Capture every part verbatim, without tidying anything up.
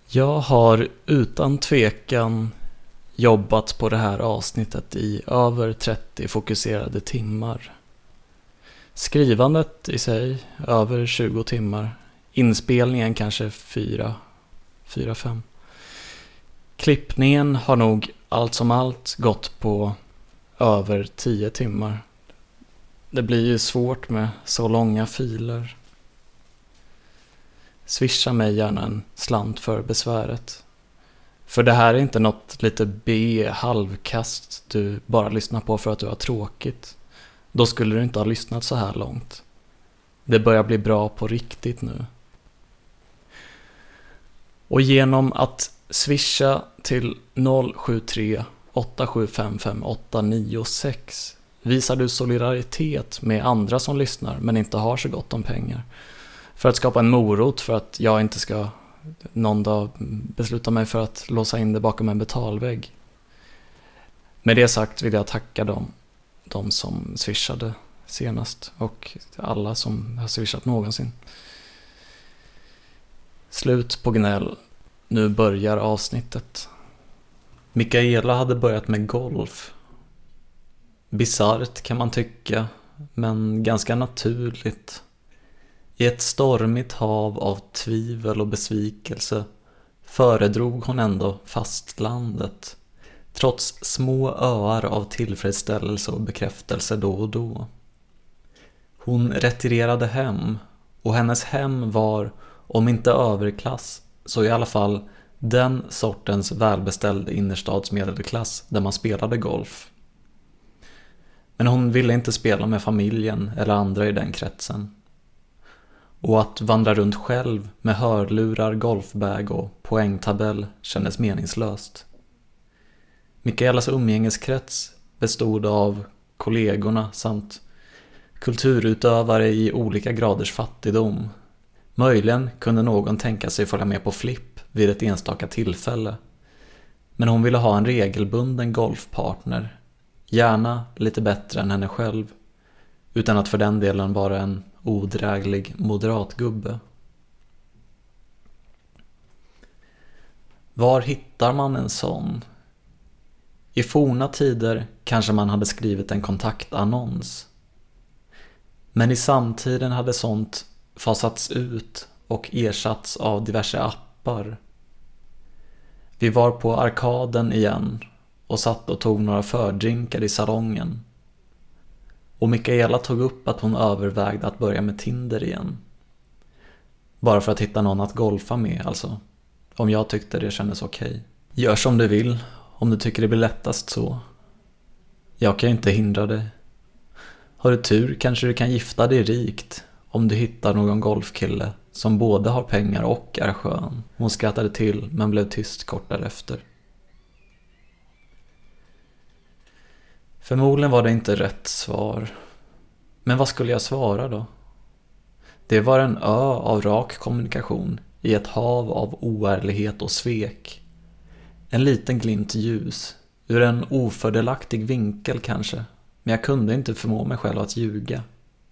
Jag har utan tvekan jobbat på det här avsnittet i över trettio fokuserade timmar. Skrivandet i sig över tjugo timmar. Inspelningen kanske fyra, fyra, fem. Klippningen har nog allt som allt gått på över tio timmar. Det blir ju svårt med så långa filer. Swisha mig gärna en slant för besväret. För det här är inte något lite B-halvkast du bara lyssnar på för att du har tråkigt. Då skulle du inte ha lyssnat så här långt. Det börjar bli bra på riktigt nu. Och genom att swisha till noll sju tre åtta sju fem fem åtta nio sex visar du solidaritet med andra som lyssnar men inte har så gott om pengar. För att skapa en morot för att jag inte ska någon dag besluta mig för att låsa in det bakom en betalvägg. Med det sagt vill jag tacka dem, de som swishade senast och alla som har swishat någonsin. Slut på gnäll. Nu börjar avsnittet. Mikaela hade börjat med golf. Bizarrt kan man tycka, men ganska naturligt. I ett stormigt hav av tvivel och besvikelse föredrog hon ändå fastlandet, trots små öar av tillfredsställelse och bekräftelse då och då. Hon retirerade hem, och hennes hem var, om inte överklass, så i alla fall den sortens välbeställd innerstadsmedelklass där man spelade golf. Men hon ville inte spela med familjen eller andra i den kretsen. Och att vandra runt själv med hörlurar, golfbag och poängtabell kändes meningslöst. Mikaelas umgängeskrets bestod av kollegorna samt kulturutövare i olika graders fattigdom. Möjligen kunde någon tänka sig följa med på flipp vid ett enstaka tillfälle. Men hon ville ha en regelbunden golfpartner, gärna lite bättre än henne själv, utan att för den delen vara en odräglig moderatgubbe. Var hittar man en sån? I forna tider kanske man hade skrivit en kontaktannons. Men i samtiden hade sånt fasats ut och ersatts av diverse appar. Vi var på arkaden igen och satt och tog några fördrinkar i salongen. Och Mikaela tog upp att hon övervägde att börja med Tinder igen. Bara för att hitta någon att golfa med, alltså. Om jag tyckte det kändes okej. Gör som du vill, om du tycker det blir lättast så. Jag kan ju inte hindra dig. Har du tur kanske du kan gifta dig rikt om du hittar någon golfkille som både har pengar och är skön. Hon skrattade till men blev tyst kort därefter. Förmodligen var det inte rätt svar. Men vad skulle jag svara då? Det var en ö av rak kommunikation i ett hav av oärlighet och svek. En liten glimt ljus, ur en ofördelaktig vinkel kanske, men jag kunde inte förmå mig själv att ljuga.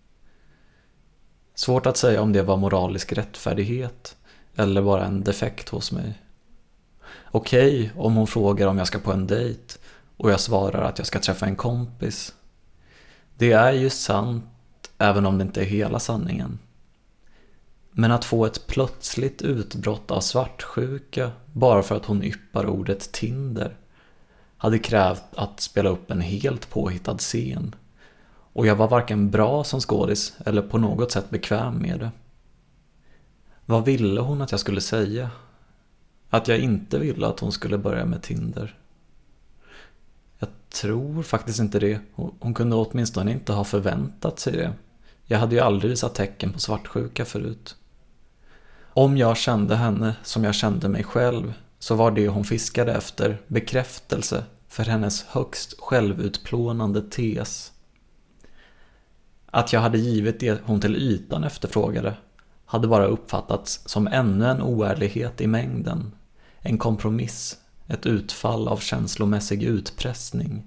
Svårt att säga om det var moralisk rättfärdighet eller bara en defekt hos mig. Okej, om hon frågar om jag ska på en dejt och jag svarar att jag ska träffa en kompis. Det är ju sant, även om det inte är hela sanningen. Men att få ett plötsligt utbrott av svartsjuka bara för att hon yppar ordet Tinder hade krävt att spela upp en helt påhittad scen. Och jag var varken bra som skådis eller på något sätt bekväm med det. Vad ville hon att jag skulle säga? Att jag inte ville att hon skulle börja med Tinder? Jag tror faktiskt inte det. Hon kunde åtminstone inte ha förväntat sig det. Jag hade ju aldrig visat tecken på svartsjuka förut. Om jag kände henne som jag kände mig själv så var det hon fiskade efter bekräftelse för hennes högst självutplånande tes. Att jag hade givit det hon till ytan efterfrågade hade bara uppfattats som ännu en oärlighet i mängden. En kompromiss, ett utfall av känslomässig utpressning.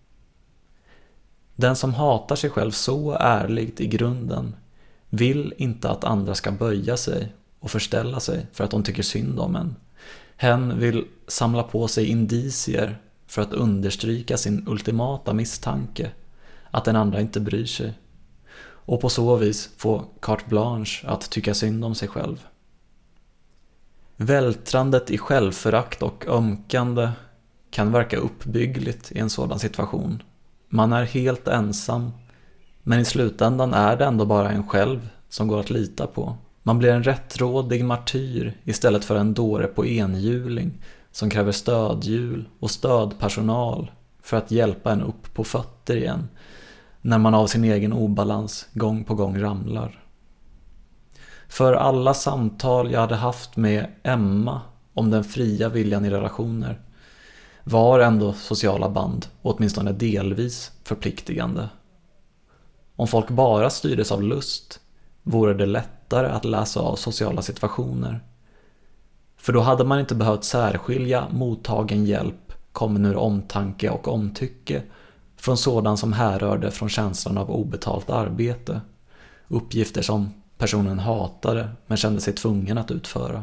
Den som hatar sig själv så ärligt i grunden vill inte att andra ska böja sig och förställa sig för att de tycker synd om en. Hen vill samla på sig indicier för att understryka sin ultimata misstanke att den andra inte bryr sig, och på så vis få carte blanche att tycka synd om sig själv. Vältrandet i självförakt och ömkande kan verka uppbyggligt i en sådan situation. Man är helt ensam, men i slutändan är det ändå bara en själv som går att lita på. Man blir en rättrådig martyr istället för en dåre på enhjuling som kräver stödhjul och stödpersonal för att hjälpa en upp på fötter igen när man av sin egen obalans gång på gång ramlar. För alla samtal jag hade haft med Emma om den fria viljan i relationer var ändå sociala band, åtminstone delvis förpliktigande. Om folk bara styrdes av lust vore det lättare att läsa av sociala situationer. För då hade man inte behövt särskilja mottagen hjälp kommen ur omtanke och omtycke från sådan som härrörde från känslan av obetalt arbete, uppgifter som personen hatade men kände sig tvungen att utföra.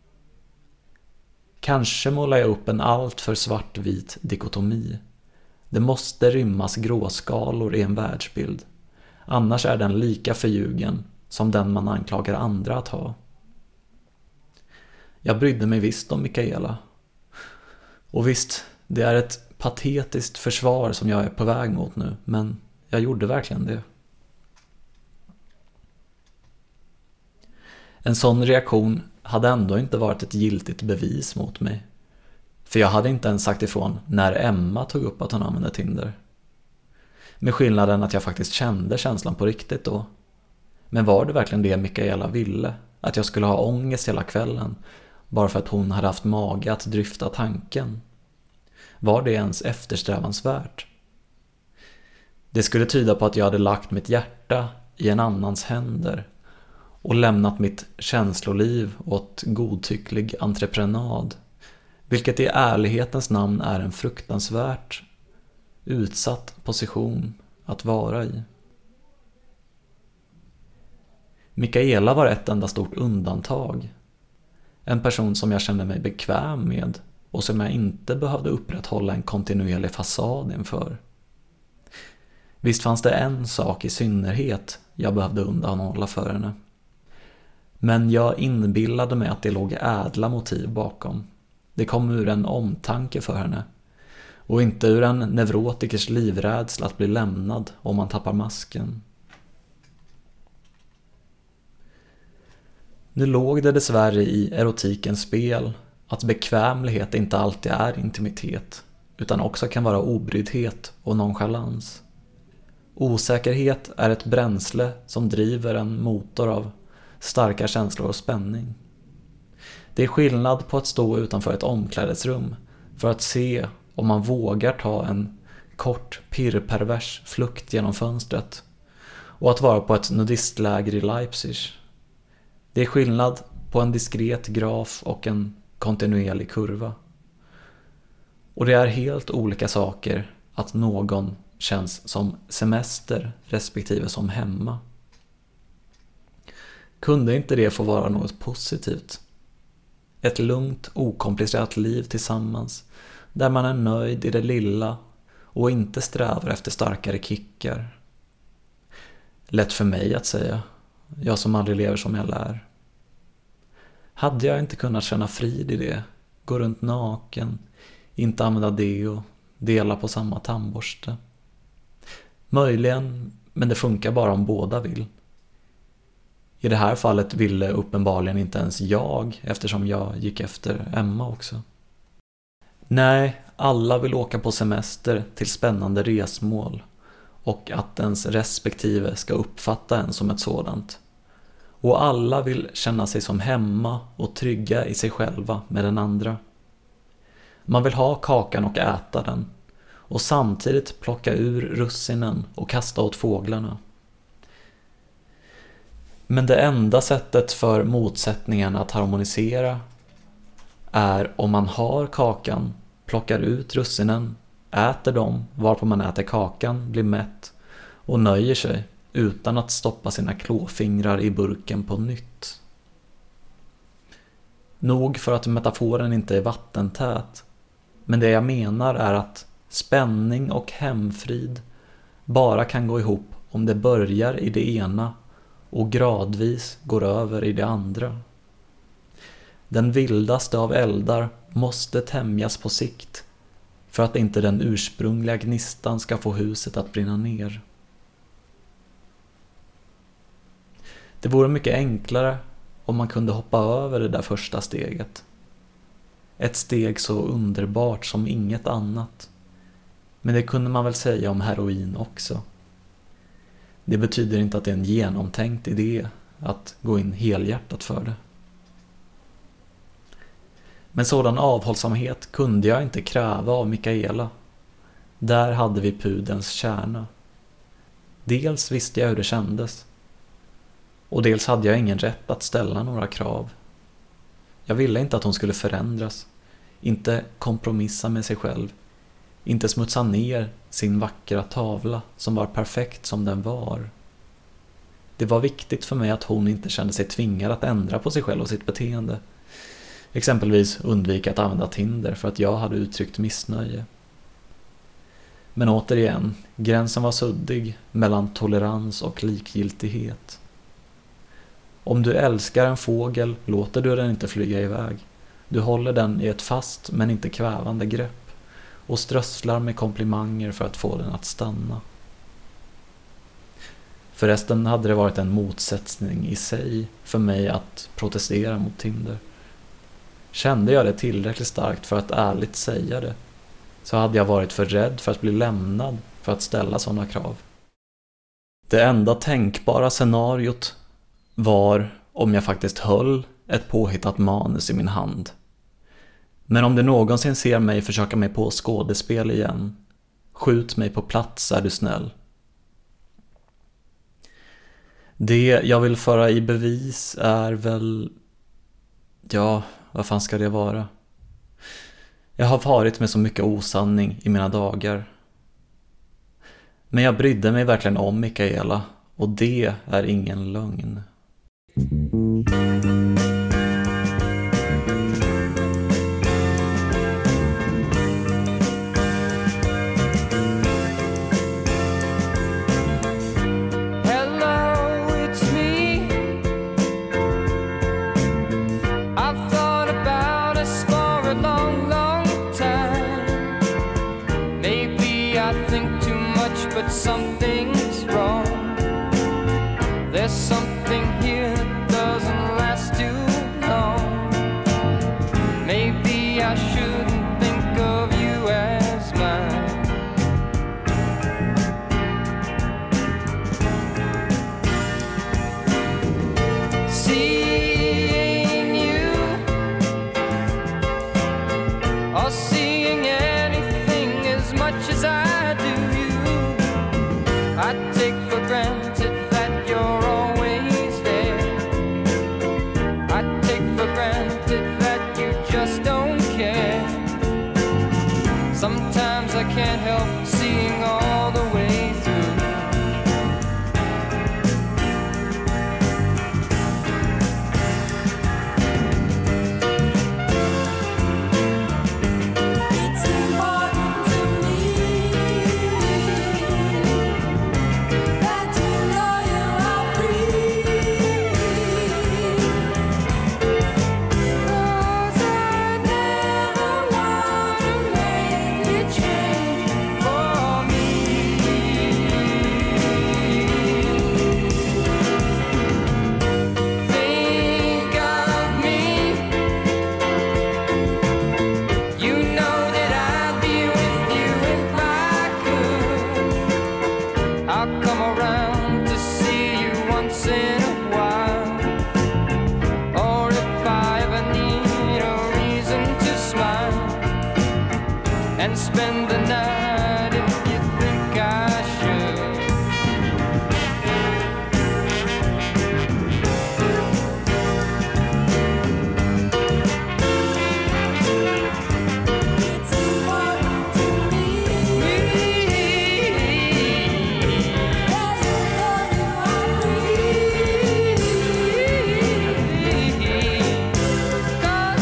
Kanske målar jag upp en allt för svartvit dikotomi. Det måste rymmas gråskalor i en världsbild. Annars är den lika förljugen som den man anklagar andra att ha. Jag brydde mig visst om Mikaela. Och visst, det är ett patetiskt försvar som jag är på väg mot nu, men jag gjorde verkligen det. En sån reaktion hade ändå inte varit ett giltigt bevis mot mig. För jag hade inte ens sagt ifrån när Emma tog upp att hon använde Tinder. Med skillnaden att jag faktiskt kände känslan på riktigt då. Men var det verkligen det Mikaela ville? Att jag skulle ha ångest hela kvällen bara för att hon hade haft mage att dryfta tanken? Var det ens eftersträvansvärt? Det skulle tyda på att jag hade lagt mitt hjärta i en annans händer och lämnat mitt känsloliv åt godtycklig entreprenad, vilket i ärlighetens namn är en fruktansvärt utsatt position att vara i. Mikaela var ett enda stort undantag. En person som jag kände mig bekväm med och som jag inte behövde upprätthålla en kontinuerlig fasad inför. Visst fanns det en sak i synnerhet jag behövde undanhålla för henne. Men jag inbillade mig att det låg ädla motiv bakom. Det kom ur en omtanke för henne. Och inte ur en neurotikers livrädsla att bli lämnad om man tappar masken. Nu låg det dessvärre i erotikens spel att bekvämlighet inte alltid är intimitet, utan också kan vara obryddhet och nonchalans. Osäkerhet är ett bränsle som driver en motor av starka känslor och spänning. Det är skillnad på att stå utanför ett omklädningsrum för att se om man vågar ta en kort pirrpervers flukt genom fönstret och att vara på ett nudistläger i Leipzig. Det är skillnad på en diskret graf och en kontinuerlig kurva. Och det är helt olika saker att någon känns som semester respektive som hemma. Kunde inte det få vara något positivt? Ett lugnt, okomplicerat liv tillsammans där man är nöjd i det lilla och inte strävar efter starkare kickar. Lätt för mig att säga, jag som aldrig lever som jag lär. Hade jag inte kunnat känna frid i det, gå runt naken, inte använda deo, dela på samma tandborste? Möjligen, men det funkar bara om båda vill. I det här fallet ville uppenbarligen inte ens jag, eftersom jag gick efter Emma också. Nej, alla vill åka på semester till spännande resmål och att ens respektive ska uppfatta en som ett sådant. Och alla vill känna sig som hemma och trygga i sig själva med den andra. Man vill ha kakan och äta den och samtidigt plocka ur russinen och kasta åt fåglarna. Men det enda sättet för motsättningarna att harmonisera är om man har kakan, plockar ut russinen, äter dem varpå man äter kakan, blir mätt och nöjer sig utan att stoppa sina klåfingrar i burken på nytt. Nog för att metaforen inte är vattentät, men det jag menar är att spänning och hemfrid bara kan gå ihop om det börjar i det ena och gradvis går över i det andra. Den vildaste av eldar måste tämjas på sikt för att inte den ursprungliga gnistan ska få huset att brinna ner. Det vore mycket enklare om man kunde hoppa över det där första steget. Ett steg så underbart som inget annat. Men det kunde man väl säga om heroin också. Det betyder inte att det är en genomtänkt idé att gå in helhjärtat för det. Men sådan avhållsamhet kunde jag inte kräva av Mikaela. Där hade vi pudelns kärna. Dels visste jag hur det kändes. Och dels hade jag ingen rätt att ställa några krav. Jag ville inte att hon skulle förändras. Inte kompromissa med sig själv. Inte smutsa ner sin vackra tavla som var perfekt som den var. Det var viktigt för mig att hon inte kände sig tvingad att ändra på sig själv och sitt beteende. Exempelvis undvika att använda Tinder för att jag hade uttryckt missnöje. Men återigen, gränsen var suddig mellan tolerans och likgiltighet. Om du älskar en fågel låter du den inte flyga iväg. Du håller den i ett fast men inte kvävande grepp och strösslar med komplimanger för att få den att stanna. Förresten hade det varit en motsättning i sig för mig att protestera mot Tinder. Kände jag det tillräckligt starkt för att ärligt säga det, så hade jag varit för rädd för att bli lämnad för att ställa sådana krav. Det enda tänkbara scenariot var om jag faktiskt höll ett påhittat manus i min hand. Men om du någonsin ser mig försöka mig på skådespel igen, skjut mig på plats är du snäll. Det jag vill föra i bevis är väl... Ja, vad fan ska det vara? Jag har varit med så mycket osanning i mina dagar. Men jag brydde mig verkligen om Mikaela, och det är ingen lögn. Something's wrong. There's something here that doesn't last too long. Maybe I shouldn't think of you as mine. Seeing you or seeing anything as much as I do, I take for granted that you're always there. I take for granted that you just don't care. Sometimes I can't help seeing all the way through. Spend the night if you think I should. It's important to me that you know you are free. 'Cause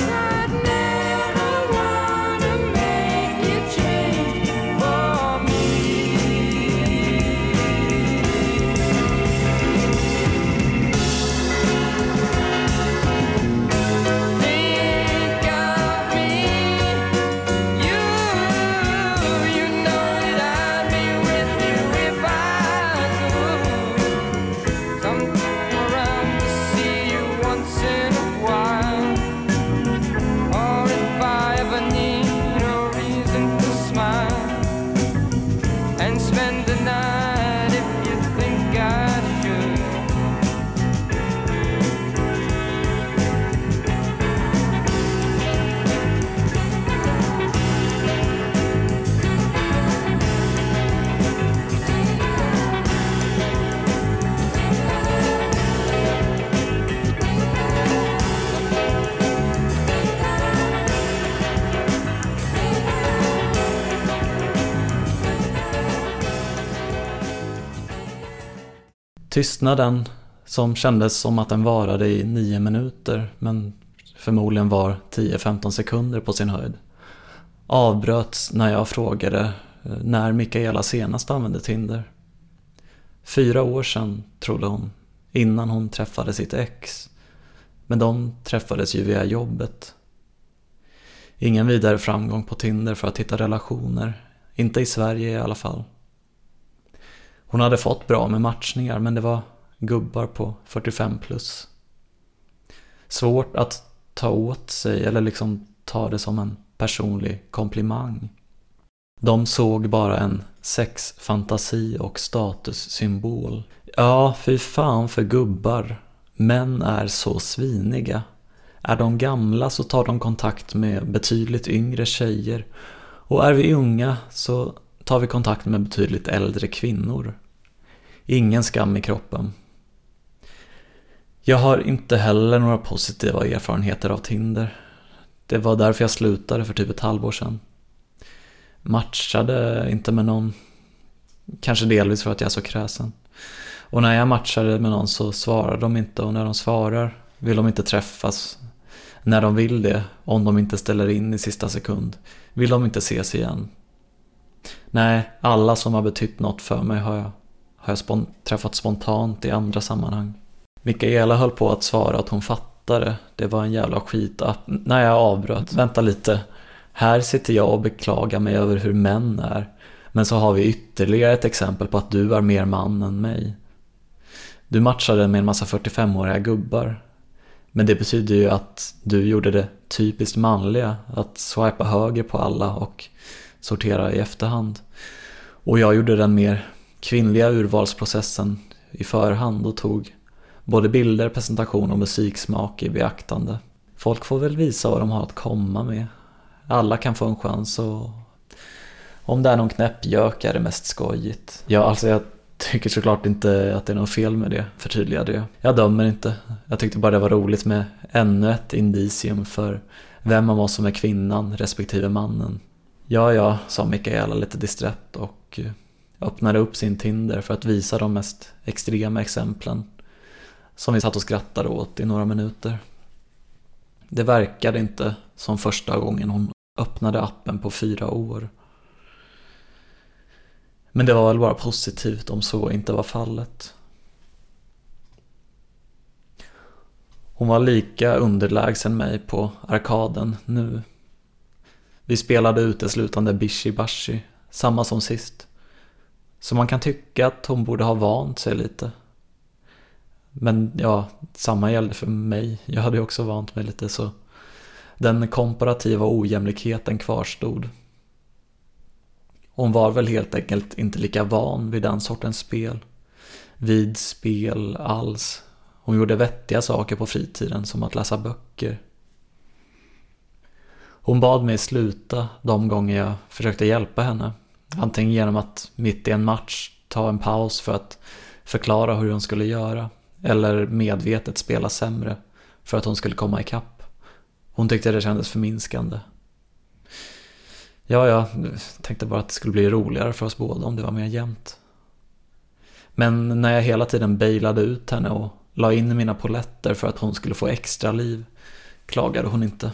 Tystnaden, som kändes som att den varade i nio minuter men förmodligen var tio femton sekunder på sin höjd, avbröts när jag frågade när Mikaela senast använde Tinder. Fyra år sedan, trodde hon, innan hon träffade sitt ex. Men de träffades ju via jobbet. Ingen vidare framgång på Tinder för att hitta relationer. Inte i Sverige i alla fall. Hon hade fått bra med matchningar, men det var gubbar på fyrtiofem plus. Svårt att ta åt sig eller liksom ta det som en personlig komplimang. De såg bara en sexfantasi och statussymbol. Ja, fy fan för gubbar. Män är så sviniga. Är de gamla så tar de kontakt med betydligt yngre tjejer. Och är vi unga så tar vi kontakt med betydligt äldre kvinnor. Ingen skam i kroppen. Jag har inte heller några positiva erfarenheter av Tinder. Det var därför jag slutade för typ ett halvår sedan. Matchade inte med någon. Kanske delvis för att jag är så kräsen. Och när jag matchade med någon så svarar de inte. Och när de svarar vill de inte träffas. När de vill det, om de inte ställer in i sista sekund, vill de inte ses igen. Nej, alla som har betytt något för mig har jag, har jag spont- träffat spontant i andra sammanhang. Mikaela höll på att svara att hon fattade. Det var en jävla skit. När jag avbröt, vänta lite. Här sitter jag och beklagar mig över hur män är. Men så har vi ytterligare ett exempel på att du är mer man än mig. Du matchade med en massa fyrtiofemåriga gubbar. Men det betyder ju att du gjorde det typiskt manliga. Att swipa höger på alla och sortera i efterhand. Och jag gjorde den mer kvinnliga urvalsprocessen i förhand och tog både bilder, presentation och musiksmak i beaktande. Folk får väl visa vad de har att komma med. Alla kan få en chans och om det är någon knäppjök är det mest skojigt. Ja, alltså jag tycker såklart inte att det är något fel med det, förtydligade jag. Jag dömer inte. Jag tyckte bara det var roligt med ännu ett indicium för vem av oss som är kvinnan respektive mannen. Ja, ja, sa Mikaela lite distrett och öppnade upp sin Tinder för att visa de mest extrema exemplen som vi satt och skrattade åt i några minuter. Det verkade inte som första gången hon öppnade appen på fyra år. Men det var väl bara positivt om så inte var fallet. Hon var lika underlägsen mig på arkaden nu. Vi spelade uteslutande Bishi Bashi, samma som sist. Så man kan tycka att hon borde ha vant sig lite. Men ja, samma gällde för mig. Jag hade ju också vant mig lite, så den komparativa ojämlikheten kvarstod. Hon var väl helt enkelt inte lika van vid den sortens spel. Vid spel alls. Hon gjorde vettiga saker på fritiden, som att läsa böcker. Hon bad mig sluta de gånger jag försökte hjälpa henne. Antingen genom att mitt i en match ta en paus för att förklara hur hon skulle göra. Eller medvetet spela sämre för att hon skulle komma ikapp. Hon tyckte det kändes förminskande. Ja, jag tänkte bara att det skulle bli roligare för oss båda om det var mer jämnt. Men när jag hela tiden bailade ut henne och la in mina poletter för att hon skulle få extra liv, klagade hon inte.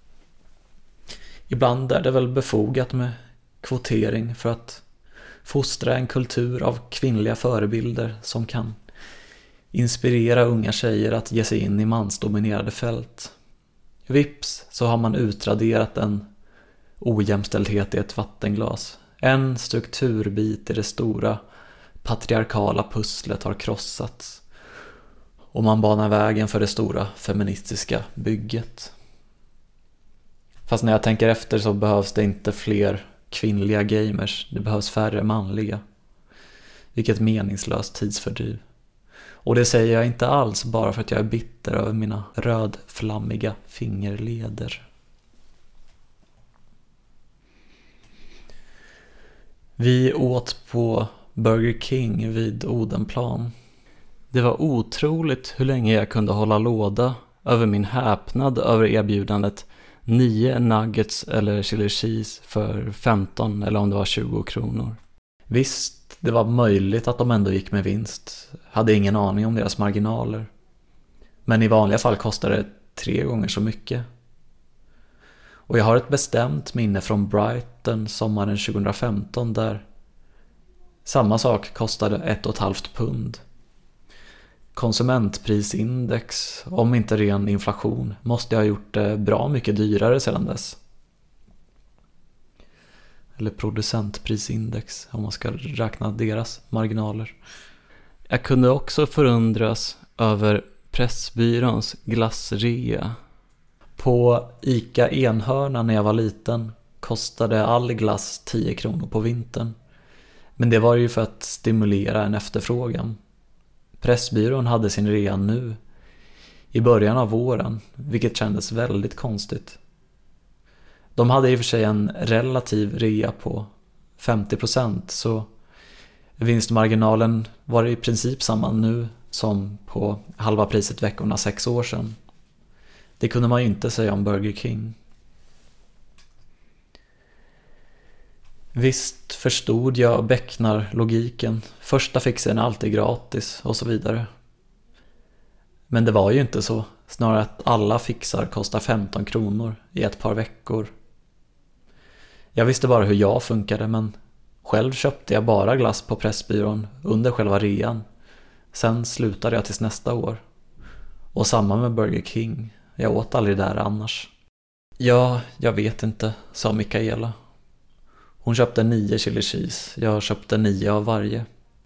Ibland är det väl befogat med kvotering för att fostra en kultur av kvinnliga förebilder som kan inspirera unga tjejer att ge sig in i mansdominerade fält. Vips så har man utraderat en ojämställdhet i ett vattenglas. En strukturbit i det stora patriarkala pusslet har krossats. Och man banar vägen för det stora feministiska bygget. Fast när jag tänker efter så behövs det inte fler kvinnliga gamers. Det behövs färre manliga. Vilket meningslöst tidsfördriv. Och det säger jag inte alls bara för att jag är bitter över mina rödflammiga fingerleder. Vi åt på Burger King vid Odenplan. Det var otroligt hur länge jag kunde hålla låda över min häpnad över erbjudandet nio nuggets eller chili cheese för femton eller om det var tjugo kronor. Visst, Det var möjligt att de ändå gick med vinst. Hade ingen aning om deras marginaler. Men i vanliga fall kostade det tre gånger så mycket. Och jag har ett bestämt minne från Brighton sommaren tjugohundrafemton där samma sak kostade ett och ett halvt pund. Konsumentprisindex, om inte ren inflation, måste ha gjort det bra mycket dyrare sedan dess. Eller producentprisindex, om man ska räkna deras marginaler. Jag kunde också förundras över Pressbyråns glassrea. På Ica Enhörna när jag var liten kostade all glass tio kronor på vintern. Men det var ju för att stimulera en efterfrågan. Pressbyrån hade sin rea nu, i början av våren, vilket kändes väldigt konstigt. De hade i och för sig en relativ rea på femtio procent, så vinstmarginalen var i princip samma nu som på halva priset veckorna sex år sedan. Det kunde man ju inte säga om Burger King. Visst förstod jag becknar logiken. Första fixen är alltid gratis och så vidare. Men det var ju inte så. Snarare att alla fixar kostar femton kronor i ett par veckor. Jag visste bara hur jag funkade, men själv köpte jag bara glass på Pressbyrån under själva rean. Sen slutade jag tills nästa år. Och samma med Burger King. Jag åt aldrig där annars. Ja, jag vet inte, sa Mikaela. Hon köpte nio chili cheese. Jag köpte nio av varje.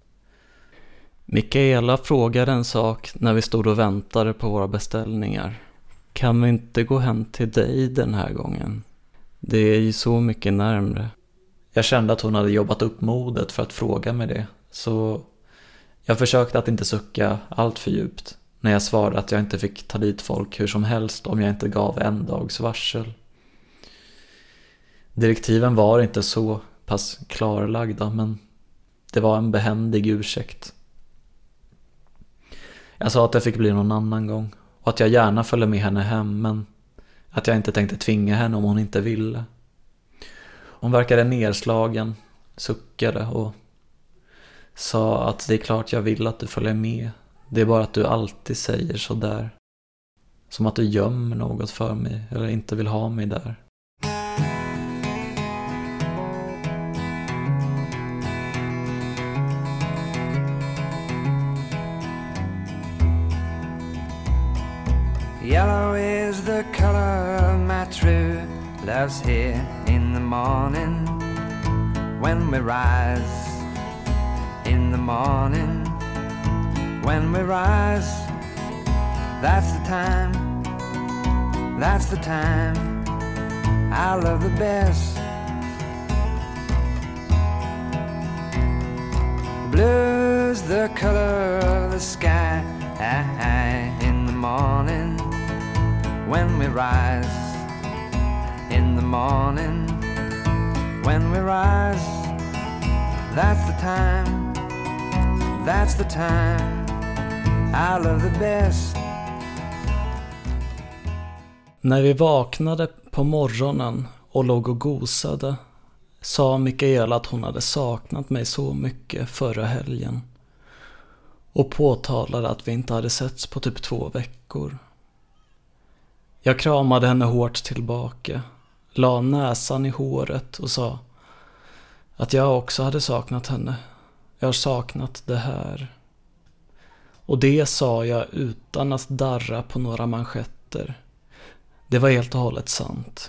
Mikaela frågade en sak när vi stod och väntade på våra beställningar. Kan vi inte gå hem till dig den här gången? Det är ju så mycket närmre. Jag kände att hon hade jobbat upp modet för att fråga mig det. Så jag försökte att inte sucka allt för djupt när jag svarade att jag inte fick ta dit folk hur som helst om jag inte gav en dags varsel. Direktiven var inte så pass klarlagda, men det var en behändig ursäkt. Jag sa att det fick bli någon annan gång och att jag gärna följde med henne hem, men att jag inte tänkte tvinga henne om hon inte ville. Hon verkade nedslagen, suckade och sa att det är klart jag vill att du följer med. Det är bara att du alltid säger så där. Som att du gömmer något för mig eller inte vill ha mig där. Yellow is the color of my true love's here in the morning when we rise. In the morning when we rise, that's the time, that's the time I love the best. Blue's the color of the sky in the morning when we rise. In the morning when we rise, that's the time, that's the time I love the best. När vi vaknade på morgonen och låg och gosade sa Mikaela att hon hade saknat mig så mycket förra helgen och påtalade att vi inte hade setts på typ två veckor. Jag kramade henne hårt tillbaka, la näsan i håret och sa att jag också hade saknat henne. Jag har saknat det här. Och det sa jag utan att darra på några manschetter. Det var helt och hållet sant.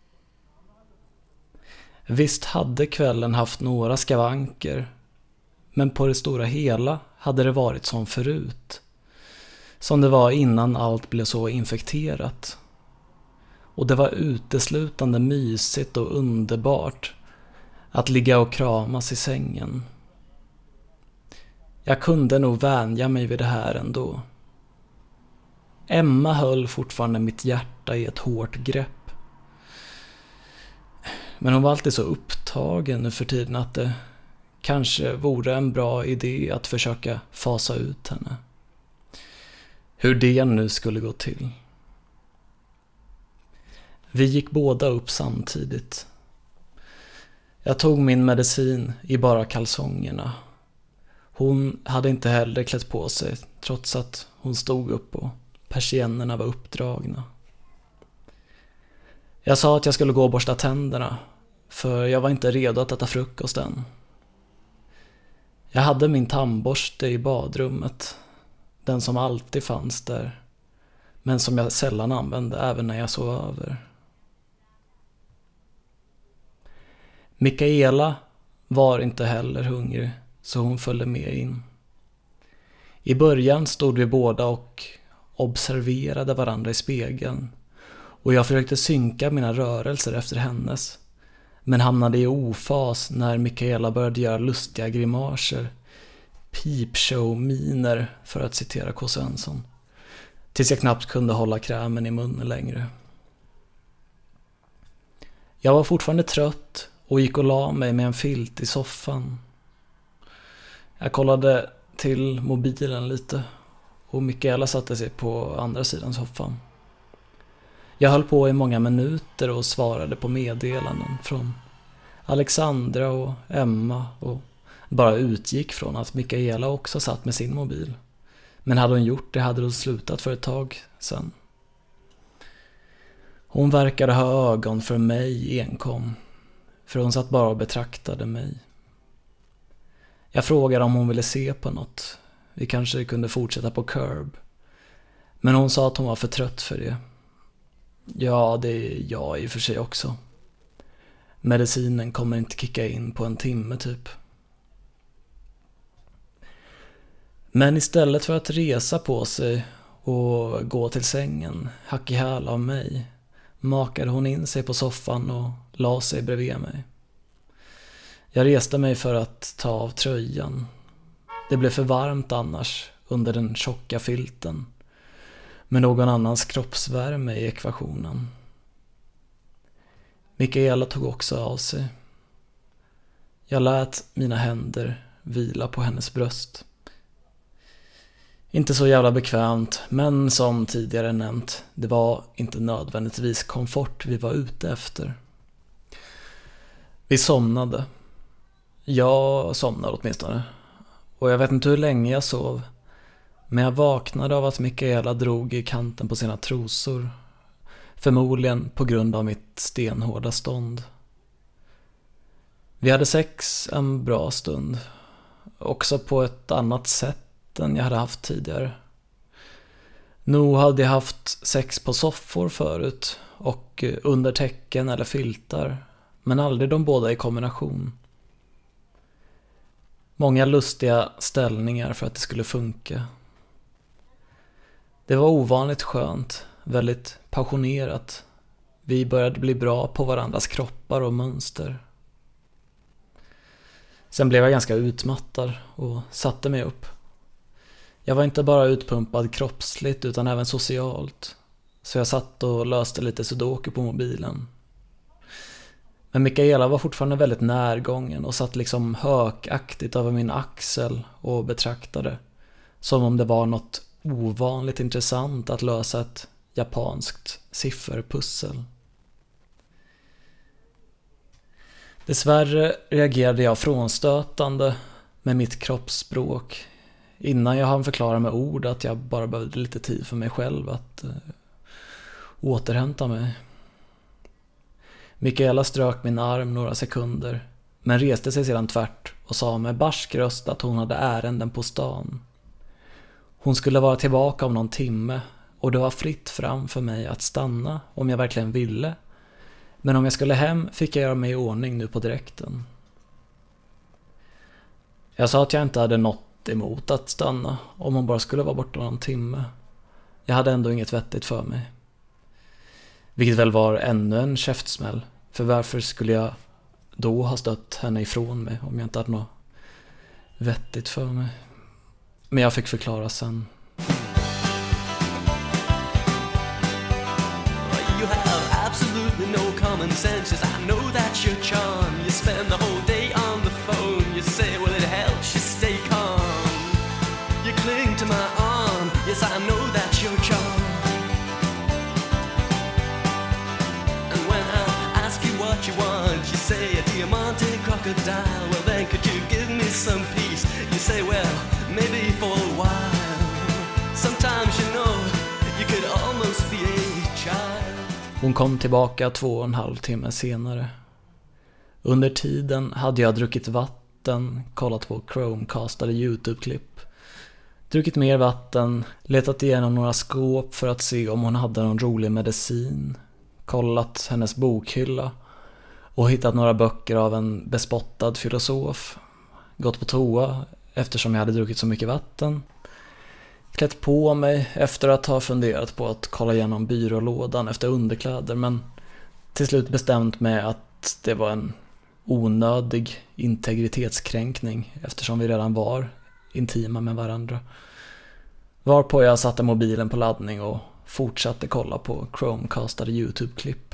Visst hade kvällen haft några skavanker, men på det stora hela hade det varit som förut. Som det var innan allt blev så infekterat. Och det var uteslutande mysigt och underbart att ligga och kramas i sängen. Jag kunde nog vänja mig vid det här ändå. Emma höll fortfarande mitt hjärta i ett hårt grepp. Men hon var alltid så upptagen nu för tiden att det kanske vore en bra idé att försöka fasa ut henne. Hur det nu skulle gå till. Vi gick båda upp samtidigt. Jag tog min medicin i bara kalsongerna Hon hade inte heller klätt på sig, trots att hon stod upp och persiennerna var uppdragna. Jag sa att jag skulle gå och borsta tänderna, för jag var inte redo att äta frukost än. Jag hade min tandborste i badrummet, den som alltid fanns där, men som jag sällan använde även när jag sov över. Mikaela var inte heller hungrig, så hon följde med in. I början stod vi båda och observerade varandra i spegeln, och jag försökte synka mina rörelser efter hennes, men hamnade i ofas när Mikaela började göra lustiga grimaser, peepshow-miner för att citera K. Svensson, tills jag knappt kunde hålla krämen i munnen längre. Jag var fortfarande trött och gick och la mig med en filt i soffan. Jag kollade till mobilen lite och Mikaela satte sig på andra sidan soffan. Jag höll på i många minuter och svarade på meddelanden från Alexandra och Emma och bara utgick från att Mikaela också satt med sin mobil. Men hade hon gjort det hade hon slutat för ett tag sedan. Hon verkade ha ögon för mig enkom, för hon satt bara och betraktade mig. Jag frågade om hon ville se på något. Vi kanske kunde fortsätta på Curb. Men hon sa att hon var för trött för det. Ja, det är jag i och för sig också. Medicinen kommer inte kicka in på en timme typ. Men istället för att resa på sig och gå till sängen, hack i häl av mig, makade hon in sig på soffan och la sig bredvid mig. Jag reste mig för att ta av tröjan. Det blev för varmt annars under den tjocka filten, med någon annans kroppsvärme i ekvationen. Mikaela tog också av sig. Jag lät mina händer vila på hennes bröst. Inte så jävla bekvämt, men som tidigare nämnt, det var inte nödvändigtvis komfort vi var ute efter. Vi somnade. Jag somnade åtminstone. Och jag vet inte hur länge jag sov, men jag vaknade av att Mikaela drog i kanten på sina trosor. Förmodligen på grund av mitt stenhårda stånd. Vi hade sex en bra stund. Också på ett annat sätt än jag hade haft tidigare. Nog hade jag haft sex på soffor förut och under täcken eller filtar, men aldrig de båda i kombination. Många lustiga ställningar för att det skulle funka. Det var ovanligt skönt, väldigt passionerat. Vi började bli bra på varandras kroppar och mönster. Sen blev jag ganska utmattad och satte mig upp. Jag var inte bara utpumpad kroppsligt utan även socialt, så jag satt och löste lite sudoku på mobilen. Men Mikaela var fortfarande väldigt närgången och satt liksom hökaktigt över min axel och betraktade, som om det var något ovanligt intressant att lösa ett japanskt sifferpussel. Dessvärre reagerade jag frånstötande med mitt kroppsspråk innan jag hann förklara med ord att jag bara behövde lite tid för mig själv att uh, återhämta mig. Mikaela strök min arm några sekunder, men reste sig sedan tvärt och sa med barsk röst att hon hade ärenden på stan. Hon skulle vara tillbaka om någon timme och det var fritt fram för mig att stanna om jag verkligen ville. Men om jag skulle hem fick jag göra mig i ordning nu på direkten. Jag sa att jag inte hade något emot att stanna om hon bara skulle vara borta någon timme. Jag hade ändå inget vettigt för mig. Vilket väl var ännu en käftsmäll. För varför skulle jag då ha stött henne ifrån mig om jag inte hade något vettigt för mig? Men jag fick förklara sen. You have absolutely no common sense. Yes, I know that's your charm. You spend the whole day on the phone. You say, well, it helps you stay calm. You cling to my arm. Yes, I know that's your charm. And when I ask you what you want? You say a diamante crocodile. Well then could you give me some peace? You say, well, maybe for a while. Sometimes you know you could almost be a child. Hon kom tillbaka två och en halv timme senare. Under tiden hade jag druckit vatten, kollat på Chromecastade YouTube-klipp, druckit mer vatten, letat igenom några skåp för att se om hon hade någon rolig medicin, kollat hennes bokhylla och hittat några böcker av en bespottad filosof, gått på toa eftersom jag hade druckit så mycket vatten, klätt på mig efter att ha funderat på att kolla igenom byrålådan efter underkläder, men till slut bestämt mig att det var en onödig integritetskränkning eftersom vi redan var intima med varandra. Varpå jag satte mobilen på laddning och fortsatte kolla på Chromecastade YouTube-klipp.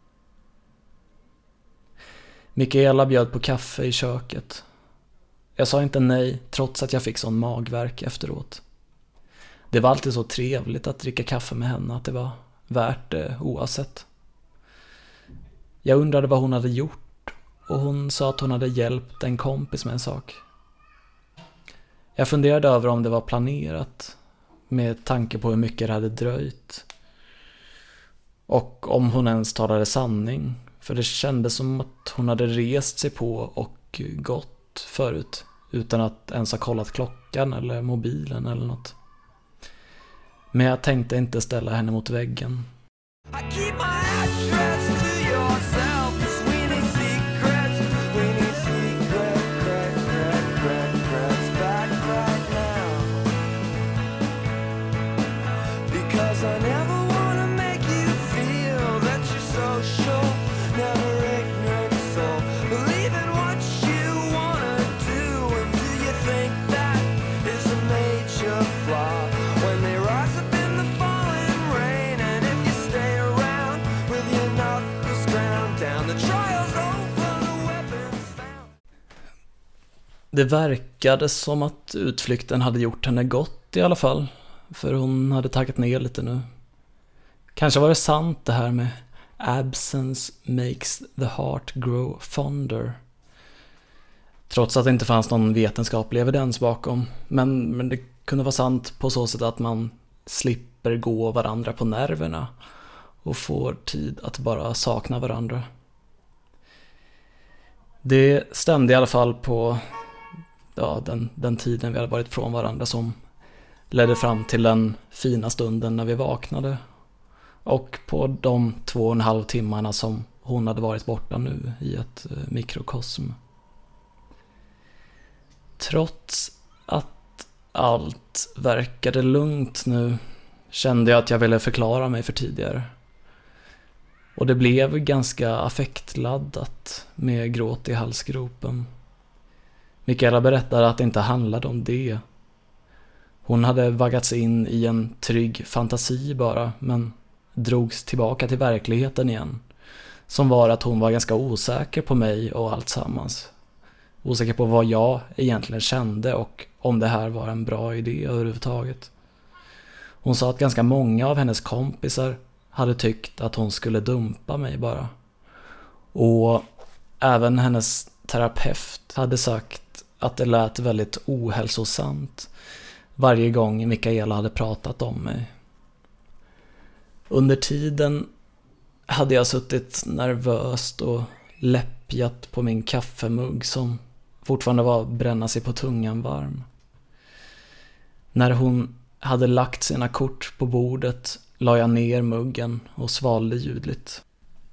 Mikaela bjöd på kaffe i köket. Jag sa inte nej trots att jag fick sån magvärk efteråt. Det var alltid så trevligt att dricka kaffe med henne att det var värt det oavsett. Jag undrade vad hon hade gjort och hon sa att hon hade hjälpt en kompis med en sak. Jag funderade över om det var planerat med tanke på hur mycket det hade dröjt. Och om hon ens talade sanning, för det kändes som att hon hade rest sig på och gått förut utan att ens ha kollat klockan eller mobilen eller något. Men jag tänkte inte ställa henne mot väggen. I keep my address to yourself, 'cause we need secrets, we need secret, crack, crack, crack, cracks back right now. Because I never wanna make you feel that you're social, never ignorant soul, believe in what you wanna do, and do you think that is a major flaw? When they rise up in the falling rain, and if you stay around with your knuckles ground down, the trial's over, the weapons found. Det verkade som att utflykten hade gjort henne gott i alla fall, för hon hade tagit ner lite nu. Kanske var det sant det här med absence makes the heart grow fonder. Trots att det inte fanns någon vetenskaplig evidens bakom. Men, men det kunde vara sant på så sätt att man slipper gå varandra på nerverna och får tid att bara sakna varandra. Det stämde i alla fall på ja, den, den tiden vi hade varit från varandra, som ledde fram till den fina stunden när vi vaknade. Och på de två och en halv timmarna som hon hade varit borta nu i ett eh, mikrokosm. Trots att allt verkade lugnt nu kände jag att jag ville förklara mig för tidigare. Och det blev ganska affektladdat med gråt i halsgropen. Mikaela berättade att det inte handlade om det. Hon hade vaggats in i en trygg fantasi bara, men drogs tillbaka till verkligheten igen. Som var att hon var ganska osäker på mig och allt sammans. Osäker på vad jag egentligen kände och om det här var en bra idé överhuvudtaget. Hon sa att ganska många av hennes kompisar hade tyckt att hon skulle dumpa mig bara. Och även hennes terapeut hade sagt att det lät väldigt ohälsosamt varje gång Mikaela hade pratat om mig. Under tiden hade jag suttit nervöst och läppjat på min kaffemugg som fortfarande var bränna sig på tungan varm. När hon hade lagt sina kort på bordet la jag ner muggen och svalde ljudligt.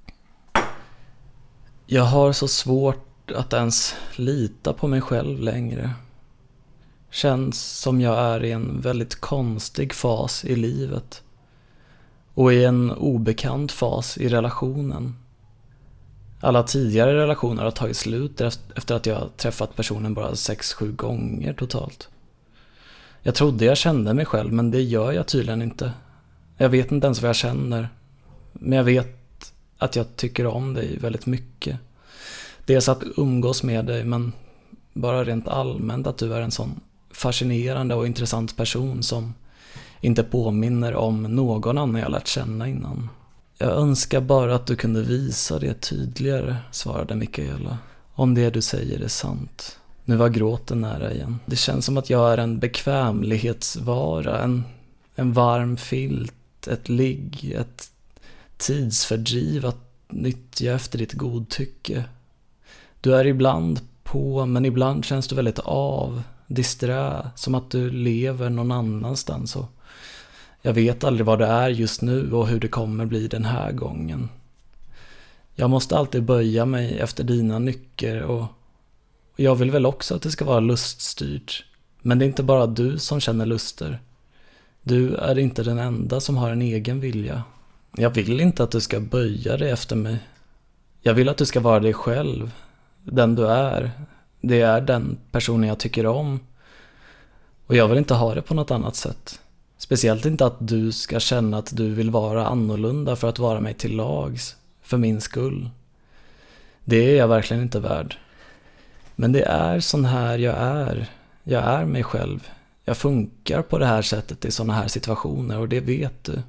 Jag har så svårt att ens lita på mig själv längre. Känns som jag är i en väldigt konstig fas i livet. Och i en obekant fas i relationen. Alla tidigare relationer har tagit slut efter att jag träffat personen bara sex sju gånger totalt. Jag trodde jag kände mig själv, men det gör jag tydligen inte. Jag vet inte ens vad jag känner. Men jag vet att jag tycker om dig väldigt mycket. Dels att umgås med dig, men bara rent allmänt att du är en sån fascinerande och intressant person som inte påminner om någon annan jag lärt känna innan. Jag önskar bara att du kunde visa det tydligare, svarade Mikaela. Om det du säger är sant. Nu var gråten nära igen. Det känns som att jag är en bekvämlighetsvara, en, en varm filt, ett ligg, ett tidsfördriv att nyttja efter ditt godtycke. Du är ibland på, men ibland känns du väldigt av, disträ, som att du lever någon annanstans. Och jag vet aldrig vad det är just nu och hur det kommer bli den här gången. Jag måste alltid böja mig efter dina nycker och jag vill väl också att det ska vara luststyrt. Men det är inte bara du som känner luster. Du är inte den enda som har en egen vilja. Jag vill inte att du ska böja dig efter mig. Jag vill att du ska vara dig själv. Den du är. Det är den personen jag tycker om. Och jag vill inte ha det på något annat sätt. Speciellt inte att du ska känna att du vill vara annorlunda för att vara mig till lags. För min skull. Det är jag verkligen inte värd. Men det är sån här jag är. Jag är mig själv. Jag funkar på det här sättet i såna här situationer och det vet du.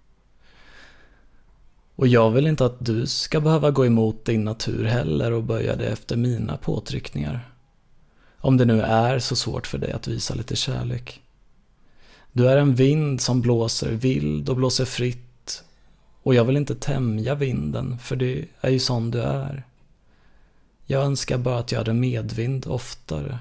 Och jag vill inte att du ska behöva gå emot din natur heller och böja dig efter mina påtryckningar. Om det nu är så svårt för dig att visa lite kärlek. Du är en vind som blåser vild och blåser fritt. Och jag vill inte tämja vinden, för det är ju sån du är. Jag önskar bara att jag hade medvind oftare.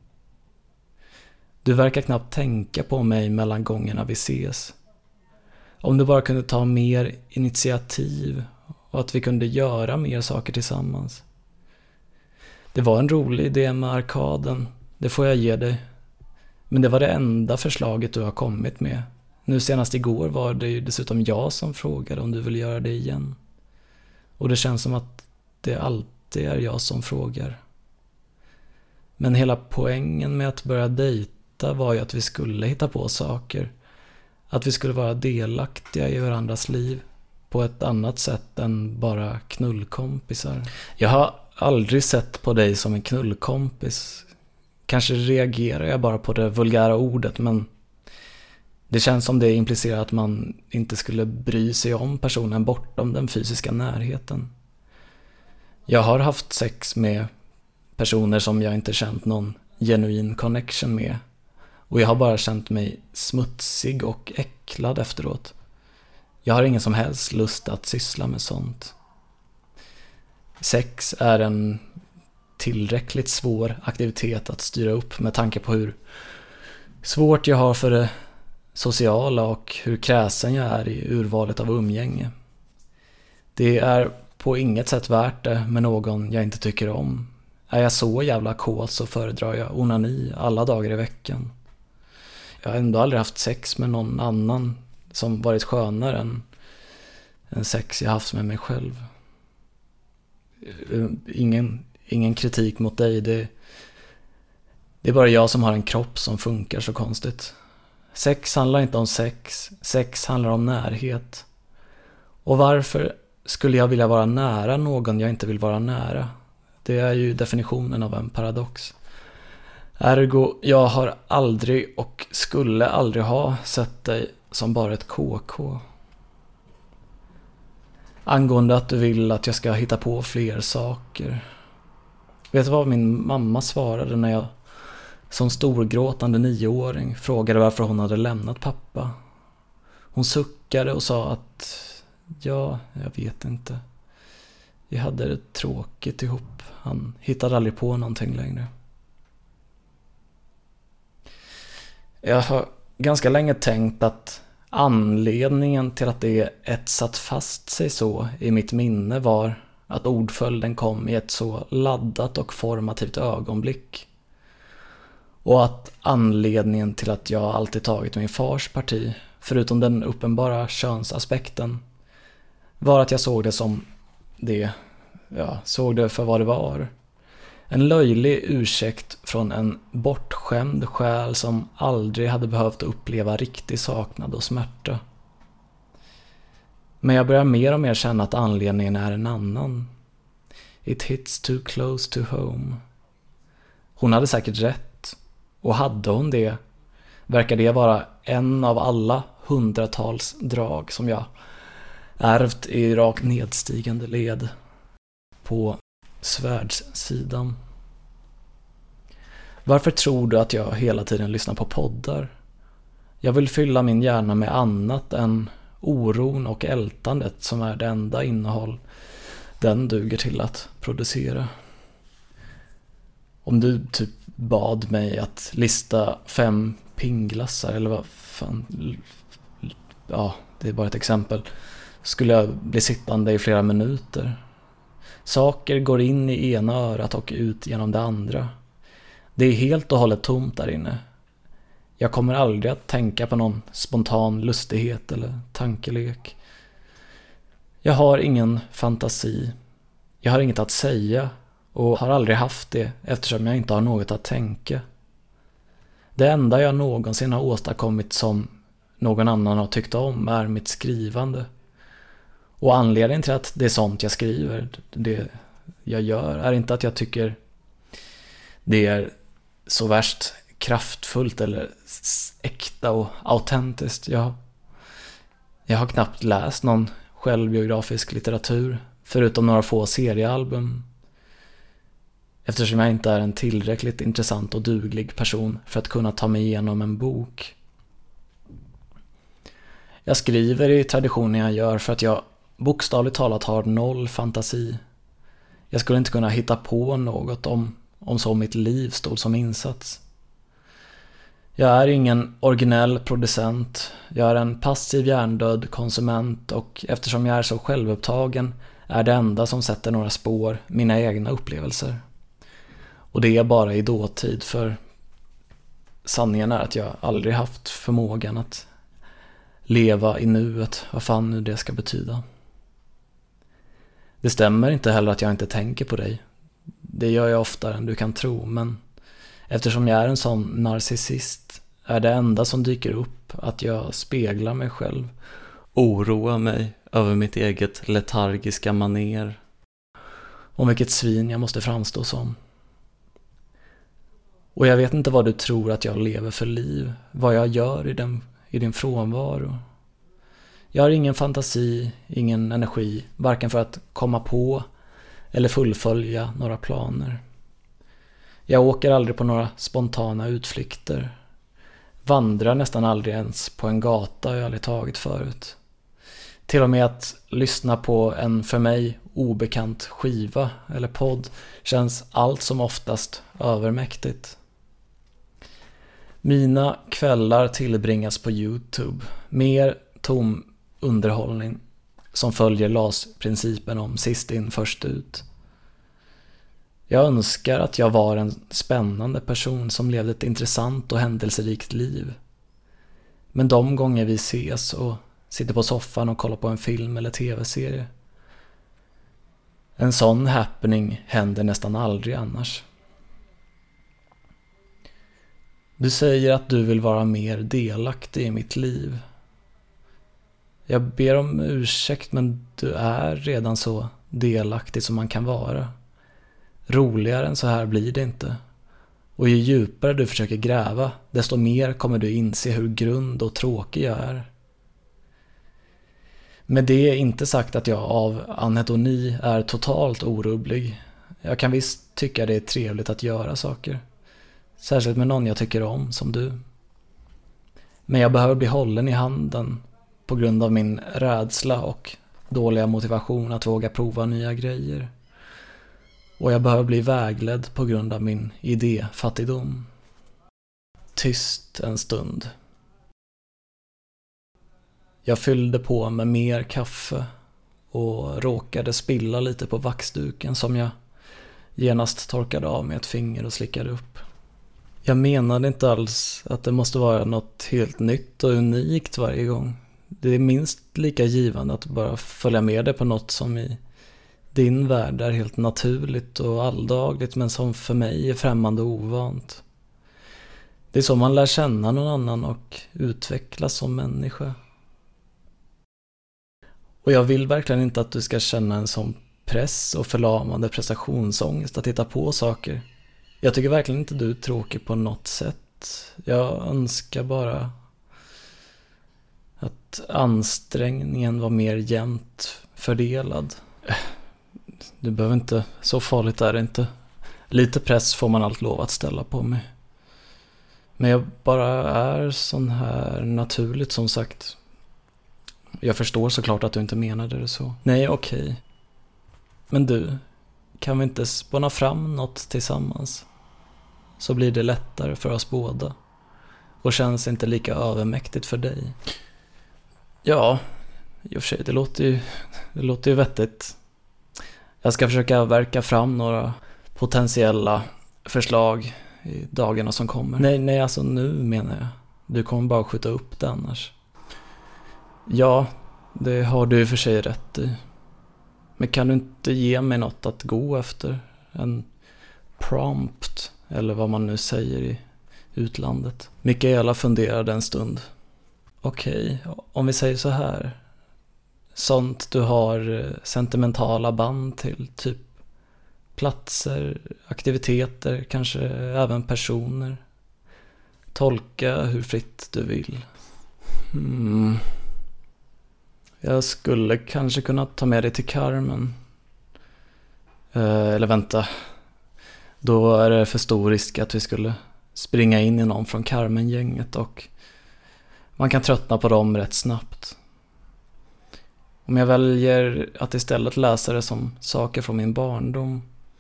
Du verkar knappt tänka på mig mellan gångerna vi ses. Om du bara kunde ta mer initiativ och att vi kunde göra mer saker tillsammans. Det var en rolig idé med arkaden, det får jag ge dig. Men det var det enda förslaget du har kommit med. Nu senast igår var det ju dessutom jag som frågade om du vill göra det igen. Och det känns som att det alltid är jag som frågar. Men hela poängen med att börja dejta var ju att vi skulle hitta på saker. Att vi skulle vara delaktiga i varandras liv på ett annat sätt än bara knullkompisar. Jag har aldrig sett på dig som en knullkompis. Kanske reagerar jag bara på det vulgära ordet, men det känns som det implicerar att man inte skulle bry sig om personen bortom den fysiska närheten. Jag har haft sex med personer som jag inte känt någon genuin connection med. Och jag har bara känt mig smutsig och äcklad efteråt. Jag har ingen som helst lust att syssla med sånt. Sex är en tillräckligt svår aktivitet att styra upp med tanke på hur svårt jag har för det sociala och hur kräsen jag är i urvalet av umgänge. Det är på inget sätt värt det med någon jag inte tycker om. Är jag så jävla kåt så föredrar jag onani alla dagar i veckan. Jag har ändå aldrig haft sex med någon annan som varit skönare än, än sex jag haft med mig själv. Ingen, ingen kritik mot dig. Det, det är bara jag som har en kropp som funkar så konstigt. Sex handlar inte om sex. Sex handlar om närhet. Och varför skulle jag vilja vara nära någon jag inte vill vara nära? Det är ju definitionen av en paradox. Ergo, jag har aldrig och skulle aldrig ha sett dig som bara ett K K. Angående att du vill att jag ska hitta på fler saker. Vet du vad min mamma svarade när jag som storgråtande nioåring frågade varför hon hade lämnat pappa? Hon suckade och sa att ja, jag vet inte. Vi hade det tråkigt ihop. Han hittade aldrig på någonting längre. Jag har ganska länge tänkt att anledningen till att det etsat fast sig så i mitt minne var att ordföljden kom i ett så laddat och formativt ögonblick. Och att anledningen till att jag alltid tagit min fars parti, förutom den uppenbara könsaspekten, var att jag såg det som det, ja, såg det för vad det var. En löjlig ursäkt från en bortskämd själ som aldrig hade behövt uppleva riktig saknad och smärta. Men jag börjar mer och mer känna att anledningen är en annan. It hits too close to home. Hon hade säkert rätt. Och hade hon det, verkar det vara en av alla hundratals drag som jag ärvt i rakt nedstigande led på svärdssidan. Varför tror du att jag hela tiden lyssnar på poddar? Jag vill fylla min hjärna med annat än oron och ältandet som är det enda innehåll den duger till att producera. Om du typ bad mig att lista fem pingglassar eller vad fan, ja, det är bara ett exempel, skulle jag bli sittande i flera minuter. Saker går in i ena örat och ut genom det andra. Det är helt och hållet tomt där inne. Jag kommer aldrig att tänka på någon spontan lustighet eller tankelek. Jag har ingen fantasi. Jag har inget att säga och har aldrig haft det eftersom jag inte har något att tänka. Det enda jag någonsin har åstadkommit som någon annan har tyckt om är mitt skrivande. Och anledningen till att det är sånt jag skriver, det jag gör, är inte att jag tycker det är så värst kraftfullt eller äkta och autentiskt. Jag, jag har knappt läst någon självbiografisk litteratur förutom några få seriealbum. Eftersom jag inte är en tillräckligt intressant och duglig person för att kunna ta mig igenom en bok. Jag skriver i traditionen jag gör för att jag bokstavligt talat har noll fantasi. Jag skulle inte kunna hitta på något om, om så mitt liv stod som insats. Jag är ingen originell producent. Jag är en passiv hjärndöd konsument och eftersom jag är så självupptagen är det enda som sätter några spår mina egna upplevelser. Och det är bara i dåtid, för sanningen är att jag aldrig haft förmågan att leva i nuet, vad fan nu det ska betyda. Det stämmer inte heller att jag inte tänker på dig. Det gör jag oftare än du kan tro, men eftersom jag är en sån narcissist är det enda som dyker upp att jag speglar mig själv. Oroa mig över mitt eget letargiska maner. Om vilket svin jag måste framstå som. Och jag vet inte vad du tror att jag lever för liv, vad jag gör i, den, i din frånvaro. Jag har ingen fantasi, ingen energi, varken för att komma på eller fullfölja några planer. Jag åker aldrig på några spontana utflykter. Vandrar nästan aldrig ens på en gata jag aldrig tagit förut. Till och med att lyssna på en för mig obekant skiva eller podd känns allt som oftast övermäktigt. Mina kvällar tillbringas på YouTube. Mer tom underhållning som följer L A S-principen om sist in först ut. Jag önskar att jag var en spännande person som levde ett intressant och händelserikt liv. Men de gånger vi ses och sitter på soffan och kollar på en film eller tv-serie, en sån happening händer nästan aldrig annars. Du säger att du vill vara mer delaktig i mitt liv. Jag ber om ursäkt, men du är redan så delaktig som man kan vara. Roligare än så här blir det inte. Och ju djupare du försöker gräva, desto mer kommer du inse hur grund och tråkig jag är. Med det är inte sagt att jag av anhedoni är totalt orubblig. Jag kan visst tycka det är trevligt att göra saker. Särskilt med någon jag tycker om, som du. Men jag behöver bli hållen i handen på grund av min rädsla och dåliga motivation att våga prova nya grejer. Och jag behöver bli vägledd på grund av min idéfattigdom. Tyst en stund. Jag fyllde på med mer kaffe och råkade spilla lite på vaxduken som jag genast torkade av med ett finger och slickade upp. Jag menade inte alls att det måste vara något helt nytt och unikt varje gång. Det är minst lika givande att bara följa med det på något som i din värld är helt naturligt och alldagligt, men som för mig är främmande och ovant. Det är så man lär känna någon annan och utvecklas som människa. Och jag vill verkligen inte att du ska känna en sån press och förlamande prestationsångest att hitta på saker. Jag tycker verkligen inte du är tråkig på något sätt. Jag önskar bara Att ansträngningen var mer jämnt fördelad. Du behöver inte, så farligt är det inte. Lite press får man allt lov att ställa på mig. Men jag bara är sån här naturligt, som sagt. Jag förstår såklart att du inte menade det så. Nej, okej. Okay. Men du, kan vi inte spåna fram något tillsammans? Så blir det lättare för oss båda. Och känns inte lika övermäktigt för dig. Ja, i och för sig, det låter ju, det låter ju vettigt. Jag ska försöka verka fram några potentiella förslag i dagarna som kommer. Nej, nej, alltså nu menar jag. Du kommer bara skjuta upp det annars. Ja, det har du i och för sig rätt i. Men kan du inte ge mig något att gå efter? En prompt, eller vad man nu säger i utlandet. Mikaela funderade en stund. Okej, okay, om vi säger så här. Sånt du har sentimentala band till, typ platser, aktiviteter, kanske även personer. Tolka hur fritt du vill. Hmm. Jag skulle kanske kunna ta med dig till Carmen. Eh, eller vänta. Då är det för stor risk att vi skulle springa in i någon från Carmen-gänget och man kan tröttna på dem rätt snabbt. Om jag väljer att istället läsa det som saker från min barndom.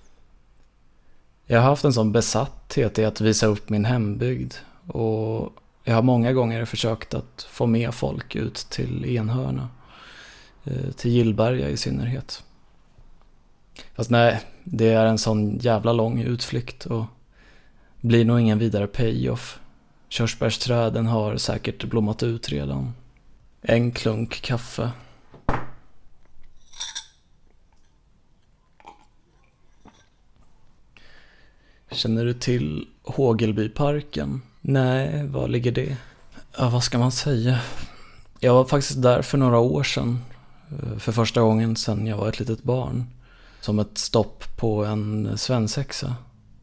Jag har haft en sån besatthet i att visa upp min hembygd och jag har många gånger försökt att få med folk ut till Enhörna. Till Gillberga i synnerhet. Fast nej, det är en sån jävla lång utflykt och blir nog ingen vidare payoff. Körsbärsträden har säkert blommat ut redan. En klunk kaffe. Känner du till Hågelbyparken? Nej, var ligger det? Ja, vad ska man säga? Jag var faktiskt där för några år sedan. För första gången sedan jag var ett litet barn. Som ett stopp på en svensexa.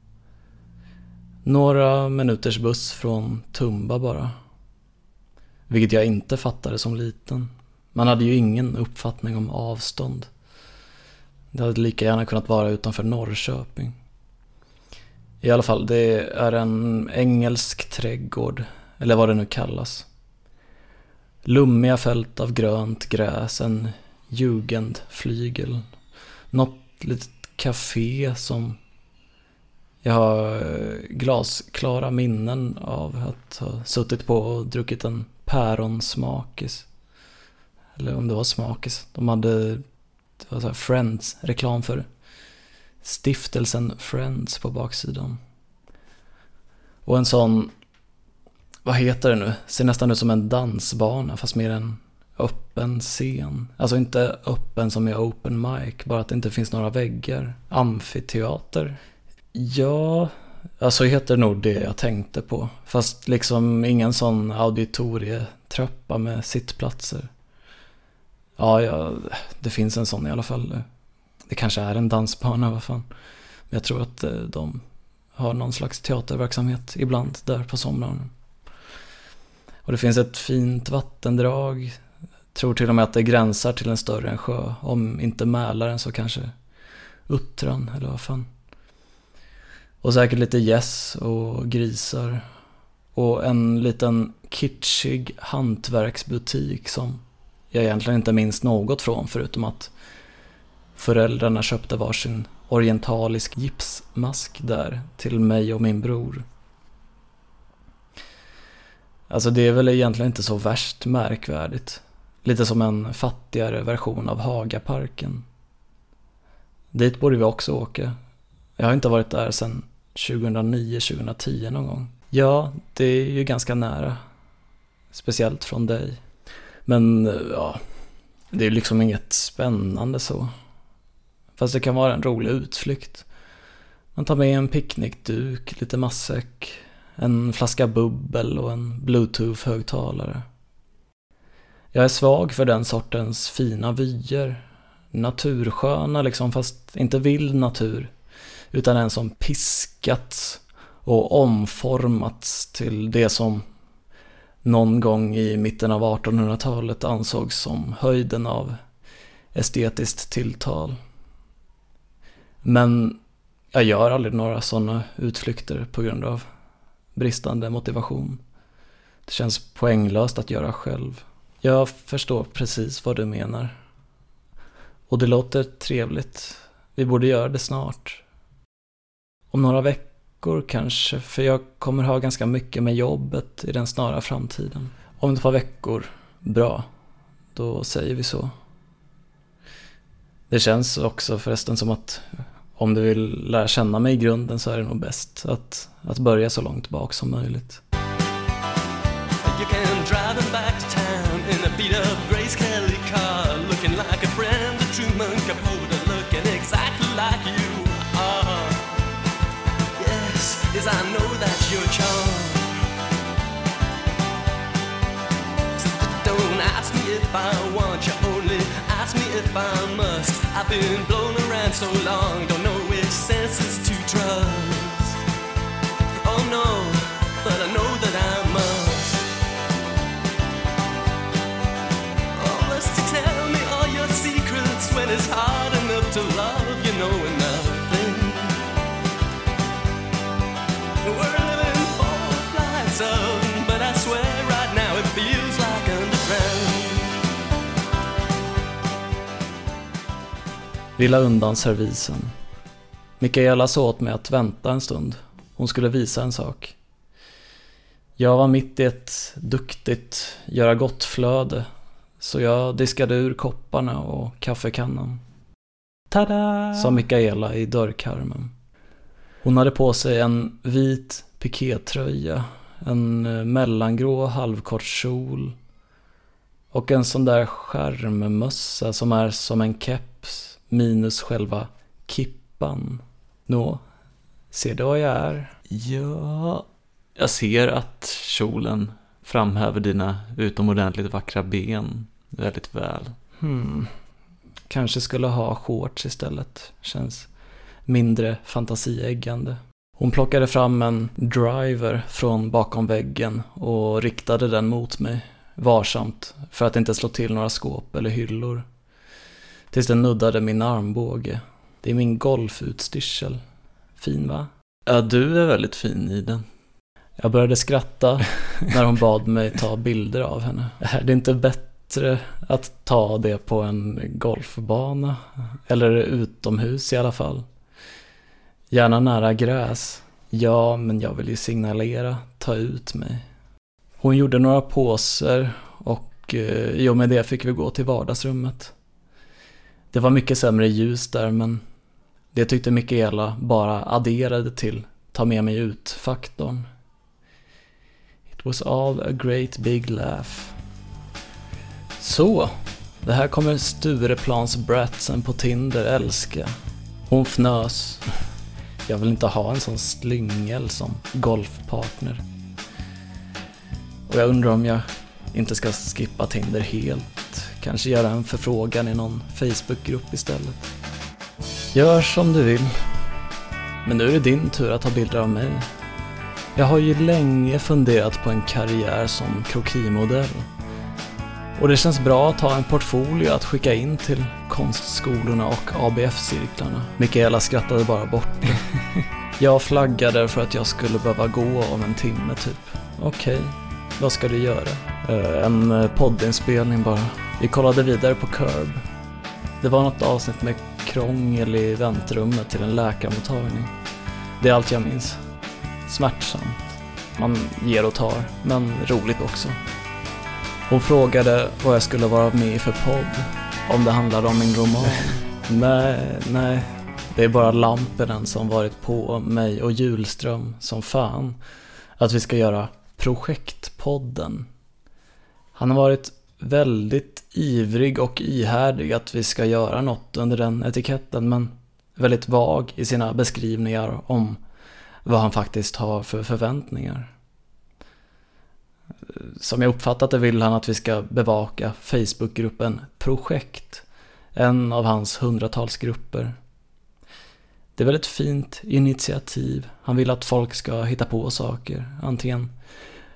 Några minuters buss från Tumba bara. Vilket jag inte fattade som liten. Man hade ju ingen uppfattning om avstånd. Det hade lika gärna kunnat vara utanför Norrköping. I alla fall, det är en engelsk trädgård. Eller vad det nu kallas. Lummiga fält av grönt gräs, en jugendflygel. Något litet café som jag har glasklara minnen av att ha suttit på och druckit en päronsmakis. Eller om det var smakis. De hade det var så här Friends, reklam för stiftelsen Friends på baksidan. Och en sån, vad heter det nu? Ser nästan ut som en dansbana fast mer en öppen scen. Alltså inte öppen som i open mic, bara att det inte finns några väggar. Amfiteater. Ja, alltså heter det nog det jag tänkte på. Fast liksom ingen sån auditorietrappa med sittplatser. Ja, ja, det finns en sån i alla fall. Det kanske är en dansbana, vad fan. Men jag tror att de har någon slags teaterverksamhet ibland där på sommaren. Och det finns ett fint vattendrag. Tror till och med att det gränsar till en större sjö. Om inte Mälaren så kanske Uttran eller vad fan. Och säkert lite gäss och grisar. Och en liten kitschig hantverksbutik som jag egentligen inte minns något från. Förutom att föräldrarna köpte varsin orientalisk gipsmask där till mig och min bror. Alltså det är väl egentligen inte så värst märkvärdigt. Lite som en fattigare version av Hagaparken. Dit borde vi också åka. Jag har inte varit där sedan tjugohundranio tjugohundratio någon gång. Ja, det är ju ganska nära. Speciellt från dig. Men ja, det är liksom inget spännande så. Fast det kan vara en rolig utflykt. Man tar med en picknickduk, lite matsäck, en flaska bubbel och en bluetooth-högtalare. Jag är svag för den sortens fina vyer. Natursköna liksom, fast inte vild natur. Utan en som piskats och omformats till det som någon gång i mitten av artonhundratalet ansågs som höjden av estetiskt tilltal. Men jag gör aldrig några sådana utflykter på grund av bristande motivation. Det känns poänglöst att göra själv. Jag förstår precis vad du menar. Och det låter trevligt. Vi borde göra det snart. Om några veckor kanske, för jag kommer ha ganska mycket med jobbet i den snara framtiden. Om ett par veckor, bra. Då säger vi så. Det känns också förresten som att om du vill lära känna mig i grunden så är det nog bäst att, att börja så långt bak som möjligt. You can drive him back to town in a beat-up Grace Kelly car, looking like a friend of Truman Capote, looking exactly like you are. Yes, yes, I know that's your charm. So don't ask me if I want you, only ask me if I must. I've been blown around so long, don't know which senses to trust. Oh no, but I know that I must. Tell me all your secrets when it's hard enough to love, you know nothing. We're living four flights up, but I swear right now it feels like underground. Vi la undan servisen. Mikaela sa åt mig att vänta en stund. Hon skulle visa en sak. Jag var mitt i ett duktigt göra gott flöde. Så jag diskade ur kopparna och kaffekannan. Tada! Sa Mikaela i dörrkarmen. Hon hade på sig en vit pikétröja, en mellangrå halvkort kjol och en sån där skärmmössa som är som en keps minus själva kippan. Nå, ser du vad jag är? Ja, jag ser att kjolen framhäver dina utomordentligt vackra ben väldigt väl. Hmm. Kanske skulle ha shorts istället. Känns mindre fantasieggande. Hon plockade fram en driver från bakom väggen och riktade den mot mig varsamt för att inte slå till några skåp eller hyllor. Tills den nuddade min armbåge. Det är min golfutstyrsel. Fin, va? Ja, du är väldigt fin i den. Jag började skratta när hon bad mig ta bilder av henne. Är det inte bättre att ta det på en golfbana? Eller utomhus i alla fall. Gärna nära gräs. Ja, men jag vill ju signalera. Ta ut mig. Hon gjorde några poser och eh, i och med det fick vi gå till vardagsrummet. Det var mycket sämre ljus där, men det tyckte Mikaela bara adderade till ta med mig ut-faktorn. It was all a great big laugh. Så, det här kommer Stureplans bratsen på Tinder älska. Hon fnös. Jag vill inte ha en sån slyngel som golfpartner. Och jag undrar om jag inte ska skippa Tinder helt. Kanske göra en förfrågan i någon Facebookgrupp istället. Gör som du vill. Men nu är det din tur att ta bilder av mig. Jag har ju länge funderat på en karriär som krokimodell. Och det känns bra att ha en portfolio att skicka in till konstskolorna och A B F-cirklarna. Mikaela skrattade bara bort det. Jag flaggade för att jag skulle behöva gå om en timme typ. Okej, okay, vad ska du göra? Uh, en poddinspelning bara. Vi kollade vidare på Curb. Det var något avsnitt med krångel i väntrummet till en läkarmottagning. Det är allt jag minns. Smärtsamt. Man ger och tar, men roligt också. Hon frågade vad jag skulle vara med i för podd. Om det handlade om min roman. nej, nej. Det är bara lamporna som varit på mig och Julström som fan. Att vi ska göra projektpodden. Han har varit väldigt ivrig och ihärdig att vi ska göra något under den etiketten, men väldigt vag i sina beskrivningar om vad han faktiskt har för förväntningar. Som jag uppfattat det vill han att vi ska bevaka Facebookgruppen Projekt, en av hans hundratals grupper. Det är väldigt fint initiativ. Han vill att folk ska hitta på saker, antingen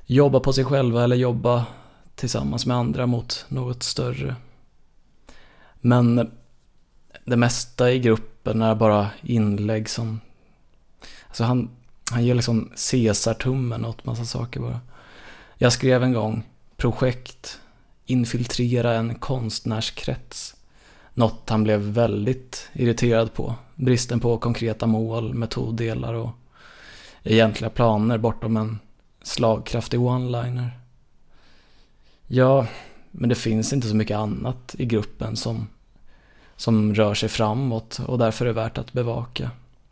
jobba på sig själva eller jobba tillsammans med andra mot något större. Men det mesta i gruppen är bara inlägg som... Alltså han, han ger liksom Caesar-tummen åt massa saker bara. Jag skrev en gång projekt, infiltrera en konstnärskrets. Något han blev väldigt irriterad på. Bristen på konkreta mål, metoddelar och egentliga planer bortom en slagkraftig one-liner. Ja, men det finns inte så mycket annat i gruppen som, som rör sig framåt och därför är det värt att bevaka.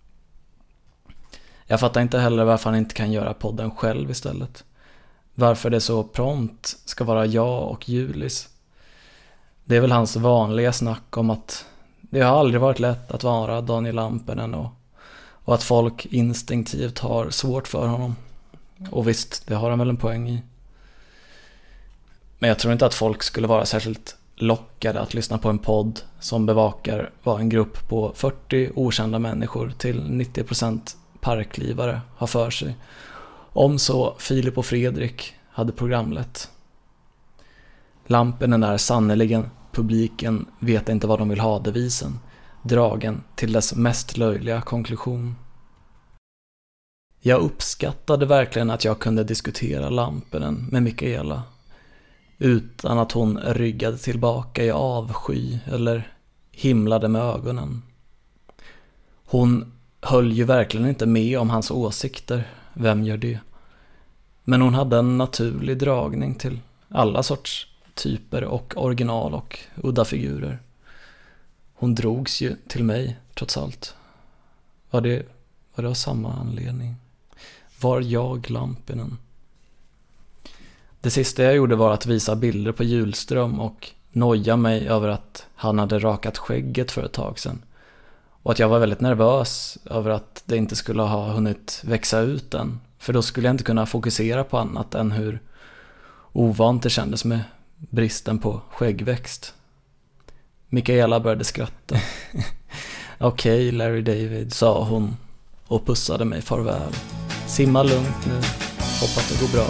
Jag fattar inte heller varför han inte kan göra podden själv istället. Varför det så prompt ska vara jag och Julis. Det är väl hans vanliga snack om att det har aldrig varit lätt att vara Daniel Lampinen och, och att folk instinktivt har svårt för honom. Och visst, det har han väl en poäng i. Men jag tror inte att folk skulle vara särskilt lockade att lyssna på en podd som bevakar vad en grupp på fyrtio okända människor till nittio procent parklivare har för sig. Om så Filip och Fredrik hade programlett. Lampen är sannoliken publiken vet inte vad de vill ha devisen, dragen till dess mest löjliga konklusion. Jag uppskattade verkligen att jag kunde diskutera Lampinen med Mikaela utan att hon ryggade tillbaka i avsky eller himlade med ögonen. Hon höll ju verkligen inte med om hans åsikter, vem gör det? Men hon hade en naturlig dragning till alla sorts typer och original och udda figurer. Hon drogs ju till mig, trots allt. Var det, var det av samma anledning? Var jag Lampinen? Det sista jag gjorde var att visa bilder på Hjulström och noja mig över att han hade rakat skägget för ett tag sedan. Och att jag var väldigt nervös över att det inte skulle ha hunnit växa ut än. För då skulle jag inte kunna fokusera på annat än hur ovant det kändes med bristen på skäggväxt. Mikaela började skratta. Okej, okay, Larry David, sa hon och pussade mig farväl. Simma lugnt nu, hoppas det går bra.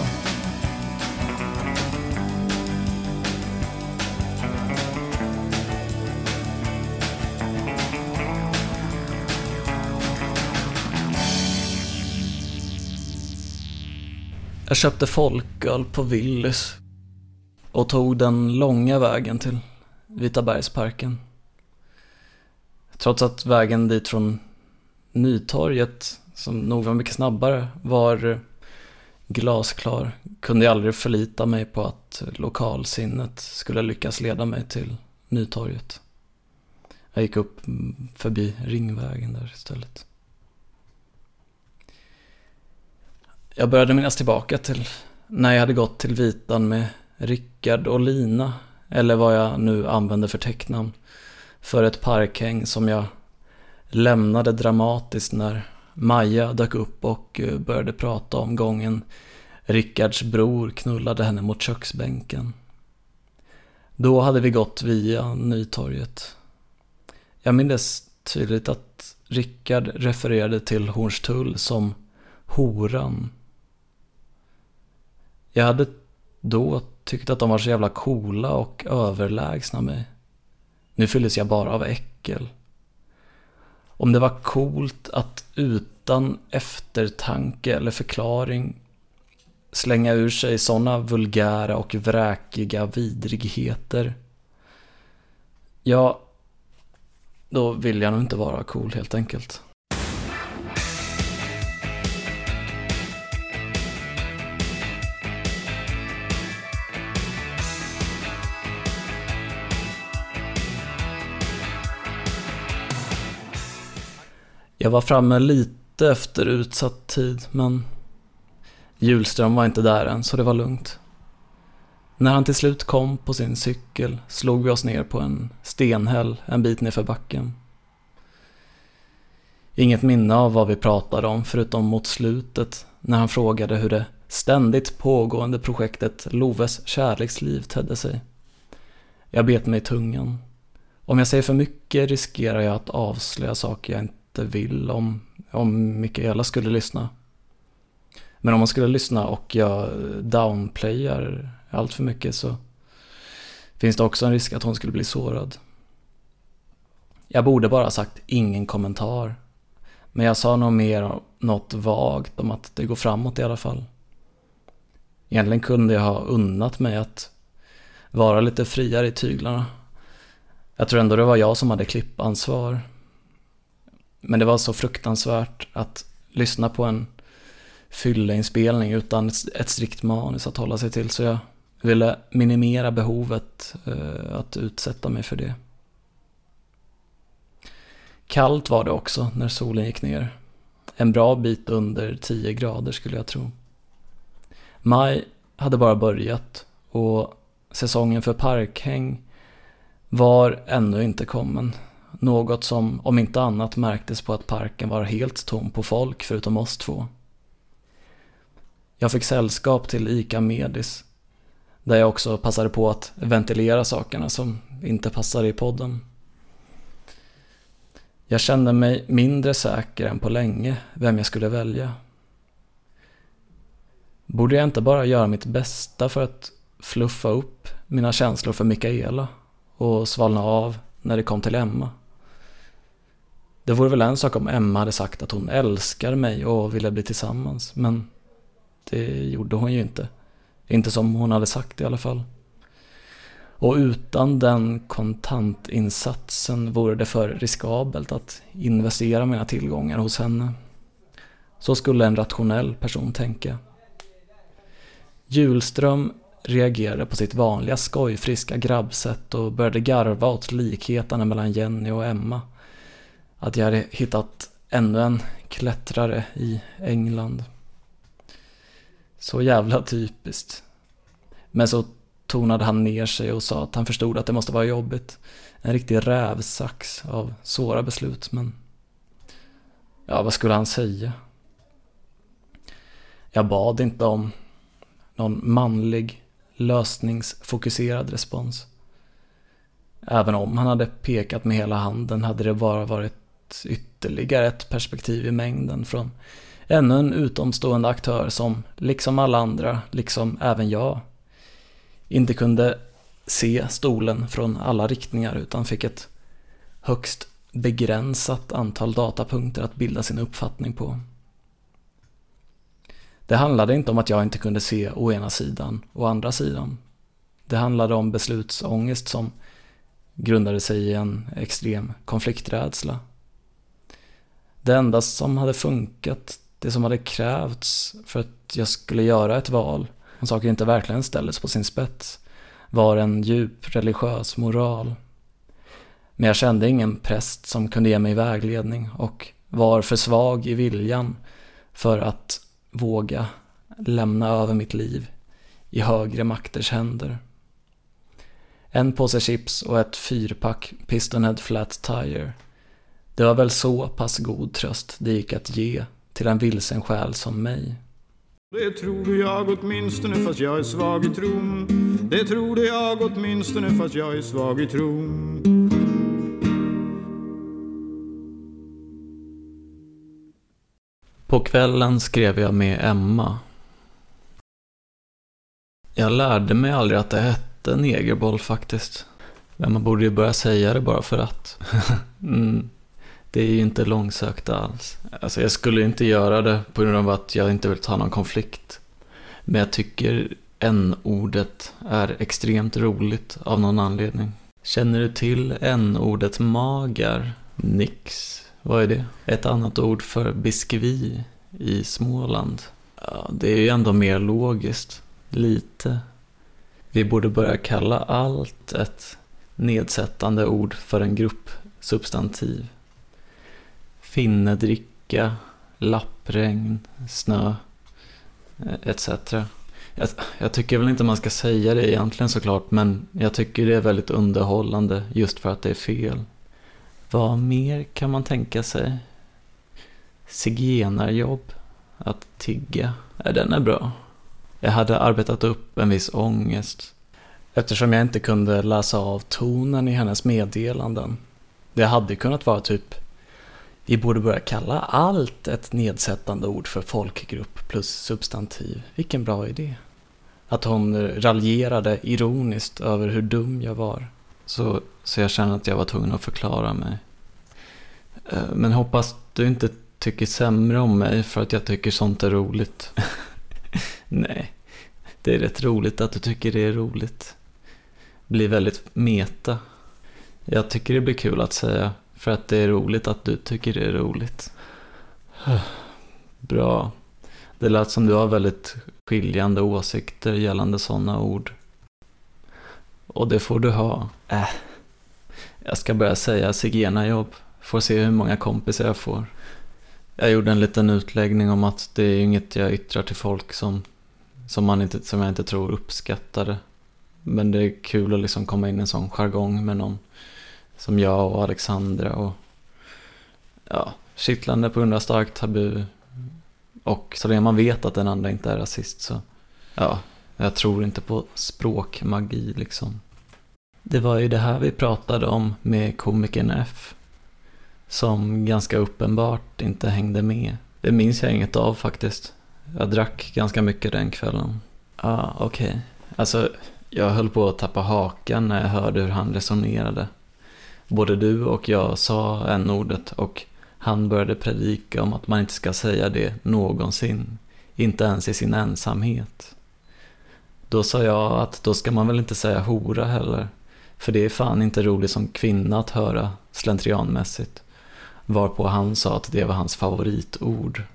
Jag köpte folköl på Willys och tog den långa vägen till Vitabergsparken. Trots att vägen dit från Nytorget, som nog var mycket snabbare, var glasklar, kunde jag aldrig förlita mig på att lokalsinnet skulle lyckas leda mig till Nytorget. Jag gick upp förbi Ringvägen där istället. Jag började minnas tillbaka till när jag hade gått till Vitan med Rickard och Lina, eller vad jag nu använde för tecknamn, för ett parkhäng som jag lämnade dramatiskt när Maja dök upp och började prata om gången Rickards bror knullade henne mot köksbänken. Då hade vi gått via Nytorget. Jag minns tydligt att Rickard refererade till Hornstull som horan. Jag hade då tyckt att de var så jävla coola och överlägsna mig. Nu fylldes jag bara av äckel. Om det var coolt att utan eftertanke eller förklaring slänga ur sig såna vulgära och vräkiga vidrigheter, ja, då vill jag nog inte vara cool helt enkelt. Jag var framme lite efter utsatt tid, men Hjulström var inte där än, så det var lugnt. När han till slut kom på sin cykel slog vi oss ner på en stenhäll en bit ner för backen. Inget minne av vad vi pratade om förutom mot slutet när han frågade hur det ständigt pågående projektet Loves kärleksliv tedde sig. Jag bet mig i tungan. Om jag säger för mycket riskerar jag att avslöja saker jag inte vill om, om Mikaela skulle lyssna. Men om man skulle lyssna och jag downplayar allt för mycket så finns det också en risk att hon skulle bli sårad. Jag borde bara ha sagt ingen kommentar. Men jag sa nog mer något vagt om att det går framåt i alla fall. Egentligen kunde jag ha unnat mig att vara lite friare i tyglarna. Jag tror ändå det var jag som hade klippansvar. Men det var så fruktansvärt att lyssna på en fylleinspelning utan ett strikt manus att hålla sig till, så jag ville minimera behovet eh, att utsätta mig för det. Kallt var det också när solen gick ner. En bra bit under tio grader skulle jag tro. Maj hade bara börjat och säsongen för parkhäng var ännu inte kommen. Något som om inte annat märktes på att parken var helt tom på folk förutom oss två. Jag fick sällskap till Ica Medis, där jag också passade på att ventilera sakerna som inte passade i podden. Jag kände mig mindre säker än på länge vem jag skulle välja. Borde jag inte bara göra mitt bästa för att fluffa upp mina känslor för Mikaela och svalna av när det kom till Emma? Det vore väl en sak om Emma hade sagt att hon älskar mig och ville bli tillsammans, men det gjorde hon ju inte. Inte som hon hade sagt i alla fall. Och utan den kontantinsatsen vore det för riskabelt att investera mina tillgångar hos henne. Så skulle en rationell person tänka. Hjulström reagerade på sitt vanliga skojfriska grabbsätt och började garva åt likheterna mellan Jenny och Emma. Att jag hade hittat ännu en klättrare i England. Så jävla typiskt. Men så tonade han ner sig och sa att han förstod att det måste vara jobbigt. En riktig rävsax av svåra beslut, men ja, vad skulle han säga? Jag bad inte om någon manlig, lösningsfokuserad respons. Även om han hade pekat med hela handen hade det bara varit ytterligare ett perspektiv i mängden från ännu en utomstående aktör som, liksom alla andra, liksom även jag, inte kunde se stolen från alla riktningar utan fick ett högst begränsat antal datapunkter att bilda sin uppfattning på. Det handlade inte om att jag inte kunde se å ena sidan och andra sidan. Det handlade om beslutsångest som grundade sig i en extrem konflikträdsla. Det enda som hade funkat, det som hade krävts för att jag skulle göra ett val, om saker inte verkligen ställdes på sin spets, var en djup religiös moral. Men jag kände ingen präst som kunde ge mig vägledning och var för svag i viljan för att våga lämna över mitt liv i högre makters händer. En påse chips och ett fyrpack Pistonhead Flat Tire. Det var väl så pass god tröst det gick att ge till en vilsen själ som mig. Det tror jag åtminstone fast jag är svag i tron. Det tror jag åtminstone fast jag är svag i tron. På kvällen skrev jag med Emma. Jag lärde mig aldrig att det hette negerboll faktiskt. Men man borde ju börja säga det bara för att. mm. Det är ju inte långsökt alls. Alltså jag skulle inte göra det på grund av att jag inte vill ta någon konflikt. Men jag tycker n-ordet är extremt roligt av någon anledning. Känner du till n-ordet magar? Nix. Vad är det? Ett annat ord för biskvi i Småland. Ja, det är ju ändå mer logiskt. Lite. Vi borde börja kalla allt ett nedsättande ord för en grupp substantiv. Finnedricka, lappregn, snö, et cetera. Jag, jag tycker väl inte man ska säga det egentligen såklart, men jag tycker det är väldigt underhållande just för att det är fel. Vad mer kan man tänka sig? Zigenarjobb, att tigga, ja, den är bra. Jag hade arbetat upp en viss ångest eftersom jag inte kunde läsa av tonen i hennes meddelanden. Det hade kunnat vara typ: Vi borde börja kalla allt ett nedsättande ord för folkgrupp plus substantiv. Vilken bra idé. Att hon raljerade ironiskt över hur dum jag var. Så, så jag känner att jag var tvungen att förklara mig. Men hoppas du inte tycker sämre om mig för att jag tycker sånt är roligt. Nej, det är rätt roligt att du tycker det är roligt. Blir väldigt meta. Jag tycker det blir kul att säga för att det är roligt att du tycker det är roligt. Bra. Det lät som du har väldigt skiljande åsikter gällande sådana ord. Och det får du ha. Äh. Jag ska börja säga zigenarjobb. Får se hur många kompisar jag får. Jag gjorde en liten utläggning om att det är inget jag yttrar till folk som, som, man inte, som jag inte tror uppskattar det. Men det är kul att liksom komma in i en sån jargong med någon som jag och Alexandra. Och ja, kittlande på grund av starkt tabu. Och så länge man vet att den andra inte är rasist så ja, jag tror inte på språkmagi liksom. Det var ju det här vi pratade om med komikern F. Som ganska uppenbart inte hängde med. Det minns jag inget av faktiskt. Jag drack ganska mycket den kvällen. Ja, ah, okej. Okay. Alltså, jag höll på att tappa hakan när jag hörde hur han resonerade. Både du och jag sa n-ordet och han började predika om att man inte ska säga det någonsin. Inte ens i sin ensamhet. Då sa jag att då ska man väl inte säga hora heller. För det är fan inte roligt som kvinna att höra slentrianmässigt. Varpå han sa att det var hans favoritord.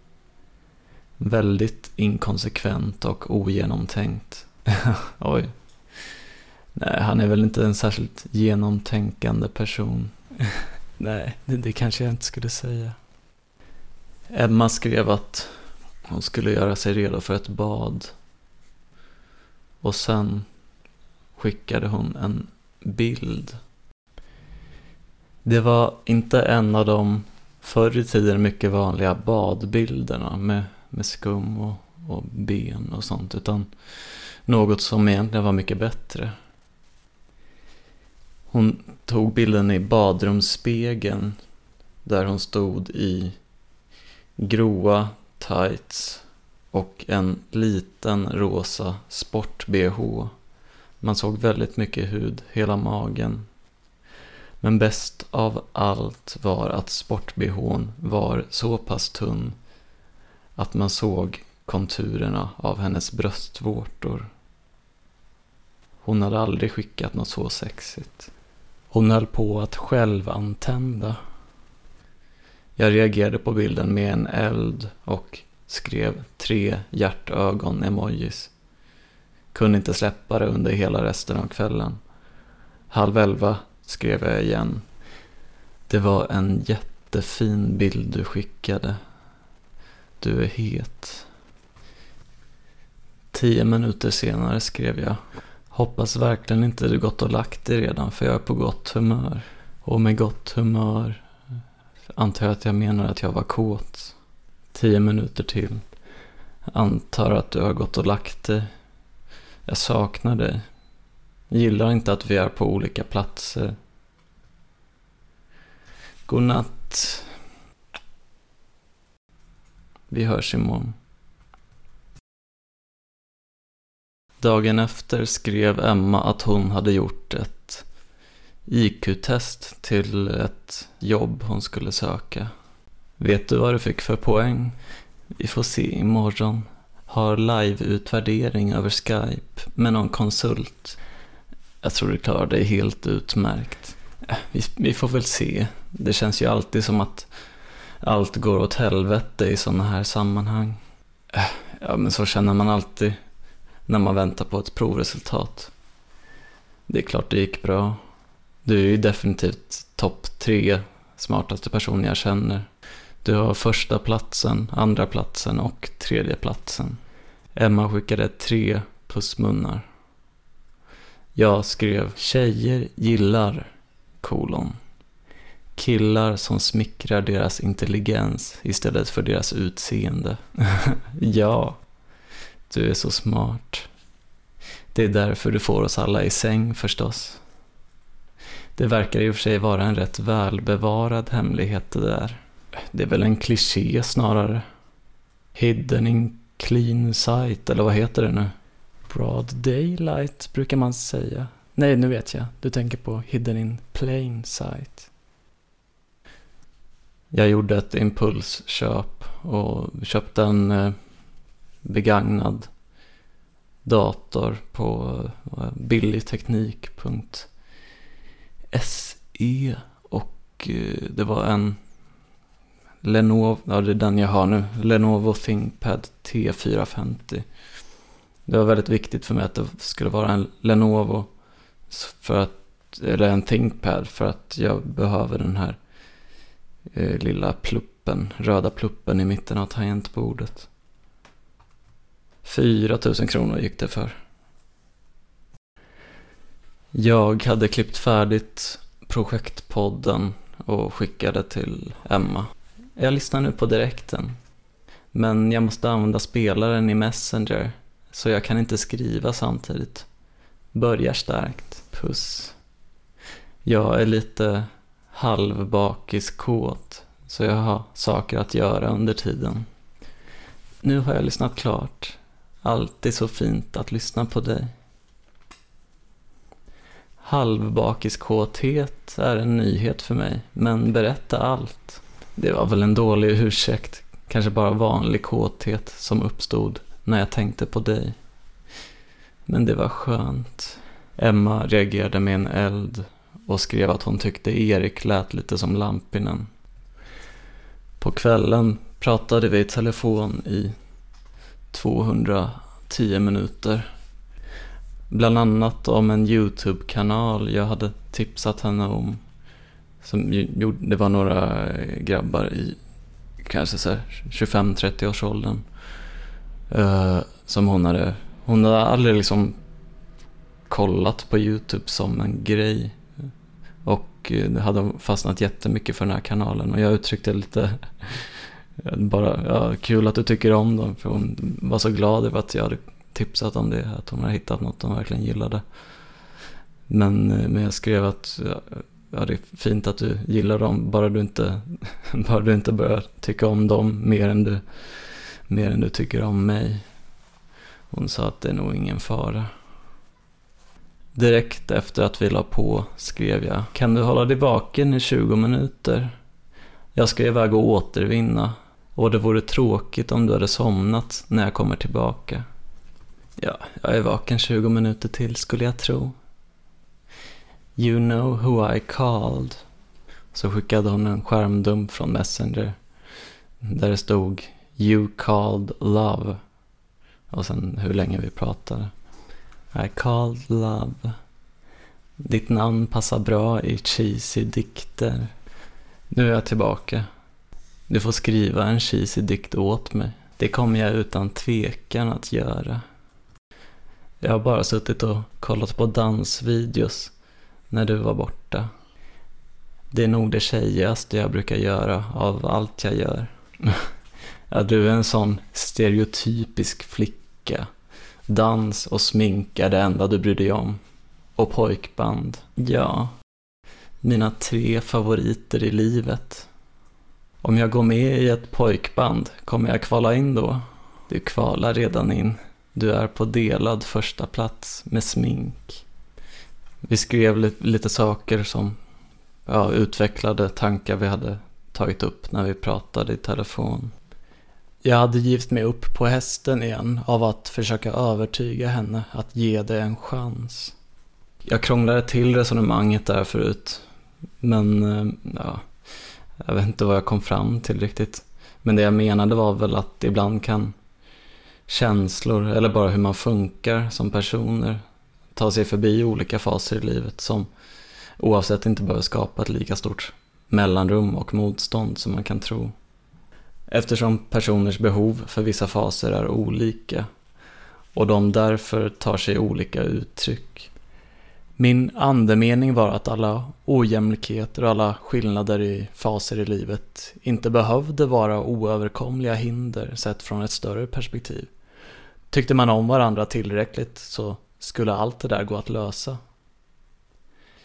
Väldigt inkonsekvent och ogenomtänkt. Oj. Nej, han är väl inte en särskilt genomtänkande person. Nej, det, det kanske jag inte skulle säga. Emma skrev att hon skulle göra sig redo för ett bad. Och sen skickade hon en bild. Det var inte en av de förr i tiden mycket vanliga badbilderna med, med skum och, och ben och sånt, utan något som egentligen var mycket bättre. Hon tog bilden i badrumsspegeln där hon stod i gråa tights och en liten rosa sport-B H. Man såg väldigt mycket hud, hela magen. Men bäst av allt var att sport-B H:n var så pass tunn att man såg konturerna av hennes bröstvårtor. Hon hade aldrig skickat något så sexigt. Hon höll på att själv antända. Jag reagerade på bilden med en eld och skrev tre hjärtögon-emojis. Kunde inte släppa det under hela resten av kvällen. Halv elva skrev jag igen. Det var en jättefin bild du skickade. Du är het. Tio minuter senare skrev jag. Hoppas verkligen inte du gått och lagt dig redan, för jag är på gott humör. Och med gott humör antar jag att jag menar att jag var kåt. Tio minuter till. Antar att du har gått och lagt dig. Jag saknar dig. Gillar inte att vi är på olika platser. God natt. Vi hörs imorgon. Dagen efter skrev Emma att hon hade gjort ett I Q-test till ett jobb hon skulle söka. Vet du vad du fick för poäng? Vi får se imorgon. Har live-utvärdering över Skype med någon konsult. Jag tror du klarar dig helt utmärkt. Vi, vi får väl se. Det känns ju alltid som att allt går åt helvete i sådana här sammanhang. Ja, men så känner man alltid när man väntar på ett provresultat. Det är klart det gick bra. Du är ju definitivt topp tre smartaste personer jag känner. Du har första platsen, andra platsen och tredje platsen. Emma skickade tre pussmunnar. Jag skrev tjejer gillar kolon. Killar som smickrar deras intelligens istället för deras utseende. Ja, du är så smart. Det är därför du får oss alla i säng förstås. Det verkar i och för sig vara en rätt välbevarad hemlighet det där. Det är väl en kliché snarare. Hidden in clean sight, eller vad heter det nu? Broad daylight brukar man säga. Nej, nu vet jag. Du tänker på hidden in plain sight. Jag gjorde ett impulsköp och köpte en eh, begagnad dator på eh, billigteknik punkt se och eh, det var en Lenovo, ja det är den jag har nu, Lenovo ThinkPad T fyra femtio. Det var väldigt viktigt för mig att det skulle vara en Lenovo för att, eller en ThinkPad, för att jag behöver den här eh, lilla pluppen, röda pluppen i mitten av tangentbordet. fyra tusen kronor gick det för. Jag hade klippt färdigt projektpodden och skickade till Emma. Jag lyssnar nu på direkten, men jag måste använda spelaren i Messenger, så jag kan inte skriva samtidigt. Börjar starkt. Puss. Jag är lite halvbakiskåt, så jag har saker att göra under tiden. Nu har jag lyssnat klart. Alltid så fint att lyssna på dig. Halvbakiskåthet är en nyhet för mig, men berätta allt. Det var väl en dålig ursäkt, kanske bara vanlig kåthet som uppstod när jag tänkte på dig. Men det var skönt. Emma reagerade med en eld och skrev att hon tyckte Erik lät lite som Lampinen. På kvällen pratade vi i telefon i tvåhundratio minuter. Bland annat om en YouTube-kanal jag hade tipsat henne om. Som gjorde, det var några grabbar i kanske så tjugofem trettio års åldern. Uh, som hon hade, hon hade aldrig liksom kollat på YouTube som en grej. Och det hade fastnat jättemycket för den här kanalen. Och jag uttryckte lite bara, ja, kul att du tycker om dem. För hon var så glad över att jag hade tipsat om det. Att hon hade hittat något hon verkligen gillade. Men, men jag skrev att ja, det är fint att du gillar dem. Bara du inte, bara du inte börjar tycka om dem mer än du, mer än du tycker om mig. Hon sa att det är nog ingen fara. Direkt efter att vi la på skrev jag: kan du hålla dig vaken i tjugo minuter? Jag ska iväg och återvinna. Och det vore tråkigt om du hade somnat när jag kommer tillbaka. Ja, jag är vaken tjugo minuter till skulle jag tro. You know who I called. Så skickade hon en skärmdump från Messenger. Där det stod You called love. Och sen hur länge vi pratade. I called love. Ditt namn passar bra i cheesy dikter. Nu är jag tillbaka. Du får skriva en cheesy dikt åt mig. Det kommer jag utan tvekan att göra. Jag har bara suttit och kollat på dansvideos när du var borta. Det är nog det tjejigaste jag brukar göra av allt jag gör. Ja, du är en sån stereotypisk flicka. Dans och smink är det enda du bryr dig om. Och pojkband. Ja, mina tre favoriter i livet. Om jag går med i ett pojkband, kommer jag kvala in då? Du kvalar redan in. Du är på delad första plats med smink. Vi skrev li- lite saker som ja, utvecklade tankar vi hade tagit upp när vi pratade i telefon. Jag hade givit mig upp på hästen igen av att försöka övertyga henne att ge det en chans. Jag krånglade till resonemanget där förut. Men ja, jag vet inte vad jag kom fram till riktigt. Men det jag menade var väl att ibland kan känslor eller bara hur man funkar som personer ta sig förbi olika faser i livet som oavsett inte behöver skapa ett lika stort mellanrum och motstånd som man kan tro. Eftersom personers behov för vissa faser är olika och de därför tar sig olika uttryck. Min andemening var att alla ojämlikheter och alla skillnader i faser i livet inte behövde vara oöverkomliga hinder sett från ett större perspektiv. Tyckte man om varandra tillräckligt så skulle allt det där gå att lösa.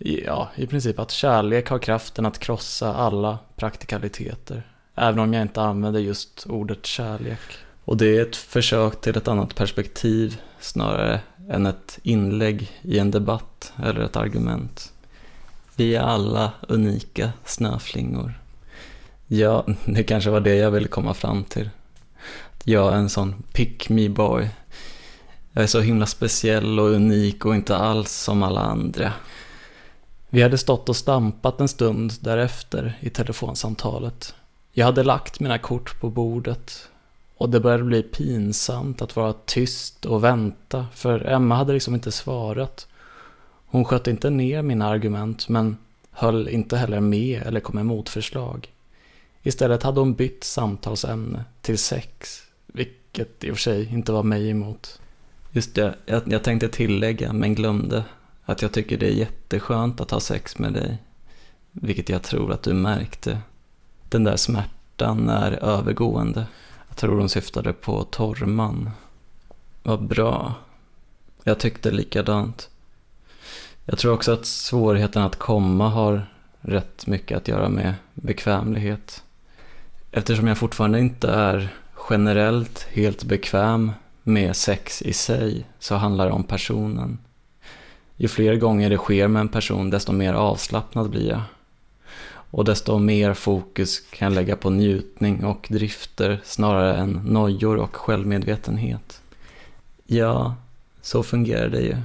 Ja, i princip att kärlek har kraften att krossa alla praktikaliteter. Även om jag inte använder just ordet kärlek. Och det är ett försök till ett annat perspektiv snarare än ett inlägg i en debatt eller ett argument. Vi är alla unika snöflingor. Ja, det kanske var det jag ville komma fram till. Jag är en sån pick me boy. Jag är så himla speciell och unik och inte alls som alla andra. Vi hade stått och stampat en stund därefter i telefonsamtalet. Jag hade lagt mina kort på bordet och det började bli pinsamt att vara tyst och vänta, för Emma hade liksom inte svarat. Hon sköt inte ner mina argument men höll inte heller med eller kom med motförslag. Istället hade hon bytt samtalsämne till sex, vilket i och för sig inte var mig emot. Just det, jag, jag tänkte tillägga men glömde att jag tycker det är jätteskönt att ha sex med dig. Vilket jag tror att du märkte. Den där smärtan är övergående. Jag tror de syftade på torrman. Vad bra. Jag tyckte likadant. Jag tror också att svårigheten att komma har rätt mycket att göra med bekvämlighet. Eftersom jag fortfarande inte är generellt helt bekväm med sex i sig så handlar det om personen. Ju fler gånger det sker med en person desto mer avslappnad blir jag. Och desto mer fokus kan jag lägga på njutning och drifter snarare än nojor och självmedvetenhet. Ja, så fungerar det ju.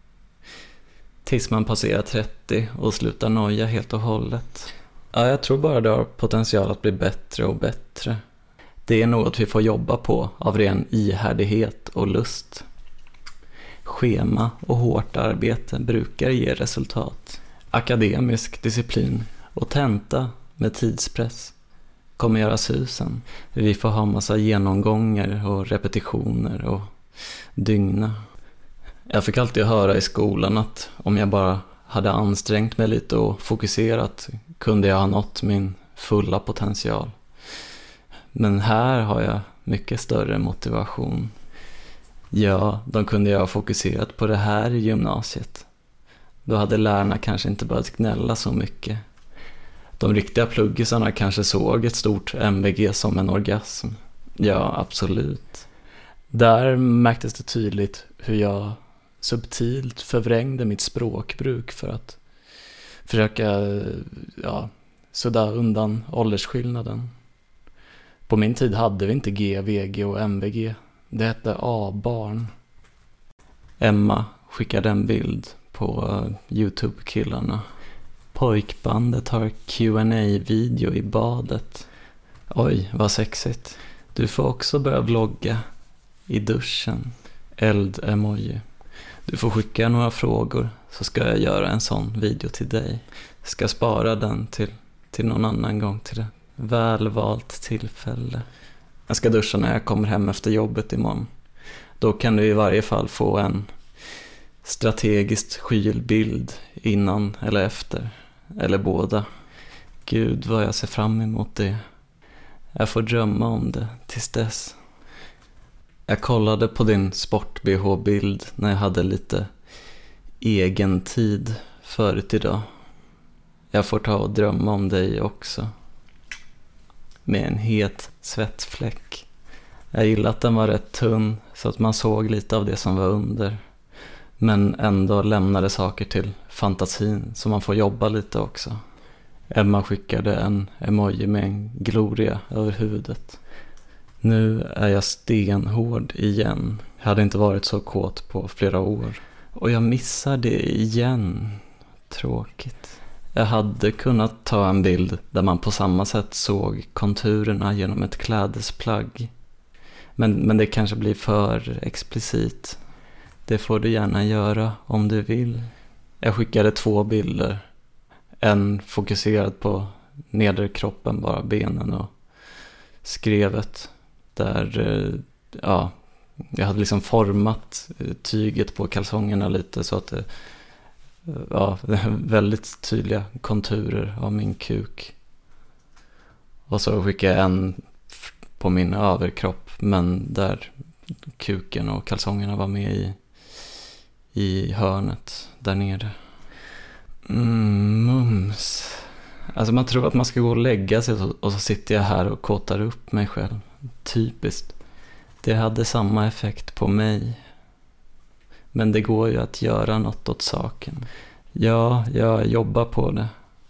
Tills man passerar trettio och slutar noja helt och hållet. Ja, jag tror bara det har potential att bli bättre och bättre. Det är något vi får jobba på av ren ihärdighet och lust. Schema och hårt arbete brukar ge resultat. Akademisk disciplin och tenta med tidspress kommer göra susen. Vi får ha massa genomgångar och repetitioner och dygna. Jag fick alltid höra i skolan att om jag bara hade ansträngt mig lite och fokuserat kunde jag ha nått min fulla potential. Men här har jag mycket större motivation. Ja, de kunde jag ha fokuserat på det här i gymnasiet. Då hade lärarna kanske inte börjat gnälla så mycket. De riktiga pluggisarna kanske såg ett stort M V G som en orgasm. Ja, absolut. Där märktes det tydligt hur jag subtilt förvrängde mitt språkbruk för att försöka ja, sudda undan åldersskillnaden. På min tid hade vi inte G, V G och M V G. Det hette A-barn. Emma skickade en bild på YouTube-killarna. Pojkbandet har Q and A-video i badet. Oj, vad sexigt. Du får också börja vlogga i duschen. Eld-emoji. Du får skicka några frågor så ska jag göra en sån video till dig. Ska spara den till, till någon annan gång, till ett välvalt tillfälle. Jag ska duscha när jag kommer hem efter jobbet imorgon. Då kan du i varje fall få en strategiskt skylbild innan eller efter. Eller båda. Gud vad jag ser fram emot det. Jag får drömma om det tills dess. Jag kollade på din sport-B H-bild när jag hade lite egen tid förut idag. Jag får ta och drömma om dig också. Med en het svettfläck. Jag gillade att den var rätt tunn så att man såg lite av det som var under. Men ändå lämnade saker till fantasin så man får jobba lite också. Emma skickade en emoji med en gloria över huvudet. Nu är jag stenhård igen. Jag hade inte varit så kåt på flera år. Och jag missar det igen. Tråkigt. Jag hade kunnat ta en bild där man på samma sätt såg konturerna genom ett klädesplagg. Men, men det kanske blir för explicit. Det får du gärna göra om du vill. Jag skickade två bilder. En fokuserad på nederkroppen, bara benen och skrevet. Där ja, jag hade liksom format tyget på kalsongerna lite så att det ja, väldigt tydliga konturer av min kuk. Och så skickade jag en på min överkropp men där kuken och kalsongerna var med i, i hörnet där nere. Mm, mums. Alltså man tror att man ska gå och lägga sig och så sitter jag här och kåtar upp mig själv. Typiskt. Det hade samma effekt på mig. Men det går ju att göra något åt saken. Ja, jag jobbar på det.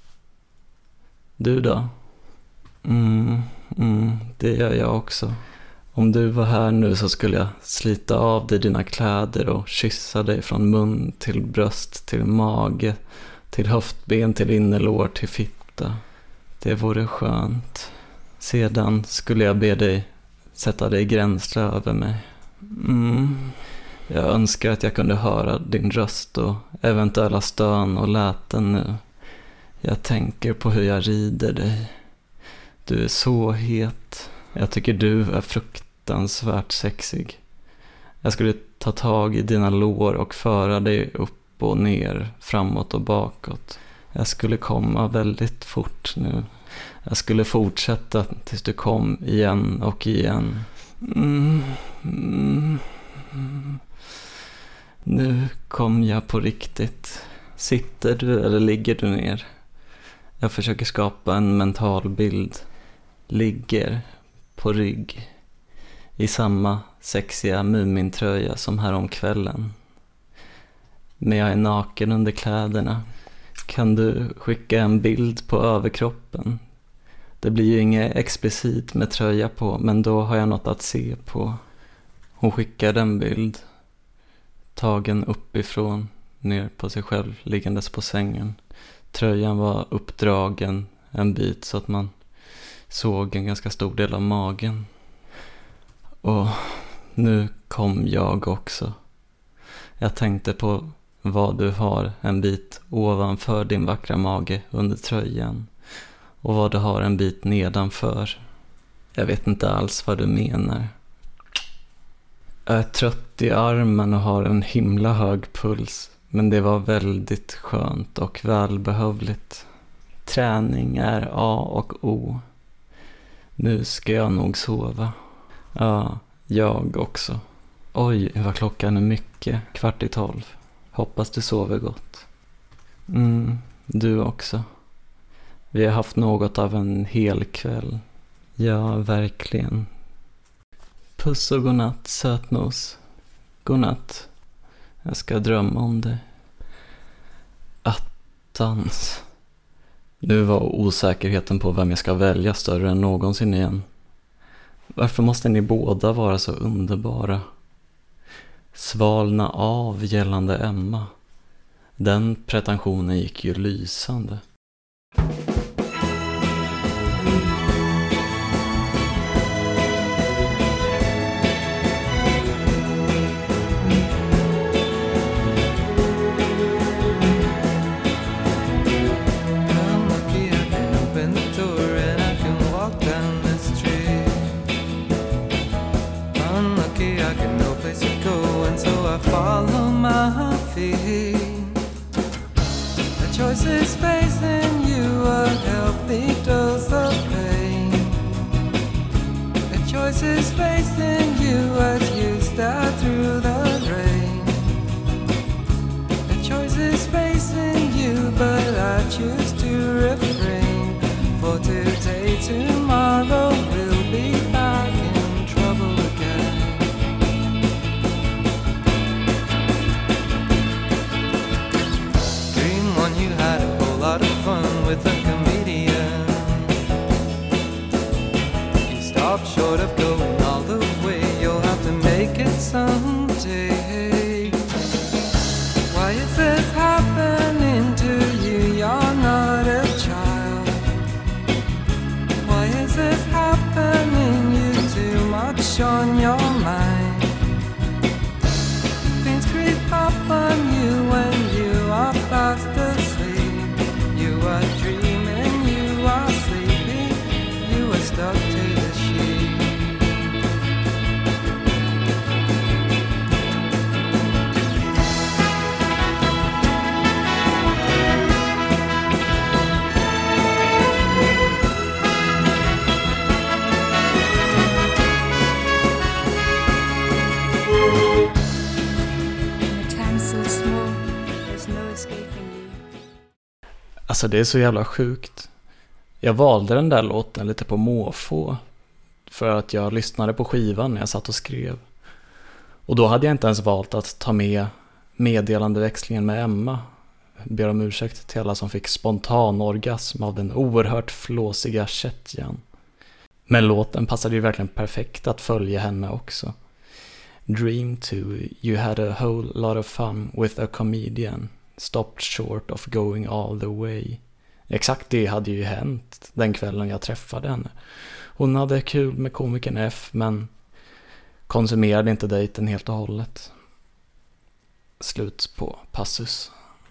Du då? Mm, mm, det gör jag också. Om du var här nu så skulle jag slita av dig dina kläder och kyssa dig från mun till bröst till mage, till höftben, till innerlår, till fitta. Det vore skönt. Sedan skulle jag be dig sätta dig gränsle över mig. Mm. Jag önskar att jag kunde höra din röst och eventuella stön och läten nu. Jag tänker på hur jag rider dig. Du är så het. Jag tycker du är fruktansvärt sexig. Jag skulle ta tag i dina lår och föra dig upp och ner, framåt och bakåt. Jag skulle komma väldigt fort nu. Jag skulle fortsätta tills du kom igen och igen. Mm, mm, mm. Nu kom jag på riktigt. Sitter du eller ligger du ner? Jag försöker skapa en mental bild. Ligger på rygg i samma sexiga Mumintröja som här om kvällen. Men jag är naken under kläderna. Kan du skicka en bild på överkroppen? Det blir ju inget explicit med tröja på, men då har jag något att se på. Hon skickade en bild, tagen uppifrån, ner på sig själv, liggandes på sängen. Tröjan var uppdragen en bit så att man såg en ganska stor del av magen. Och nu kom jag också. Jag tänkte på vad du har en bit ovanför din vackra mage under tröjan. Och vad du har en bit nedanför. Jag vet inte alls vad du menar. Jag är trött i armen och har en himla hög puls. Men det var väldigt skönt och välbehövligt. Träning är A och O. Nu ska jag nog sova. Ja, jag också. Oj, vad klockan är mycket. Kvart i tolv. Hoppas du sover gott. Mm, du också. Vi har haft något av en hel kväll. Ja, verkligen. Puss och godnatt, sötnos. Godnatt. Jag ska drömma om det. Attans. Nu var osäkerheten på vem jag ska välja större än någonsin igen. Varför måste ni båda vara så underbara? Svalna av gällande Emma. Den pretensionen gick ju lysande. Follow my feet. The choices facing you, a healthy dose of pain. The choices facing you as you stare through the rain. The choices facing you, but I choose to refrain. For today, tomorrow we'll be back in trouble again. You had a whole lot of fun with a comedian. You stopped short of going all the way. You'll have to make it someday. Why is this happening to you? You're not a child. Why is this happening? You too much on your mind. Things creep up on you when you are fast asleep. You are dreaming, you are sleeping, you are stuck to the sheet. Alltså det är så jävla sjukt. Jag valde den där låten lite på måfå för att jag lyssnade på skivan när jag satt och skrev. Och då hade jag inte ens valt att ta med meddelandeväxlingen med Emma. Ber om ursäkt till alla som fick spontan orgasm av den oerhört flåsiga kättjan. Men låten passade ju verkligen perfekt att följa henne också. Dream to, you had a whole lot of fun with a comedian. Stopped short of going all the way. Exakt det hade ju hänt den kvällen jag träffade henne. Hon hade kul med komikern F, men konsumerade inte dejten helt och hållet. Slut på passus.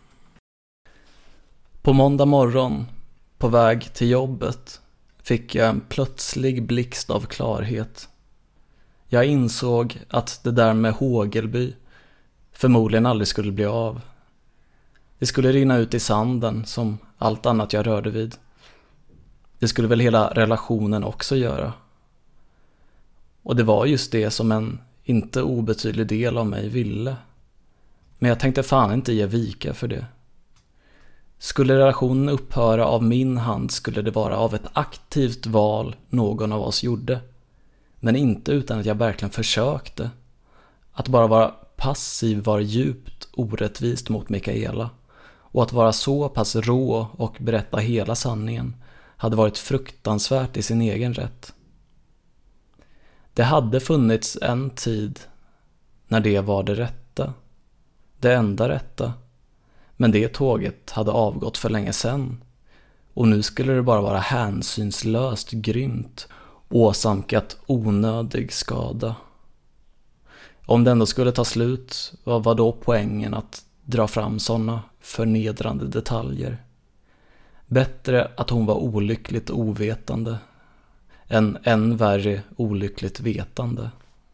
På måndag morgon, på väg till jobbet, fick jag en plötslig blixt av klarhet. Jag insåg att det där med Hågelby förmodligen aldrig skulle bli av. Det skulle rinna ut i sanden som allt annat jag rörde vid. Det skulle väl hela relationen också göra. Och det var just det som en inte obetydlig del av mig ville. Men jag tänkte fan inte ge vika för det. Skulle relationen upphöra av min hand skulle det vara av ett aktivt val någon av oss gjorde. Men inte utan att jag verkligen försökte. Att bara vara passiv var djupt orättvist mot Mikaela. Och att vara så pass rå och berätta hela sanningen hade varit fruktansvärt i sin egen rätt. Det hade funnits en tid när det var det rätta. Det enda rätta. Men det tåget hade avgått för länge sedan. Och nu skulle det bara vara hänsynslöst grymt, åsamkat onödig skada. Om det ändå skulle ta slut, vad var då poängen att dra fram sådana förnedrande detaljer? Bättre att hon var olyckligt ovetande än än värre olyckligt vetande.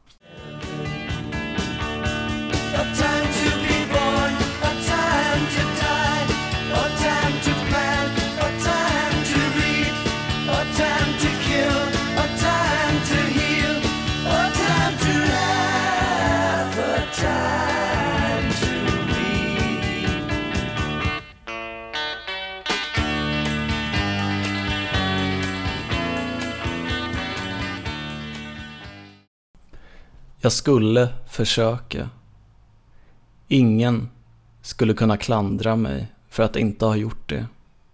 Jag skulle försöka. Ingen skulle kunna klandra mig för att inte ha gjort det.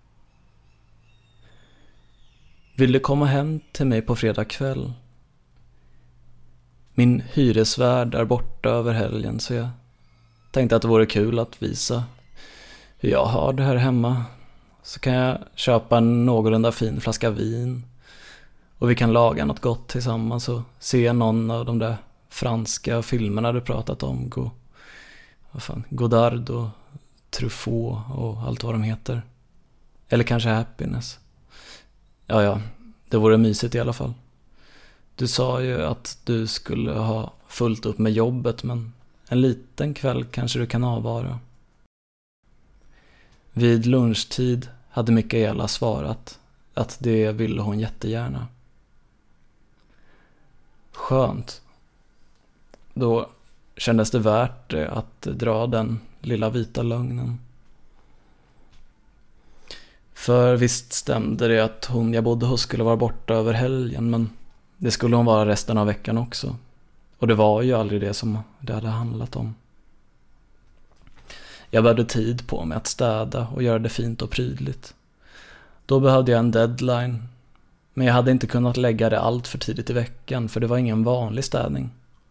Vill du komma hem till mig på fredag kväll? Min hyresvärd är borta över helgen, så jag tänkte att det vore kul att visa hur jag har det här hemma. Så kan jag köpa en någorlunda fin flaska vin och vi kan laga något gott tillsammans och se någon av de där franska filmerna du pratat om. Go, vad fan, Godard och Truffaut och allt vad de heter. Eller kanske Happiness. Ja, ja, det vore mysigt i alla fall. Du sa ju att du skulle ha fullt upp med jobbet, men en liten kväll kanske du kan avvara. Vid lunchtid hade Mikaela svarat att det ville hon jättegärna. Skönt. Då kändes det värt det att dra den lilla vita lögnen. För visst stämde det att hon jag bodde hos skulle vara borta över helgen, men det skulle hon vara resten av veckan också. Och det var ju aldrig det som det hade handlat om. Jag behövde tid på mig att städa och göra det fint och prydligt. Då behövde jag en deadline, men jag hade inte kunnat lägga det allt för tidigt i veckan, för det var ingen vanlig städning.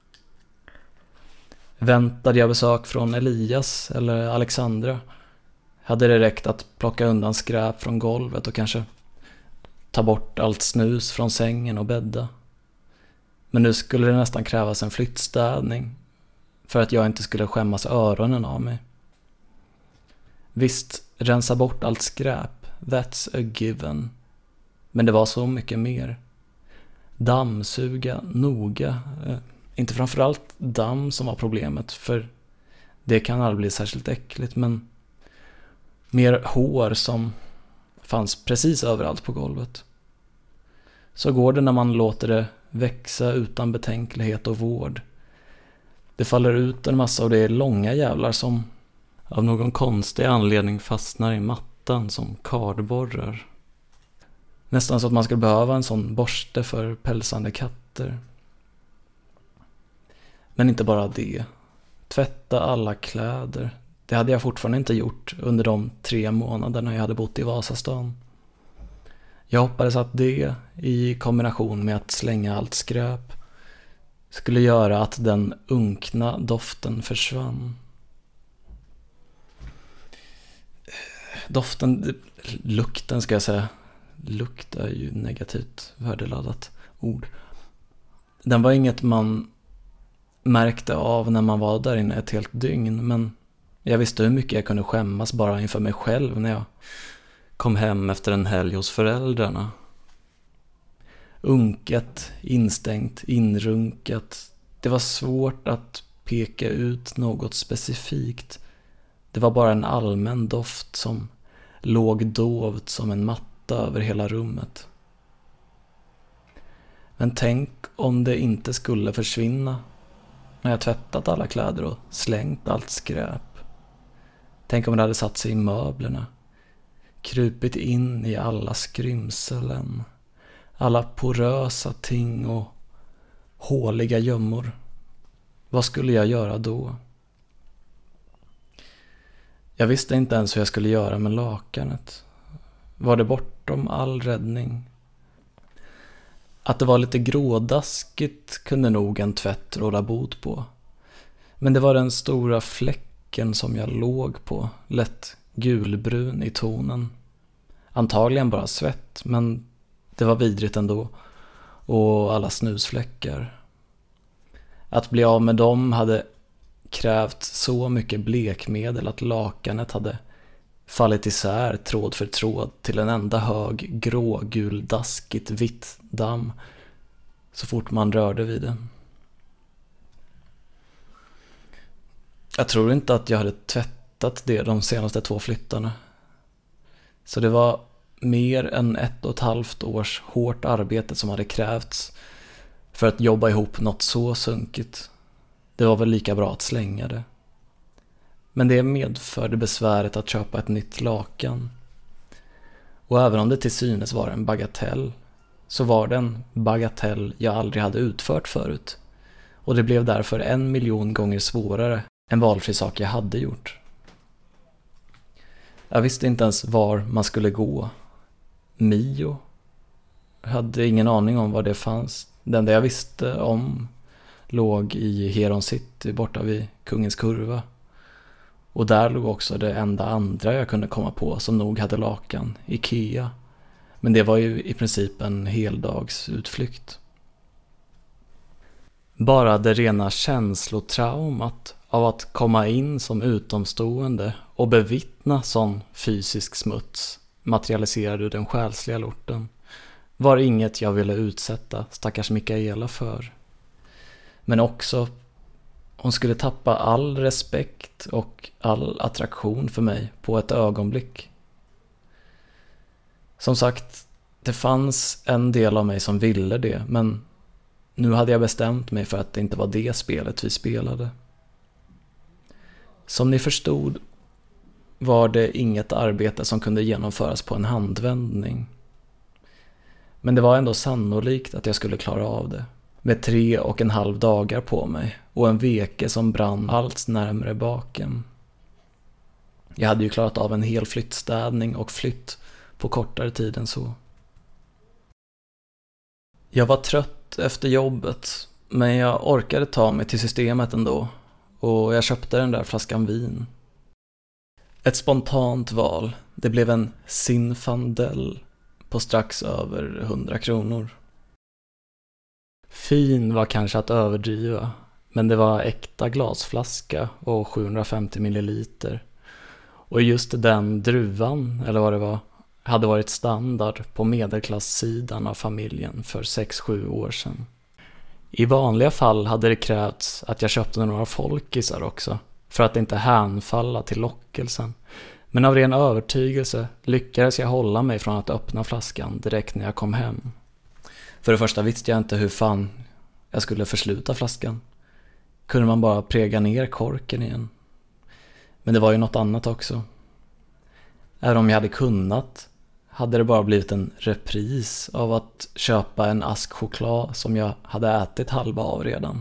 Väntade jag besök från Elias eller Alexandra hade det räckt att plocka undan skräp från golvet och kanske ta bort allt snus från sängen och bädda. Men nu skulle det nästan krävas en flyttstädning för att jag inte skulle skämmas öronen av mig. Visst, rensa bort allt skräp, that's a given. Men det var så mycket mer. Dammsuga noga. Eh, inte framförallt damm som var problemet, för det kan aldrig bli särskilt äckligt, men mer hår som fanns precis överallt på golvet. Så går det när man låter det växa utan betänklighet och vård. Det faller ut en massa och det är långa jävlar som av någon konstig anledning fastnar i mattan tvättan som kardborrar. Nästan så att man skulle behöva en sån borste för pälsande katter. Men inte bara det. Tvätta alla kläder. Det hade jag fortfarande inte gjort under de tre månaderna jag hade bott i Vasastan. Jag hoppades att det, i kombination med att slänga allt skräp, skulle göra att den unkna doften försvann. Doften, lukten ska jag säga. Lukt är ju negativt värdeladdat ord. Den var inget man märkte av när man var där inne ett helt dygn, men jag visste hur mycket jag kunde skämmas bara inför mig själv när jag kom hem efter en helg hos föräldrarna. Unket, instängt, inrunkat. Det var svårt att peka ut något specifikt. Det var bara en allmän doft som låg dovt som en matta över hela rummet. Men tänk om det inte skulle försvinna när jag tvättat alla kläder och slängt allt skräp. Tänk om det hade satt sig i möblerna, krupit in i alla skrymselen, alla porösa ting och håliga gömmor. Vad skulle jag göra då? Jag visste inte ens hur jag skulle göra med lakanet. Var det bortom all räddning? Att det var lite grådaskigt kunde nog en tvätt råda bot på. Men det var den stora fläcken som jag låg på, lätt gulbrun i tonen. Antagligen bara svett, men det var vidrigt ändå. Och alla snusfläckar. Att bli av med dem hade krävt så mycket blekmedel att lakanet hade fallit isär tråd för tråd till en enda hög gråguldaskigt vitt damm så fort man rörde vid det. Jag tror inte att jag hade tvättat det de senaste två flyttarna. Så det var mer än ett och ett halvt års hårt arbete som hade krävts för att jobba ihop något så sunkigt. Det var väl lika bra att slänga det. Men det medförde besväret att köpa ett nytt lakan. Och även om det till synes var en bagatell, så var det en bagatell jag aldrig hade utfört förut. Och det blev därför en miljon gånger svårare än valfri sak jag hade gjort. Jag visste inte ens var man skulle gå. Mio? Jag hade ingen aning om var det fanns. Det enda jag visste om låg i Heron City borta vid Kungens Kurva. Och där låg också det enda andra jag kunde komma på som nog hade lakan, Ikea. Men det var ju i princip en heldagsutflykt. Bara det rena känslotraumat av att komma in som utomstående och bevittna sån fysisk smuts materialiserad ur den själsliga lorten var inget jag ville utsätta stackars Mikaela för. Men också, hon skulle tappa all respekt och all attraktion för mig på ett ögonblick. Som sagt, det fanns en del av mig som ville det, men nu hade jag bestämt mig för att det inte var det spelet vi spelade. Som ni förstod var det inget arbete som kunde genomföras på en handvändning. Men det var ändå sannolikt att jag skulle klara av det. Med tre och en halv dagar på mig och en veke som brann allt närmare baken. Jag hade ju klarat av en hel flyttstädning och flytt på kortare tid än så. Jag var trött efter jobbet, men jag orkade ta mig till systemet ändå och jag köpte den där flaskan vin. Ett spontant val, det blev en Zinfandel på strax över hundra kronor. Fin var kanske att överdriva, men det var äkta glasflaska och sjuhundrafemtio milliliter. Och just den druvan, eller vad det var, hade varit standard på medelklasssidan av familjen för sex sju år sedan. I vanliga fall hade det krävts att jag köpte några folkisar också, för att inte hänfalla till lockelsen. Men av ren övertygelse lyckades jag hålla mig från att öppna flaskan direkt när jag kom hem. För det första visste jag inte hur fan jag skulle försluta flaskan. Kunde man bara präga ner korken igen? Men det var ju något annat också. Även om jag hade kunnat hade det bara blivit en repris av att köpa en ask choklad som jag hade ätit halva av redan.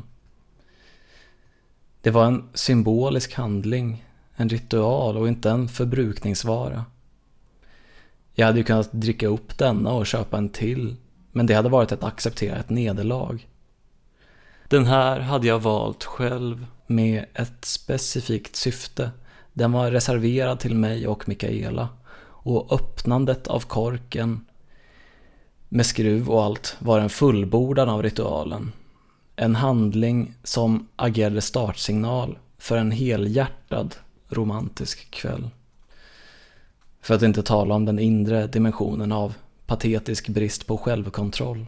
Det var en symbolisk handling, en ritual och inte en förbrukningsvara. Jag hade ju kunnat dricka upp denna och köpa en till, men det hade varit att acceptera ett nederlag. Den här hade jag valt själv med ett specifikt syfte. Den var reserverad till mig och Mikaela, och öppnandet av korken med skruv och allt var en fullbordan av ritualen. En handling som agerade startsignal för en helhjärtad romantisk kväll. För att inte tala om den inre dimensionen av patetisk brist på självkontroll.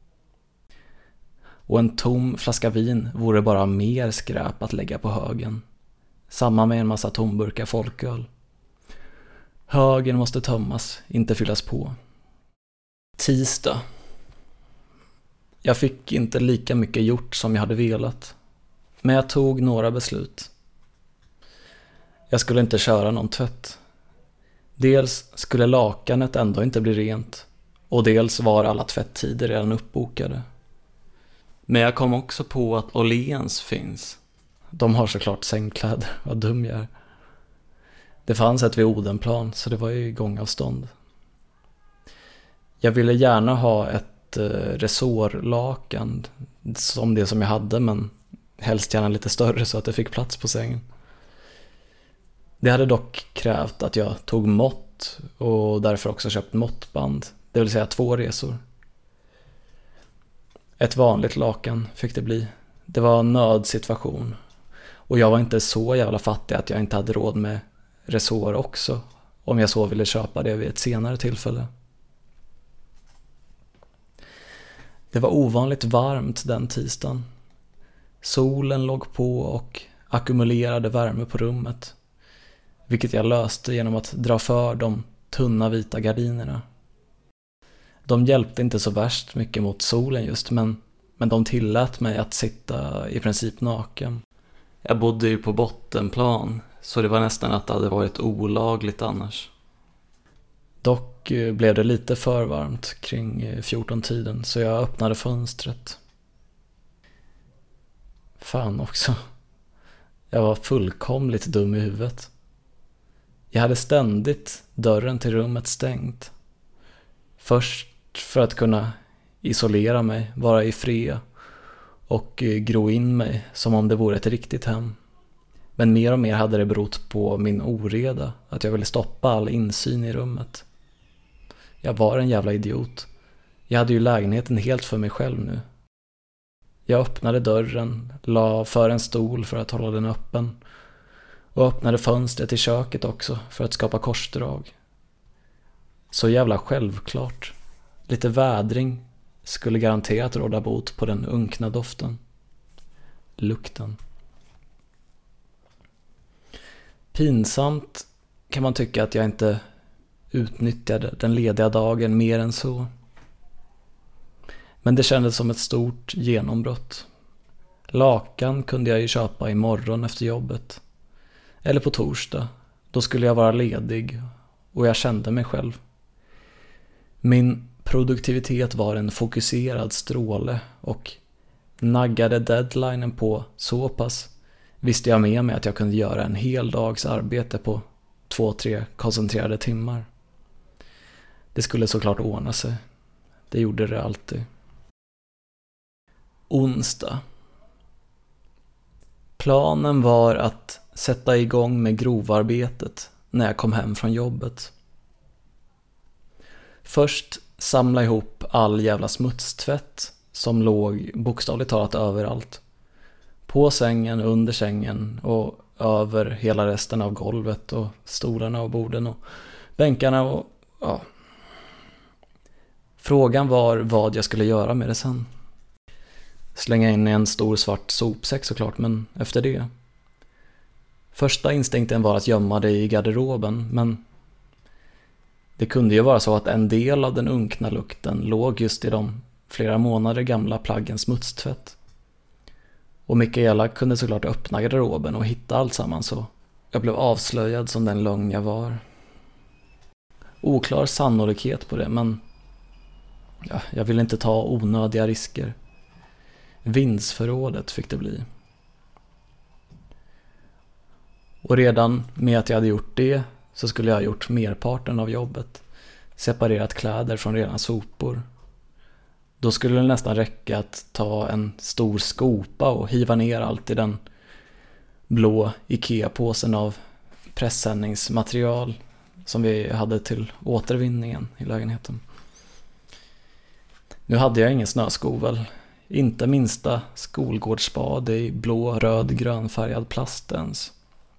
Och en tom flaska vin vore bara mer skräp att lägga på högen. Samma med en massa tomburkar folköl. Högen måste tömmas, inte fyllas på. Tisdag. Jag fick inte lika mycket gjort som jag hade velat. Men jag tog några beslut. Jag skulle inte köra någon tvätt. Dels skulle lakanet ändå inte bli rent. Och dels var alla tvätttider redan uppbokade. Men jag kom också på att Åhléns finns. De har såklart sängkläder, vad dum jag är. Det fanns ett vid Odenplan, så det var ju gångavstånd. Jag ville gärna ha ett eh, resårlakan som det som jag hade, men helst gärna lite större så att det fick plats på sängen. Det hade dock krävt att jag tog mått och därför också köpt måttband, det vill säga två resor. Ett vanligt lakan fick det bli. Det var en nödsituation. Och jag var inte så jävla fattig att jag inte hade råd med resår också, om jag så ville köpa det vid ett senare tillfälle. Det var ovanligt varmt den tisdagen. Solen låg på och ackumulerade värme på rummet, vilket jag löste genom att dra för de tunna vita gardinerna. De hjälpte inte så värst mycket mot solen just, men, men de tillät mig att sitta i princip naken. Jag bodde ju på bottenplan, så det var nästan att det hade varit olagligt annars. Dock blev det lite för varmt kring fjorton-tiden, så jag öppnade fönstret. Fan också. Jag var fullkomligt dum i huvudet. Jag hade ständigt dörren till rummet stängt. Först för att kunna isolera mig, vara i fred och gro in mig som om det vore ett riktigt hem. Men mer och mer hade det berott på min oreda, att jag ville stoppa all insyn i rummet. Jag var en jävla idiot. Jag hade ju lägenheten helt för mig själv nu. Jag öppnade dörren, la för en stol för att hålla den öppen och öppnade fönstret i köket också för att skapa korsdrag. Så jävla självklart. Lite vädring skulle garanterat råda bot på den unkna doften. Lukten. Pinsamt kan man tycka att jag inte utnyttjade den lediga dagen mer än så. Men det kändes som ett stort genombrott. Lakan kunde jag ju köpa imorgon efter jobbet. Eller på torsdag. Då skulle jag vara ledig och jag kände mig själv. Min produktivitet var en fokuserad stråle och naggade deadlinen på så pass visste jag med mig att jag kunde göra en hel dags arbete på två, tre koncentrerade timmar. Det skulle såklart ordna sig. Det gjorde det alltid. Onsdag. Planen var att sätta igång med grovarbetet när jag kom hem från jobbet. Först samla ihop all jävla smutstvätt som låg bokstavligt talat överallt. På sängen, under sängen och över hela resten av golvet och stolarna och borden och bänkarna och ja. Frågan var vad jag skulle göra med det sen. Slänga in en stor svart sopsäck såklart, men efter det. Första instinkten var att gömma det i garderoben, men det kunde ju vara så att en del av den unkna lukten låg just i de flera månader gamla plaggens smutstvätt. Och Mikaela kunde såklart öppna garderoben och hitta allt samman, så jag blev avslöjad som den lögn jag var. oklar sannolikhet på det, men ja, jag ville inte ta onödiga risker. Vindsförrådet fick det bli. Och redan med att jag hade gjort det så skulle jag ha gjort merparten av jobbet. Separerat kläder från rena sopor. Då skulle det nästan räcka att ta en stor skopa och hiva ner allt i den blå Ikea-påsen av pressändningsmaterial som vi hade till återvinningen i lägenheten. Nu hade jag ingen snöskovel. Inte minsta skolgårdsspade i blå, röd, grönfärgad plast ens.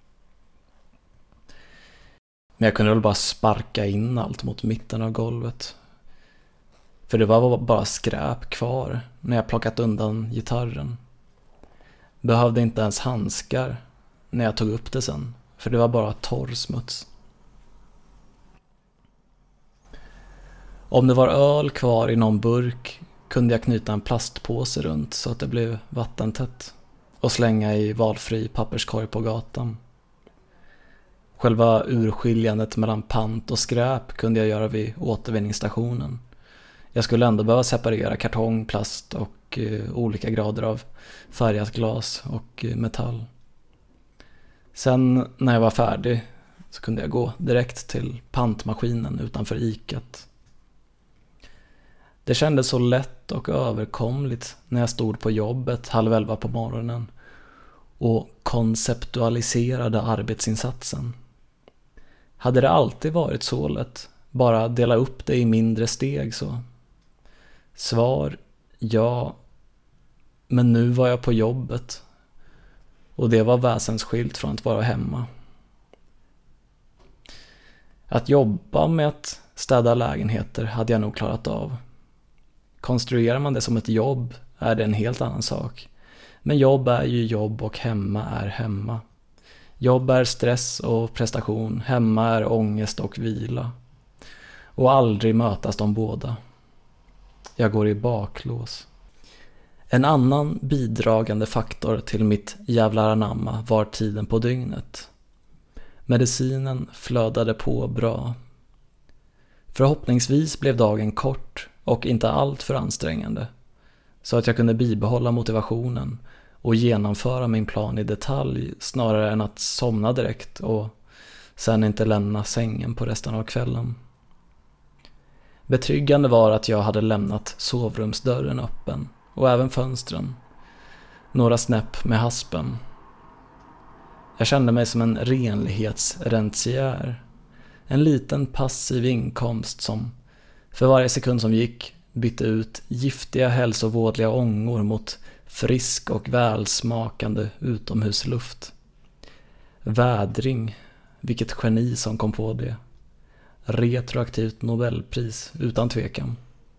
Men jag kunde väl bara sparka in allt mot mitten av golvet. För det var bara skräp kvar när jag plockat undan gitarren. Behövde inte ens handskar när jag tog upp det sen. För det var bara torr smuts. Om det var öl kvar i någon burk kunde jag knyta en plastpåse runt så att det blev vattentätt och slänga i valfri papperskorg på gatan. Själva urskiljandet mellan pant och skräp kunde jag göra vid återvinningsstationen. Jag skulle ändå behöva separera kartong, plast och eh, olika grader av färgat glas och eh, metall. Sen när jag var färdig så kunde jag gå direkt till pantmaskinen utanför Icat. Det kändes så lätt och överkomligt när jag stod på jobbet halv elva på morgonen och konceptualiserade arbetsinsatsen. Hade det alltid varit så lätt? Bara dela upp det i mindre steg så? Svar, ja. Men nu var jag på jobbet. Och det var väsensskilt från att vara hemma. Att jobba med att städa lägenheter hade jag nog klarat av. Konstruerar man det som ett jobb är det en helt annan sak. Men jobb är ju jobb och hemma är hemma. Jobb är stress och prestation, hemma är ångest och vila. Och aldrig mötas de båda. Jag går i baklås. En annan bidragande faktor till mitt jävla anamma var tiden på dygnet. Medicinen flödade på bra. Förhoppningsvis blev dagen kort och inte allt för ansträngande. Så att jag kunde bibehålla motivationen och genomföra min plan i detalj snarare än att somna direkt och sen inte lämna sängen på resten av kvällen. Betryggande var att jag hade lämnat sovrumsdörren öppen och även fönstren. Några snäpp med haspen. Jag kände mig som en renlighetsrentier. En liten passiv inkomst som för varje sekund som gick bytte ut giftiga hälsovådliga ångor mot frisk och välsmakande utomhusluft. Vädring, vilket geni som kom på det. Retroaktivt Nobelpris, utan tvekan.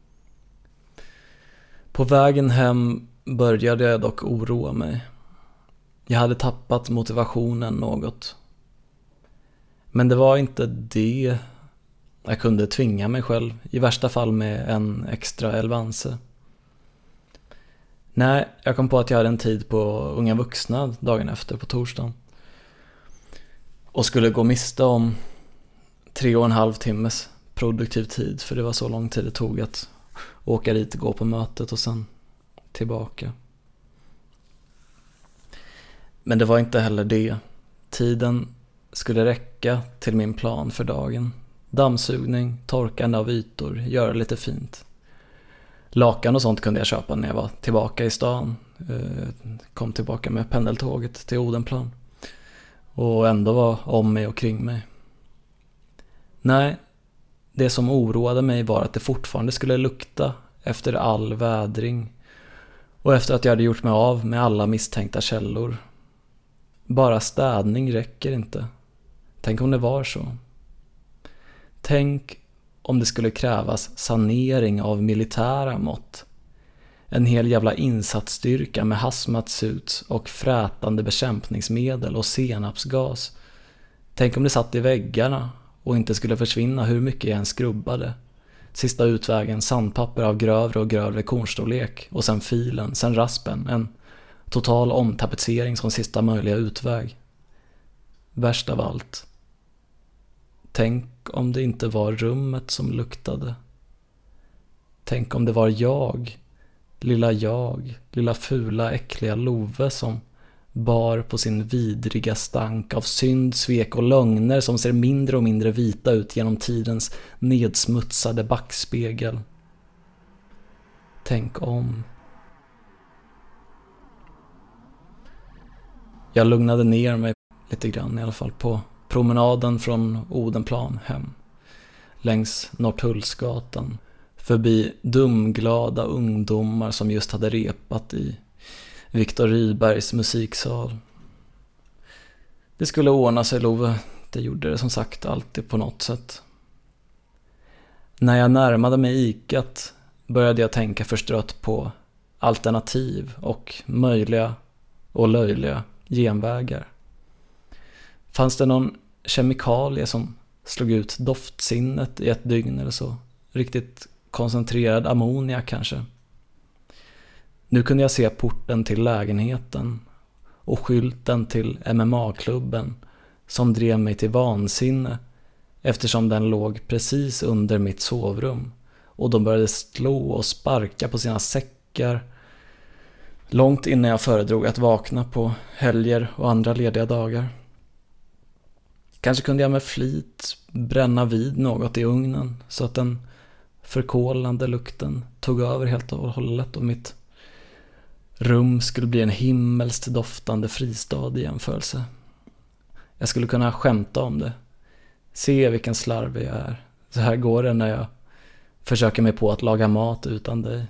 På vägen hem började jag dock oroa mig. Jag hade tappat motivationen något. Men det var inte det. Jag kunde tvinga mig själv, i värsta fall med en extra elvanse. Nej, jag kom på att jag hade en tid på Unga vuxna dagen efter på torsdagen. Och skulle gå miste om tre och en halv timmes produktiv tid, för det var så lång tid det tog att åka dit, gå på mötet och sen tillbaka. Men det var inte heller det. Tiden skulle räcka till min plan för dagen. Dammsugning, torkande av ytor, göra lite fint. Lakan och sånt kunde jag köpa när jag var tillbaka i stan. Kom tillbaka med pendeltåget till Odenplan. Och ändå var om mig och kring mig. Nej, det som oroade mig var att det fortfarande skulle lukta efter all vädring. Och efter att jag hade gjort mig av med alla misstänkta källor. Bara städning räcker inte. Tänk om det var så. Tänk om det skulle krävas sanering av militära mått. En hel jävla insatsstyrka med hazmat-suits och frätande bekämpningsmedel och senapsgas. Tänk om det satt i väggarna och inte skulle försvinna hur mycket jag än skrubbade. Sista utvägen, sandpapper av grövre och grövre kornstorlek och sen filen, sen raspen, en total omtapetsering som sista möjliga utväg. Värst av allt. Tänk om det inte var rummet som luktade. Tänk om det var jag, lilla jag, lilla fula äckliga Love som bar på sin vidriga stank av synd, svek och lögner som ser mindre och mindre vita ut genom tidens nedsmutsade backspegel. Tänk om. Jag lugnade ner mig lite grann i alla fall på promenaden från Odenplan hem. Längs Norrtullsgatan. Förbi dumglada ungdomar som just hade repat i Viktor Rydbergs musiksal. Det skulle ordna sig, Love. Det gjorde det som sagt alltid på något sätt. När jag närmade mig Icat började jag tänka förstrött på alternativ och möjliga och löjliga genvägar. Fanns det någon kemikalie som slog ut doftsinnet i ett dygn eller så? Riktigt koncentrerad ammoniak kanske? Nu kunde jag se porten till lägenheten och skylten till M M A-klubben som drev mig till vansinne eftersom den låg precis under mitt sovrum och de började slå och sparka på sina säckar långt innan jag föredrog att vakna på helger och andra lediga dagar. Kanske kunde jag med flit bränna vid något i ugnen så att den förkolande lukten tog över helt och hållet och mitt rum skulle bli en himmelskt doftande fristad i jämförelse. Jag skulle kunna skämta om det. Se vilken slarvig jag är. Så här går det när jag försöker mig på att laga mat utan dig.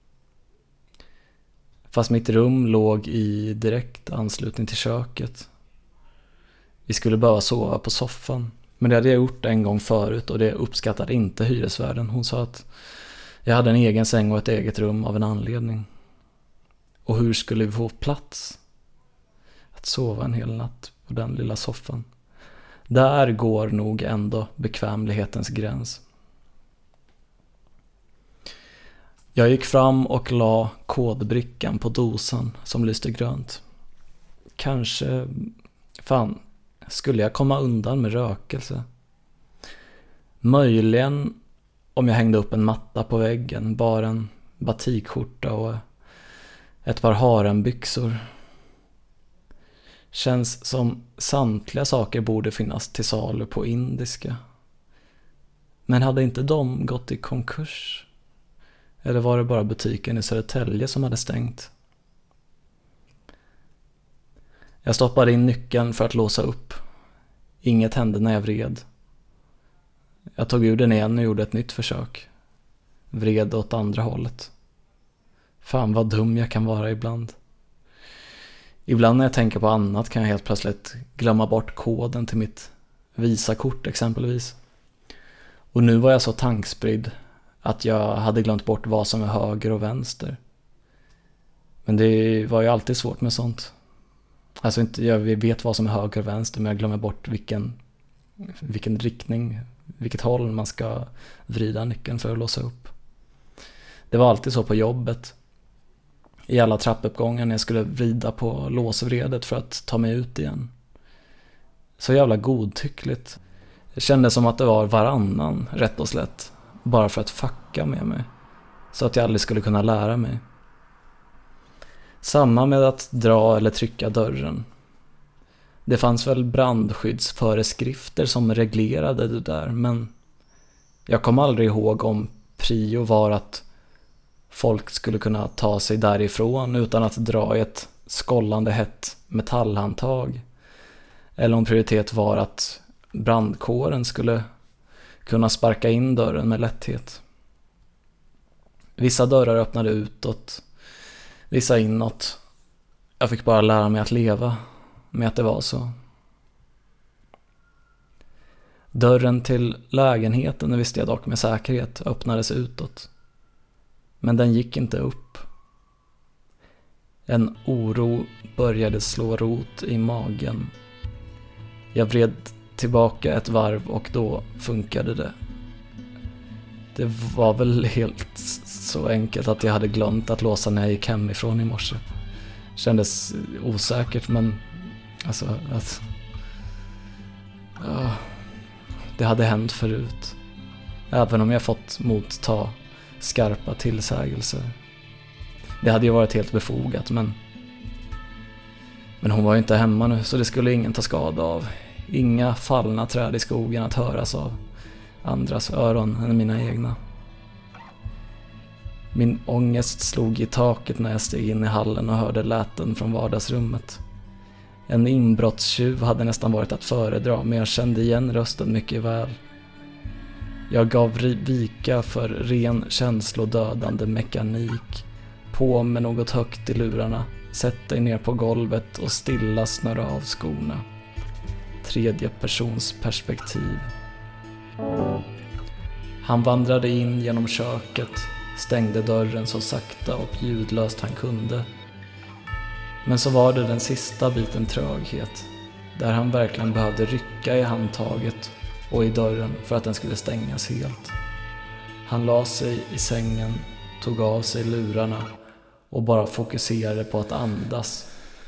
Fast mitt rum låg i direkt anslutning till köket. Vi skulle behöva sova på soffan. Men det hade jag gjort en gång förut och det uppskattade inte hyresvärden. Hon sa att jag hade en egen säng och ett eget rum av en anledning. Och hur skulle vi få plats att sova en hel natt på den lilla soffan? Där går nog ändå bekvämlighetens gräns. Jag gick fram och la kodbrickan på dosan som lyste grönt. Kanske, fan, skulle jag komma undan med rökelse? Möjligen om jag hängde upp en matta på väggen, bara en batikskjorta och ett par harenbyxor. Känns som samtliga saker borde finnas till salu på indiska. Men hade inte de gått i konkurs? Eller var det bara butiken i Södertälje som hade stängt? Jag stoppade in nyckeln för att låsa upp. Inget hände när jag vred. Jag tog ur den igen och gjorde ett nytt försök. Vred åt andra hållet. Fan vad dum jag kan vara ibland. Ibland när jag tänker på annat kan jag helt plötsligt glömma bort koden till mitt Visakort exempelvis. Och nu var jag så tankspridd att jag hade glömt bort vad som är höger och vänster. Men det var ju alltid svårt med sånt. Alltså inte, jag vet vad som är höger och vänster, men jag glömmer bort vilken, vilken riktning, vilket håll man ska vrida nyckeln för att låsa upp. Det var alltid så på jobbet. I alla trappuppgångar när jag skulle vrida på låsvredet för att ta mig ut igen. Så jävla godtyckligt. Det kändes som att det var varannan, rätt och slätt. Bara för att fucka med mig. Så att jag aldrig skulle kunna lära mig. Samma med att dra eller trycka dörren. Det fanns väl brandskyddsföreskrifter som reglerade det där. Men jag kom aldrig ihåg om prio var att folk skulle kunna ta sig därifrån utan att dra i ett skållande hett metallhandtag. Eller om prioritet var att brandkåren skulle kunna sparka in dörren med lätthet. Vissa dörrar öppnade utåt, vissa inåt. Jag fick bara lära mig att leva med att det var så. Dörren till lägenheten, det visste jag dock med säkerhet, öppnades utåt. Men den gick inte upp. En oro började slå rot i magen. Jag vred tillbaka ett varv och då funkade det. Det var väl helt så enkelt att jag hade glömt att låsa när jag gick hemifrån i morse. Kändes osäkert, men alltså att ja, det hade hänt förut. Även om jag fått motta skarpa tillsägelser. Det hade ju varit helt befogat, men Men hon var ju inte hemma nu, så det skulle ingen ta skada av. Inga fallna träd i skogen att höras av andras öron än mina egna. Min ångest slog i taket när jag steg in i hallen och hörde läten från vardagsrummet. En inbrottstjuv hade nästan varit att föredra, men jag kände igen rösten mycket väl. Jag gav vika för ren känslodödande mekanik. På med något högt i lurarna. Sätt dig ner på golvet och stilla snöra av skorna. Tredje persons perspektiv. Han vandrade in genom köket, stängde dörren så sakta och ljudlöst han kunde. Men så var det den sista biten tröghet, där han verkligen behövde rycka i handtaget och i dörren för att den skulle stängas helt. Han la sig i sängen, tog av sig lurarna och bara fokuserade på att andas.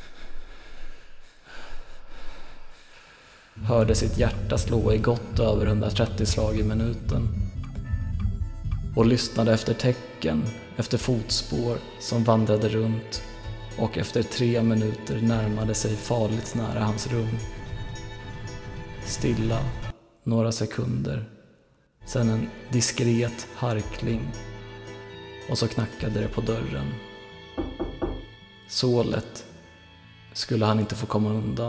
Hörde sitt hjärta slå i gott över hundratrettio slag i minuten. Och lyssnade efter tecken, efter fotspår som vandrade runt, och efter tre minuter närmade sig farligt nära hans rum. Stilla, några sekunder. Sen en diskret harkling. Och så knackade det på dörren. Så lätt skulle han inte få komma undan.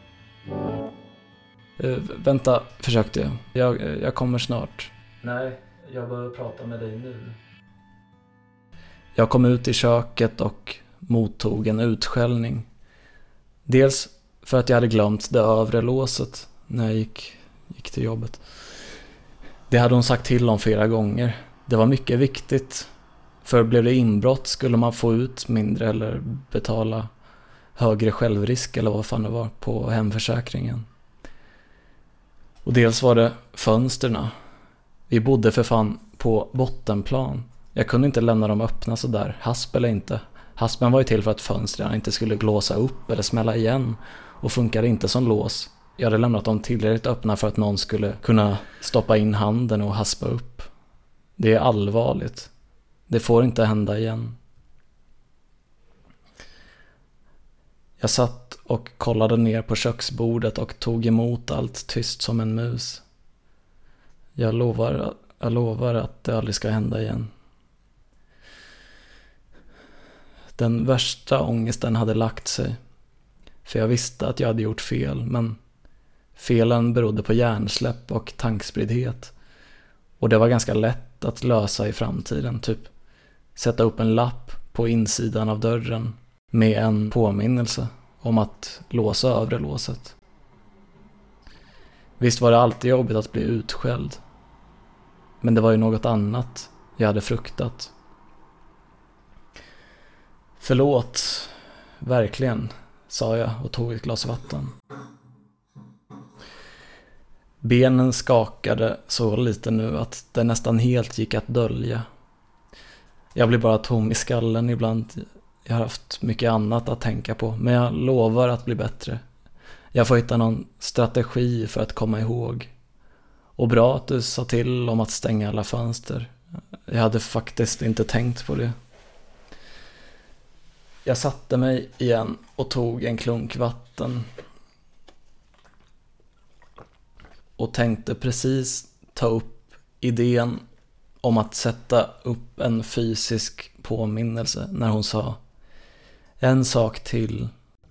Uh, vänta, försökte jag. jag. Jag kommer snart. Nej, jag behöver prata med dig nu. Jag kom ut i köket och mottog en utskällning. Dels för att jag hade glömt det övre låset när jag gick, gick till jobbet. Det hade hon sagt till om flera gånger. Det var mycket viktigt. För blev det inbrott skulle man få ut mindre eller betala högre självrisk eller vad fan det var på hemförsäkringen. Och dels var det fönsterna. Vi bodde för fan på bottenplan. Jag kunde inte lämna dem öppna så där, hasp eller inte. Haspen var ju till för att fönstren inte skulle blåsa upp eller smälla igen och funkade inte som lås. Jag hade lämnat dem tillräckligt öppna för att någon skulle kunna stoppa in handen och haspa upp. Det är allvarligt. Det får inte hända igen. Jag satt och kollade ner på köksbordet och tog emot allt tyst som en mus. Jag lovar, jag lovar att det aldrig ska hända igen. Den värsta ångesten hade lagt sig. För jag visste att jag hade gjort fel, men felen berodde på hjärnsläpp och tankspriddhet. Och det var ganska lätt att lösa i framtiden, typ sätta upp en lapp på insidan av dörren med en påminnelse om att låsa övre låset. Visst var det alltid jobbigt att bli utskälld. Men det var ju något annat jag hade fruktat. Förlåt, verkligen, sa jag och tog ett glas vatten. Benen skakade så lite nu att det nästan helt gick att dölja. Jag blir bara tom i skallen ibland. Jag har haft mycket annat att tänka på, men jag lovar att bli bättre. Jag får hitta någon strategi för att komma ihåg. Och bra att du sa till om att stänga alla fönster. Jag hade faktiskt inte tänkt på det. Jag satte mig igen och tog en klunk vatten. Och tänkte precis ta upp idén om att sätta upp en fysisk påminnelse när hon sa en sak till.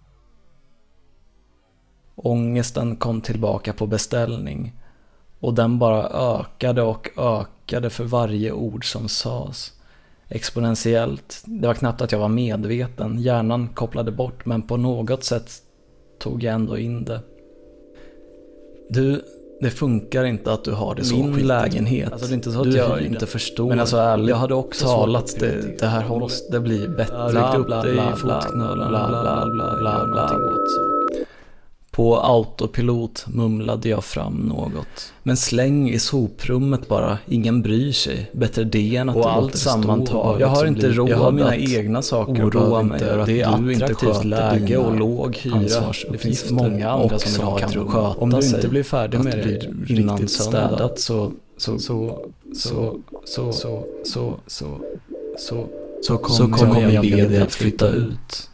Ångesten kom tillbaka på beställning och den bara ökade och ökade för varje ord som sades. Exponentiellt. Det var knappt att jag var medveten. Hjärnan kopplade bort, men på något sätt tog jag ändå in det. Du, det funkar inte att du har det så min skitigt. Lägenhet. Alltså det är inte så att du jag inte förstår. Men alltså ärligt, jag hade också talat det, det här måste bli bättre. Jag ryckte upp dig i fotknölen. Bla bla bla bla bla bla. På autopilot mumlade jag fram något. Men släng i soprummet bara, ingen bryr sig. Bättre det än att och det allt sammantaget. Jag har inte råd. Jag har mina egna saker oroa mig över att det är du inte attraktivt läge och låg hyra. Det finns många andra som vill ha ett rum. Om du inte blir färdig med det innan städat så så så så så så så så så så kommer, så kommer jag be dig att flytta ut.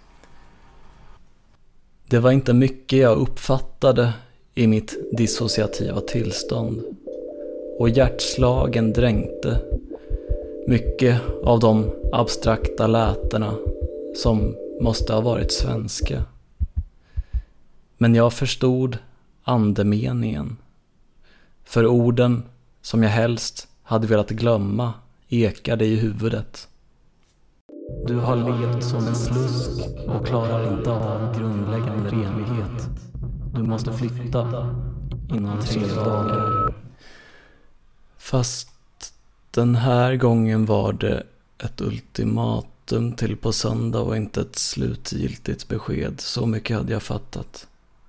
Det var inte mycket jag uppfattade i mitt dissociativa tillstånd. Och hjärtslagen dränkte mycket av de abstrakta lätena som måste ha varit svenska. Men jag förstod andemeningen. För orden som jag helst hade velat glömma ekade i huvudet. Du har levt som en slusk och klarar inte av grundläggande renlighet. Du måste flytta inom tre dagar. Fast den här gången var det ett ultimatum till på söndag och inte ett slutgiltigt besked. Så mycket hade jag fattat.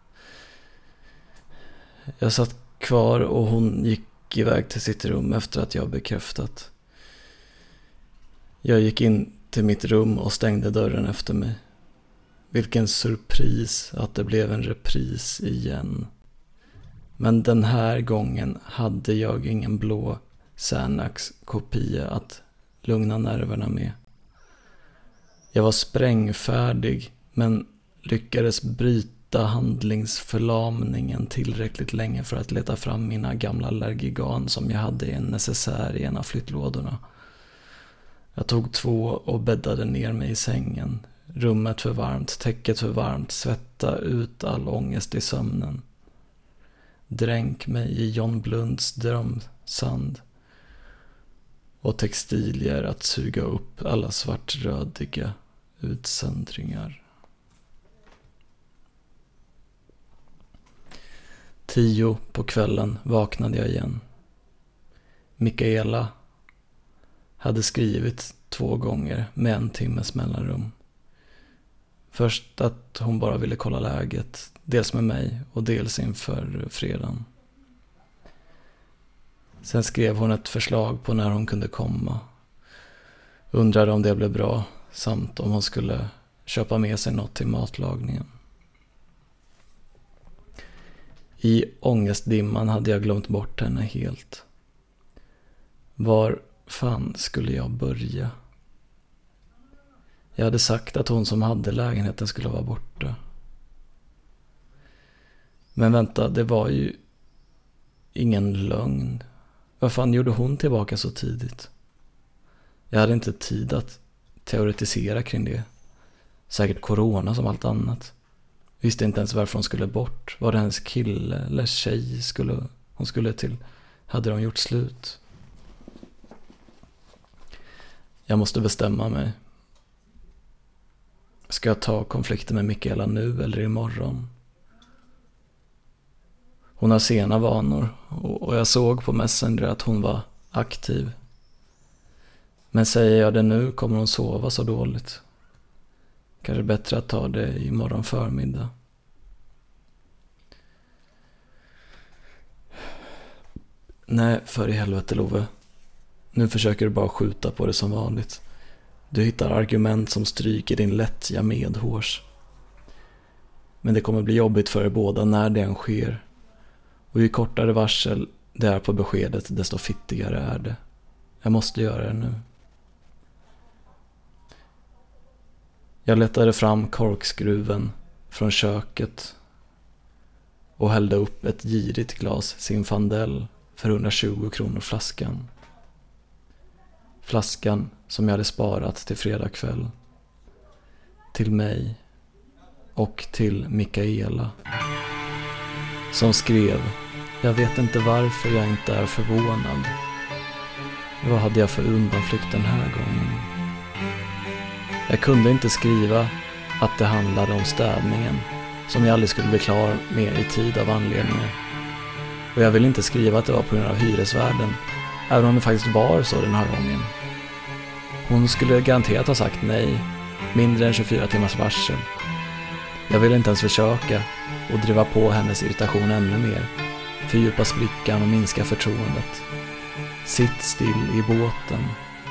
Jag satt kvar och hon gick iväg till sitt rum efter att jag bekräftat. Jag gick in till mitt rum och stängde dörren efter mig. Vilken surpris att det blev en repris igen. Men den här gången hade jag ingen blå Xanax-kopia att lugna nerverna med. Jag var sprängfärdig men lyckades bryta handlingsförlamningen tillräckligt länge för att leta fram mina gamla Allergigan som jag hade i en necessär i en av flyttlådorna. Jag tog två och bäddade ner mig i sängen. Rummet för varmt, täcket för varmt, svetta ut all ångest i sömnen. Dränk mig i John Blunds drömsand. Och textilier att suga upp alla svartrödiga utsöndringar. Tio på kvällen vaknade jag igen. Mikaela hade skrivit två gånger med en timmes mellanrum. Först att hon bara ville kolla läget, dels med mig och dels inför fredagen. Sen skrev hon ett förslag på när hon kunde komma. Undrade om det blev bra samt om hon skulle köpa med sig något till matlagningen. I ångestdimman hade jag glömt bort henne helt. Var fan skulle jag börja? Jag hade sagt att hon som hade lägenheten skulle vara borta. Men vänta, det var ju ingen lögn. Vad fan gjorde hon tillbaka så tidigt? Jag hade inte tid att teoretisera kring det. Säkert corona som allt annat. Visste inte ens varför hon skulle bort. Var det hennes kille eller tjej skulle hon skulle till? Hade de gjort slut? Jag måste bestämma mig. Ska jag ta konflikten med Mikaela nu eller imorgon? Hon har sena vanor och jag såg på Messenger att hon var aktiv. Men säger jag det nu kommer hon sova så dåligt. Kanske bättre att ta det imorgon förmiddag. Nej, för i helvete Love. Nu försöker du bara skjuta på det som vanligt. Du hittar argument som stryker din lättja medhårs. Men det kommer bli jobbigt för er båda när det än sker. Och ju kortare varsel det är på beskedet desto fittigare är det. Jag måste göra det nu. Jag letade fram korkskruven från köket och hällde upp ett girigt glas Zinfandel för hundratjugo kronor flaskan. Flaskan som jag hade sparat till fredag kväll. Till mig och till Mikaela. Som skrev: jag vet inte varför jag inte är förvånad. Vad hade jag för undanflykt den här gången? Jag kunde inte skriva att det handlade om städningen som jag aldrig skulle bli klar med i tid av anledningar. Och jag ville inte skriva att det var på grund av hyresvärden, även om det faktiskt var så den här gången. Hon skulle garanterat ha sagt nej, mindre än tjugofyra timmars varsel. Jag ville inte ens försöka och driva på hennes irritation ännu mer, fördjupa sprickan och minska förtroendet. Sitt still i båten.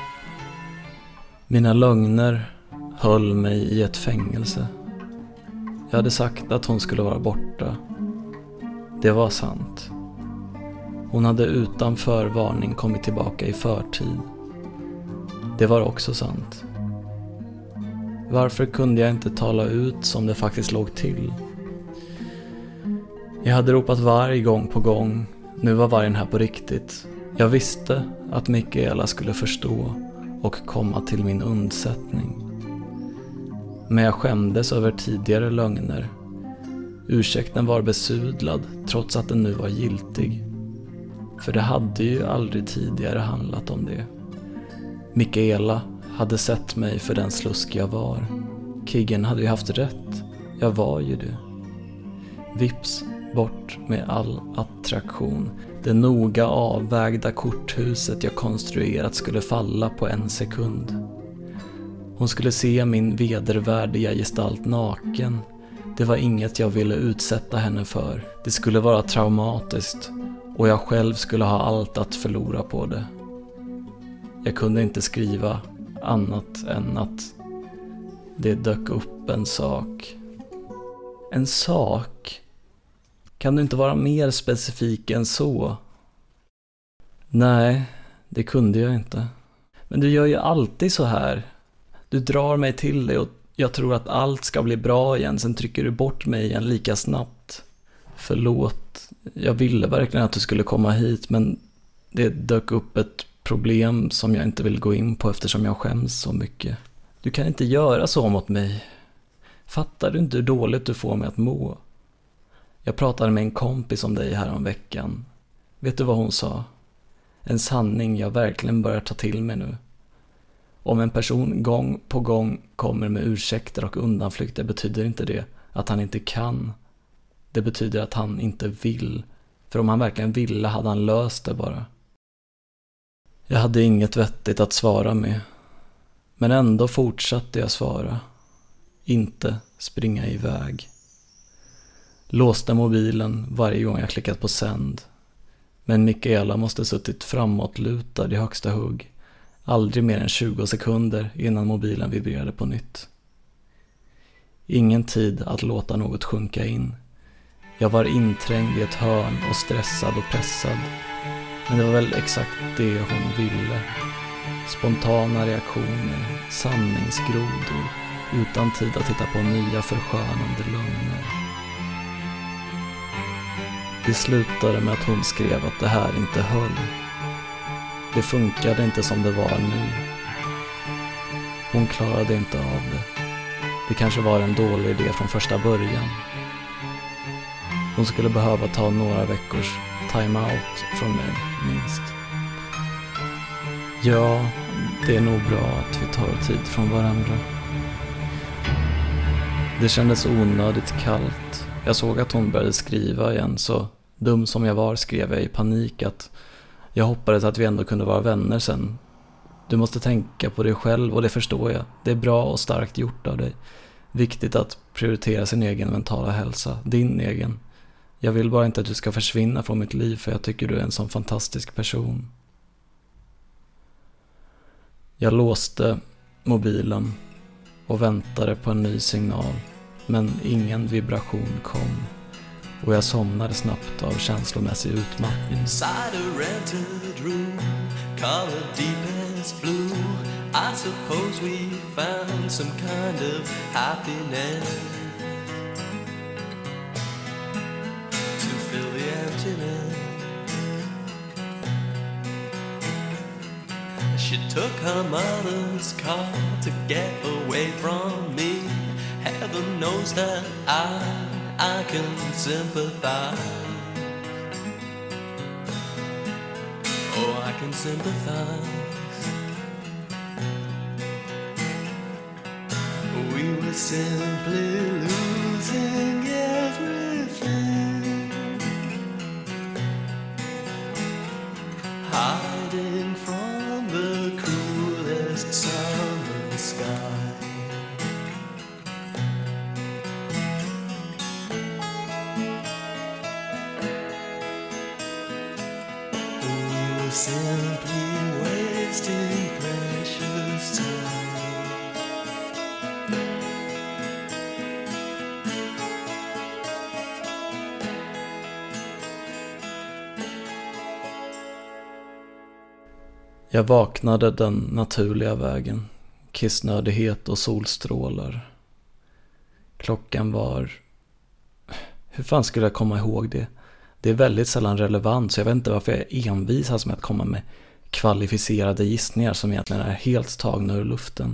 Mina lögner höll mig i ett fängelse. Jag hade sagt att hon skulle vara borta. Det var sant. Hon hade utan förvarning kommit tillbaka i förtid. Det var också sant. Varför kunde jag inte tala ut som det faktiskt låg till? Jag hade ropat varg gång på gång. Nu var vargen här på riktigt. Jag visste att Mikaela skulle förstå och komma till min undsättning. Men jag skämdes över tidigare lögner. Ursäkten var besudlad trots att den nu var giltig. För det hade ju aldrig tidigare handlat om det. Mikaela hade sett mig för den slusk jag var. Kiggen hade ju haft rätt. Jag var ju det. Vips bort med all attraktion. Det noga avvägda korthuset jag konstruerat skulle falla på en sekund. Hon skulle se min vedervärdiga gestalt naken. Det var inget jag ville utsätta henne för. Det skulle vara traumatiskt och jag själv skulle ha allt att förlora på det. Jag kunde inte skriva annat än att det dök upp en sak. En sak? Kan du inte vara mer specifik än så? Nej, det kunde jag inte. Men du gör ju alltid så här. Du drar mig till dig och jag tror att allt ska bli bra igen. Sen trycker du bort mig igen lika snabbt. Förlåt. Jag ville verkligen att du skulle komma hit. Men det dök upp ett problem som jag inte vill gå in på eftersom jag skäms så mycket. Du kan inte göra så mot mig. Fattar du inte hur dåligt du får mig att må? Jag pratade med en kompis om dig här om veckan. Vet du vad hon sa? En sanning jag verkligen börjar ta till mig nu. Om en person gång på gång kommer med ursäkter och undanflykter betyder inte det att han inte kan. Det betyder att han inte vill. För om han verkligen ville hade han löst det bara. Jag hade inget vettigt att svara med. Men ändå fortsatte jag svara. Inte springa iväg. Låste mobilen varje gång jag klickat på sänd. Men Mikaela måste suttit framåtlutad i högsta hugg. Aldrig mer än tjugo sekunder innan mobilen vibrerade på nytt. Ingen tid att låta något sjunka in. Jag var inträngd i ett hörn och stressad och pressad. Men det var väl exakt det hon ville. Spontana reaktioner, sanningsgrodor, utan tid att titta på nya förskönande lögner. Det slutade med att hon skrev att det här inte höll. Det funkade inte som det var nu. Hon klarade inte av det. Det kanske var en dålig idé från första början. Hon skulle behöva ta några veckors time-out från mig, minst. Ja, det är nog bra att vi tar tid från varandra. Det kändes onödigt kallt. Jag såg att hon började skriva igen, så dum som jag var skrev jag i panik att jag hoppades att vi ändå kunde vara vänner sen. Du måste tänka på dig själv och det förstår jag. Det är bra och starkt gjort av dig. Viktigt att prioritera sin egen mentala hälsa, din egen. Jag vill bara inte att du ska försvinna från mitt liv för jag tycker du är en sån fantastisk person. Jag låste mobilen och väntade på en ny signal, men ingen vibration kom och jag somnade snabbt av känslomässig utmattning. Inside a rented room, color deep as blue, I suppose we found some kind of happiness to fill the emptiness. She took her mother's car to get away from me. Heaven knows that I, I can sympathize. Oh, I can sympathize. We were simply losing everything, hiding from the cruelest summer sky. simply wasting precious time. Jag vaknade den naturliga vägen, kissnödighet och solstrålar. Klockan var... Hur fan skulle jag komma ihåg det? Det är väldigt sällan relevant, så jag vet inte varför jag envisas med att komma med kvalificerade gissningar som egentligen är helt tagna ur luften.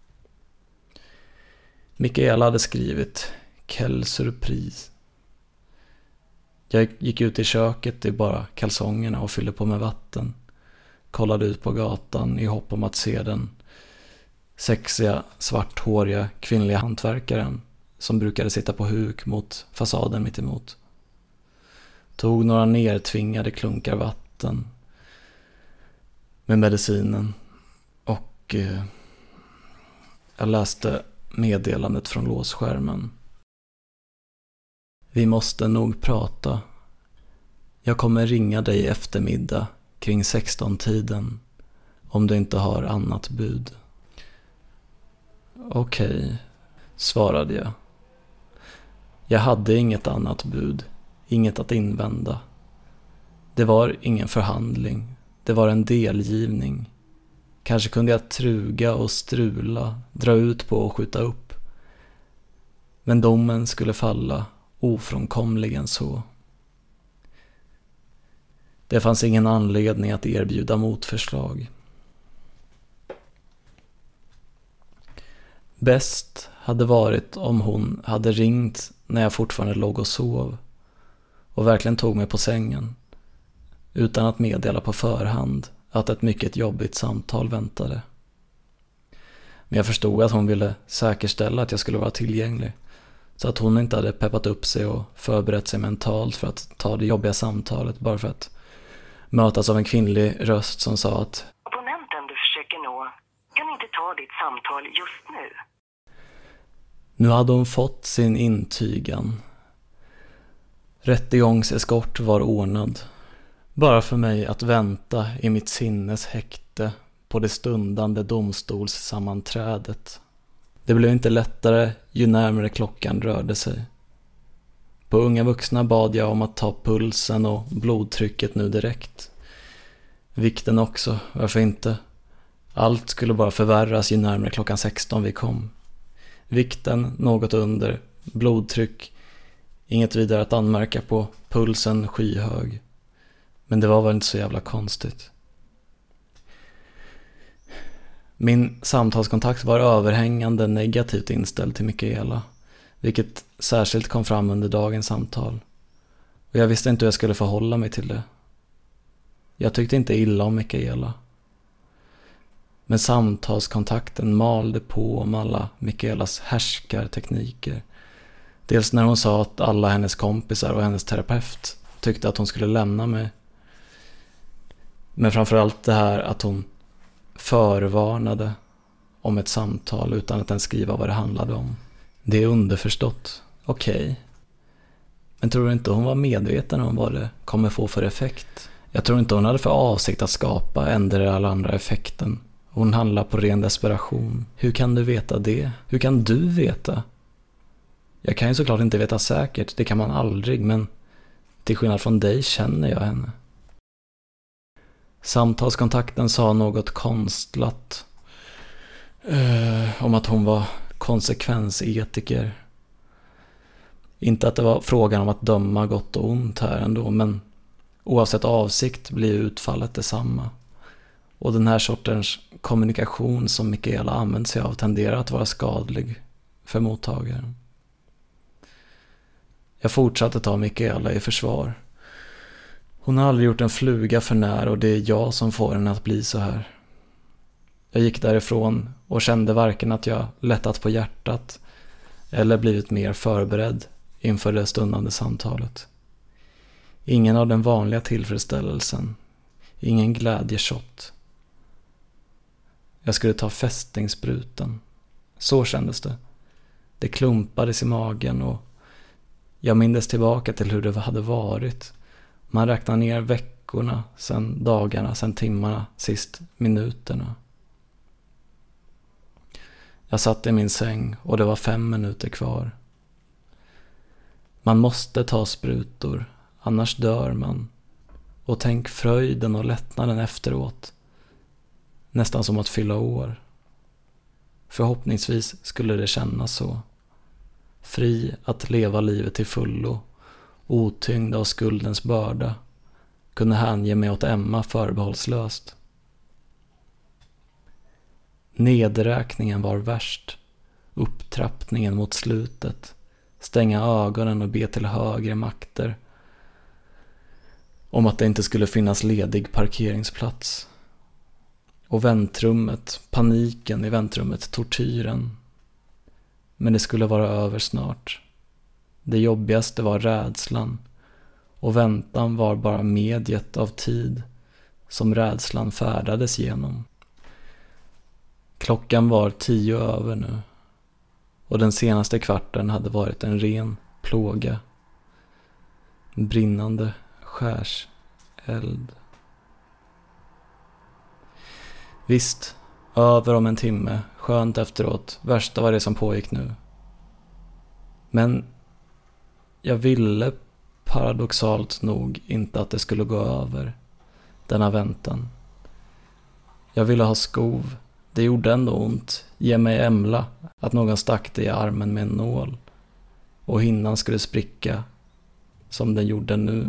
Mikaela hade skrivit Quelle surprise. Jag gick ut i köket i bara kalsongerna och fyllde på med vatten. Kollade ut på gatan i hopp om att se den sexiga, svarthåriga kvinnliga hantverkaren som brukade sitta på huk mot fasaden mitt emot. Tog några nertvingade klunkar vatten med medicinen och eh, jag läste meddelandet från låsskärmen. Vi måste nog prata. Jag kommer ringa dig i eftermiddag kring sexton-tiden om du inte har annat bud. Okej, svarade jag. Jag hade inget annat bud, inget att invända. Det var ingen förhandling, det var en delgivning. Kanske kunde jag truga och strula, dra ut på och skjuta upp. Men domen skulle falla ofrånkomligen så. Det fanns ingen anledning att erbjuda motförslag. Bäst hade varit om hon hade ringt när jag fortfarande låg och sov och verkligen tog mig på sängen utan att meddela på förhand att ett mycket jobbigt samtal väntade. Men jag förstod att hon ville säkerställa att jag skulle vara tillgänglig så att hon inte hade peppat upp sig och förberett sig mentalt för att ta det jobbiga samtalet bara för att mötas av en kvinnlig röst som sa att abonnenten du försöker nå kan inte ta ditt samtal just nu. Nu hade hon fått sin intygan. Rättegångseskort var ordnad. Bara för mig att vänta i mitt sinnes häkte på det stundande domstolssammanträdet. Det blev inte lättare ju närmare klockan rörde sig. På Unga vuxna bad jag om att ta pulsen och blodtrycket nu direkt. Vikten också, varför inte? Allt skulle bara förvärras ju närmare klockan sexton vi kom. Vikten något under, blodtryck, inget vidare att anmärka på, pulsen skyhög. Men det var väl inte så jävla konstigt. Min samtalskontakt var överhängande negativt inställd till Mikaela, vilket särskilt kom fram under dagens samtal. Och jag visste inte hur jag skulle förhålla mig till det. Jag tyckte inte illa om Mikaela. Men samtalskontakten malde på om alla Mikaelas härskartekniker. Dels när hon sa att alla hennes kompisar och hennes terapeut tyckte att hon skulle lämna mig. Men framförallt det här att hon förvarnade om ett samtal utan att ens skriva vad det handlade om. Det är underförstått. Okej. Okay. Men tror du inte hon var medveten om vad det kommer få för effekt? Jag tror inte hon hade för avsikt att skapa en eller andra effekten. Hon handlar på ren desperation. Hur kan du veta det? Hur kan du veta? Jag kan ju såklart inte veta säkert. Det kan man aldrig, men till skillnad från dig känner jag henne. Samtalskontakten sa något konstlat eh, om att hon var konsekvensetiker. Inte att det var frågan om att döma gott och ont här ändå, men oavsett avsikt blir utfallet detsamma. Och den här sortens kommunikation som Mikaela använder sig av tenderar att vara skadlig för mottagaren. Jag fortsatte ta Mikaela i försvar. Hon har aldrig gjort en fluga för när och det är jag som får henne att bli så här. Jag gick därifrån och kände varken att jag lättat på hjärtat eller blivit mer förberedd inför det stundande samtalet. Ingen av den vanliga tillfredsställelsen. Ingen glädjeshot. Jag skulle ta fästingsbruten. Så kändes det. Det klumpades i magen och jag mindes tillbaka till hur det hade varit. Man räknar ner veckor veckorna, sen dagarna, sen timmarna, sist minuterna. Jag satt i min säng och det var fem minuter kvar. Man måste ta sprutor, annars dör man. Och tänk fröjden och lättnaden efteråt. Nästan som att fylla år. Förhoppningsvis skulle det kännas så. Fri att leva livet till fullo, otyngd av skuldens börda, kunde hänge mig åt Emma förbehållslöst. Nedräkningen var värst, upptrappningen mot slutet, stänga ögonen och be till högre makter om att det inte skulle finnas ledig parkeringsplats. Och väntrummet, paniken i väntrummet, tortyren. Men det skulle vara över snart. Det jobbigaste var rädslan, och väntan var bara mediet av tid som rädslan färdades genom. Klockan var tio över nu, och den senaste kvarten hade varit en ren plåga. Brinnande skärseld. Visst, över om en timme, skönt efteråt, värsta var det som pågick nu. Men jag ville paradoxalt nog inte att det skulle gå över, denna väntan. Jag ville ha skov, det gjorde ändå ont, ge mig emla, att någon stack det i armen med en nål. Och hinnan skulle spricka, som den gjorde nu.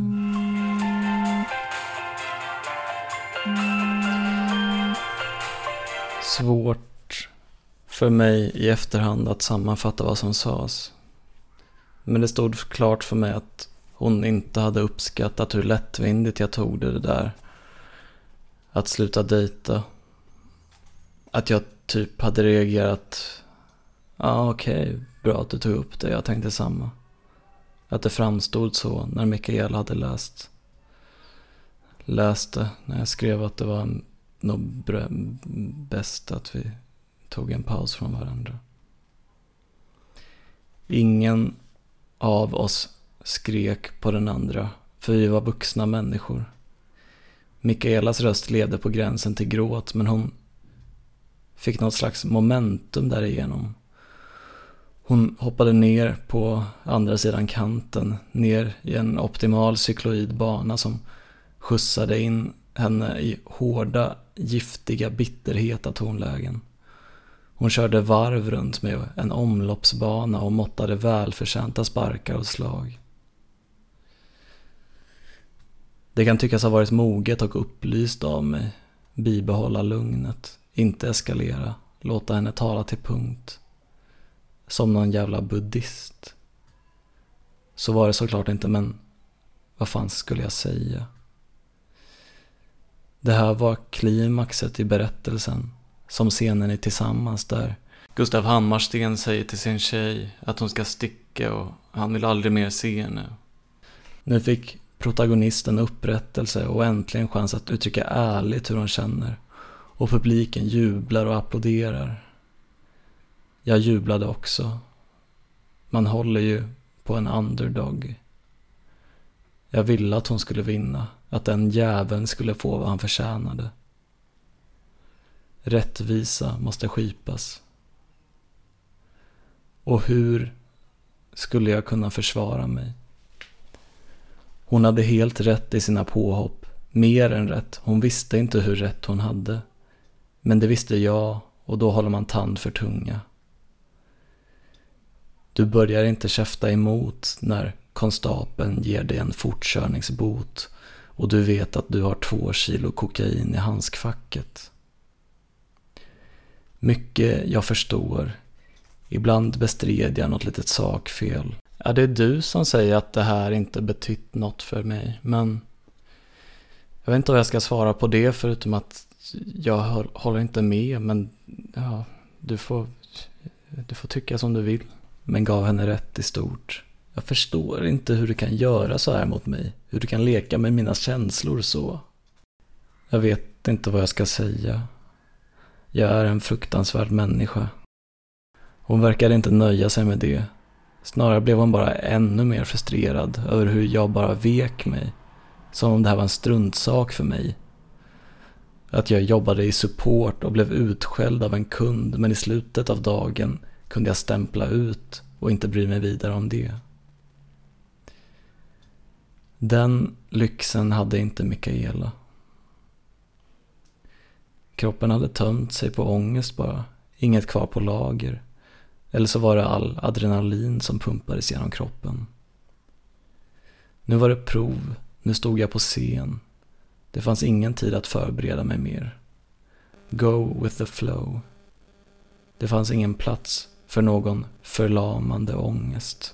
Svårt för mig i efterhand att sammanfatta vad som sades. Men det stod klart för mig att hon inte hade uppskattat hur lättvindigt jag tog det där. Att sluta dejta. Att jag typ hade reagerat. Ja ah, okej, okay, bra att du tog upp det, jag tänkte samma. Att det framstod så när Mikael hade läst. Läste när jag skrev att det var nog bäst att vi tog en paus från varandra. Ingen av oss skrek på den andra, för vi var vuxna människor. Mikaelas röst ledde på gränsen till gråt, men hon fick något slags momentum därigenom. Hon hoppade ner på andra sidan kanten, ner i en optimal cykloid bana som skjutsade in henne i hårda, giftiga, bitterheta tonlägen. Hon körde varv runt med en omloppsbana och måttade välförtjänta sparkar och slag. Det kan tyckas ha varit moget och upplyst av mig. Bibehålla lugnet, inte eskalera, låta henne tala till punkt. Som någon jävla buddhist. Så var det såklart inte, men vad fan skulle jag säga? Det här var klimaxet i berättelsen, som scenen är Tillsammans där Gustav Hammarsten säger till sin tjej att hon ska sticka och han vill aldrig mer se henne. Nu fick protagonisten upprättelse och äntligen chans att uttrycka ärligt hur hon känner, och publiken jublar och applåderar. Jag jublade också. Man håller ju på en underdog. Jag ville att hon skulle vinna, att den jäveln skulle få vad han förtjänade. Rättvisa måste skipas. Och hur skulle jag kunna försvara mig? Hon hade helt rätt i sina påhopp, mer än rätt. Hon visste inte hur rätt hon hade. Men det visste jag, och då håller man tand för tunga. Du börjar inte käfta emot när konstapeln ger dig en fortkörningsbot och du vet att du har två kilo kokain i handskfacket. Mycket jag förstår. Ibland bestred jag något litet sakfel. Ja, det är du som säger att det här inte betytt något för mig, men jag vet inte vad jag ska svara på det förutom att jag håller inte med, men ja, du får, du får tycka som du vill. Men gav henne rätt i stort. Jag förstår inte hur du kan göra så här mot mig. Hur du kan leka med mina känslor så. Jag vet inte vad jag ska säga. Jag är en fruktansvärd människa. Hon verkade inte nöja sig med det. Snarare blev hon bara ännu mer frustrerad över hur jag bara vek mig. Som om det här var en struntsak för mig. Att jag jobbade i support och blev utskälld av en kund, men i slutet av dagen kunde jag stämpla ut och inte bry mig vidare om det. Den lyxen hade inte Mikaela. Kroppen hade tömt sig på ångest bara, inget kvar på lager. Eller så var det all adrenalin som pumpades genom kroppen. Nu var det prov, nu stod jag på scen. Det fanns ingen tid att förbereda mig mer. Go with the flow. Det fanns ingen plats för någon förlamande ångest.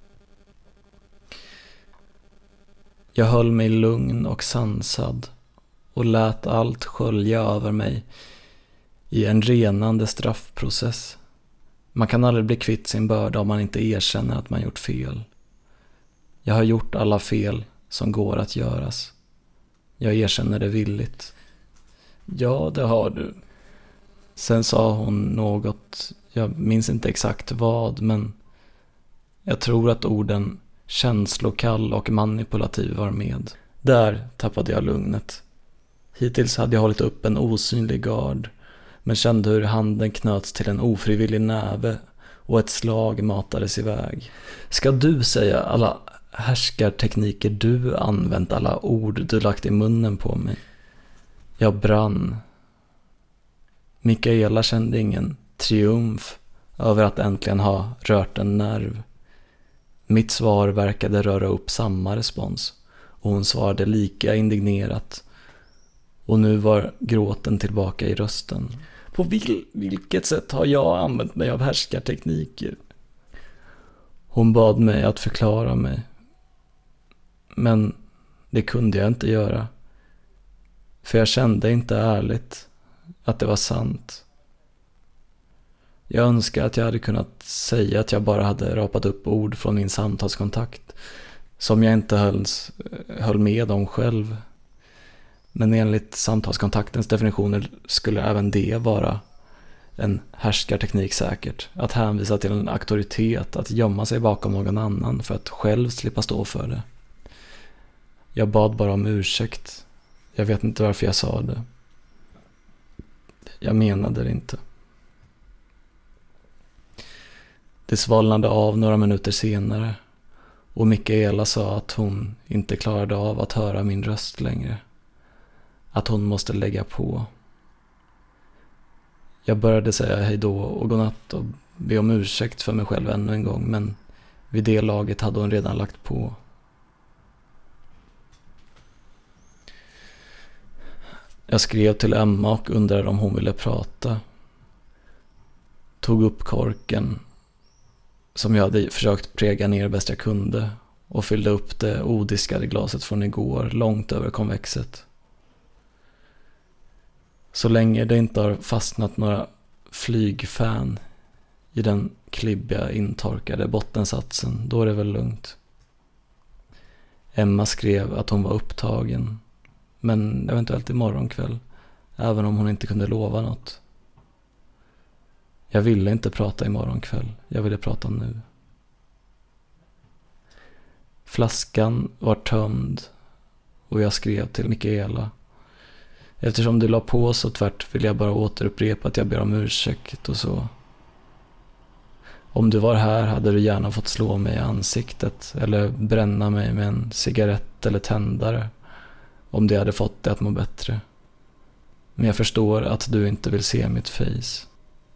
Jag höll mig lugn och sansad och lät allt skölja över mig i en renande straffprocess. Man kan aldrig bli kvitt sin börda om man inte erkänner att man gjort fel. Jag har gjort alla fel som går att göras. Jag erkänner det villigt. Ja, det har du. Sen sa hon något, jag minns inte exakt vad, men jag tror att orden känslokall och manipulativ var med. Där tappade jag lugnet. Hittills hade jag hållit upp en osynlig gard, men kände hur handen knöts till en ofrivillig näve och ett slag matades iväg. Ska du säga alla härskartekniker du använt, alla ord du lagt i munnen på mig? Jag brann. Mikaela kände ingen triumf över att äntligen ha rört en nerv. Mitt svar verkade röra upp samma respons, och hon svarade lika indignerat. Och nu var gråten tillbaka i rösten. På vil- vilket sätt har jag använt mig av härskartekniker? Hon bad mig att förklara mig. Men det kunde jag inte göra. För jag kände inte ärligt att det var sant. Jag önskar att jag hade kunnat säga att jag bara hade rapat upp ord från min samtalskontakt som jag inte hölls, höll med om själv. Men enligt samtalskontaktens definitioner skulle även det vara en härskarteknik säkert. Att hänvisa till en auktoritet, att gömma sig bakom någon annan för att själv slippa stå för det. Jag bad bara om ursäkt. Jag vet inte varför jag sa det. Jag menade det inte. Det svalnade av några minuter senare och Mikaela sa att hon inte klarade av att höra min röst längre. Att hon måste lägga på. Jag började säga hej då och godnatt och be om ursäkt för mig själv ännu en gång, men vid det laget hade hon redan lagt på. Jag skrev till Emma och undrade om hon ville prata. Tog upp korken som jag hade försökt präga ner bäst jag kunde och fyllde upp det odiskade glaset från igår långt över konvexet. Så länge det inte har fastnat några flygfän i den klibbiga intorkade bottensatsen, då är det väl lugnt. Emma skrev att hon var upptagen, men eventuellt imorgon kväll, även om hon inte kunde lova något. Jag ville inte prata imorgon kväll, jag ville prata nu. Flaskan var tömd och jag skrev till Mikaela. Eftersom du la på så tvärt vill jag bara återupprepa att jag ber om ursäkt och så. Om du var här hade du gärna fått slå mig i ansiktet eller bränna mig med en cigarett eller tändare om det hade fått det att må bättre. Men jag förstår att du inte vill se mitt face.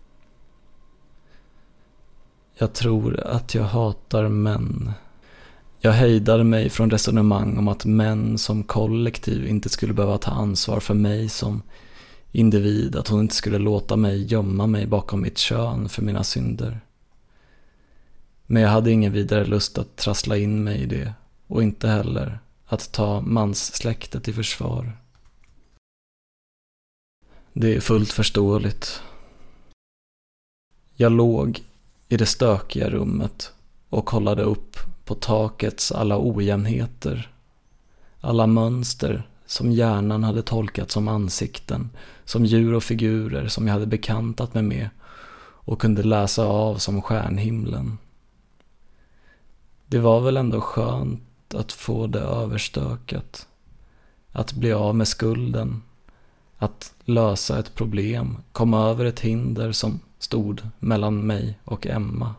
Jag tror att jag hatar män. Jag hejdade mig från resonemang om att män som kollektiv inte skulle behöva ta ansvar för mig som individ, att hon inte skulle låta mig gömma mig bakom mitt kön för mina synder. Men jag hade ingen vidare lust att trassla in mig i det och inte heller att ta manssläktet i försvar. Det är fullt förståeligt. Jag låg i det stökiga rummet och kollade upp på takets alla ojämnheter, alla mönster som hjärnan hade tolkat som ansikten, som djur och figurer som jag hade bekantat mig med och kunde läsa av som stjärnhimlen. Det var väl ändå skönt att få det överstökat. Att bli av med skulden. Att lösa ett problem. Komma över ett hinder som stod mellan mig och Emma.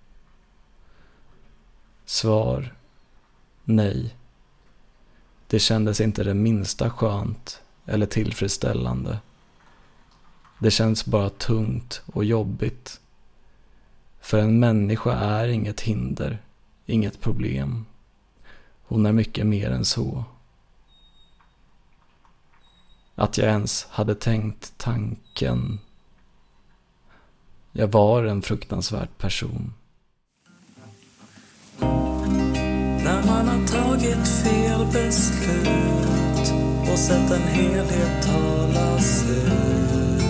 Svar: nej. Det kändes inte det minsta skönt eller tillfredsställande. Det känns bara tungt och jobbigt. För en människa är inget hinder, inget problem. Hon är mycket mer än så. Att jag ens hade tänkt tanken. Jag var en fruktansvärd person. När man har tagit fel beslut och sett en helhet talas ut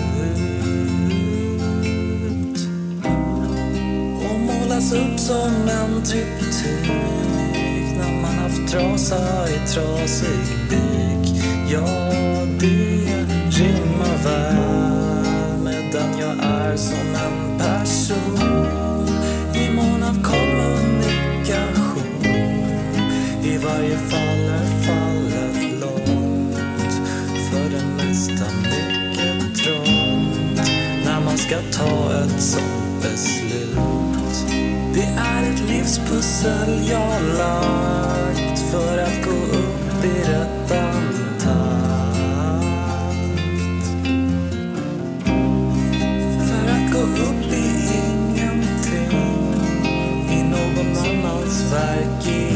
och målas upp som en triptyk när man haft trasa i trasig byk. Ja, det rimmar väl med den jag är som en person i mån av kommunikation. I varje fall är fallet långt, för det mesta mycket trångt när man ska ta ett sånt beslut. Det är ett livspussel jag lagt för att gå upp i rättan takt. För att gå upp i ingenting, i någon annans verk i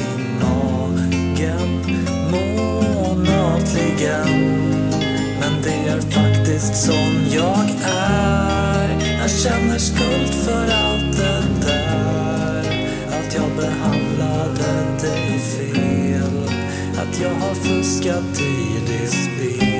månatligen. Men det är faktiskt sån jag är. Jag känner skuld för allt det där. Att jag behandlade dig fel. Att jag har fuskat i ditt spel.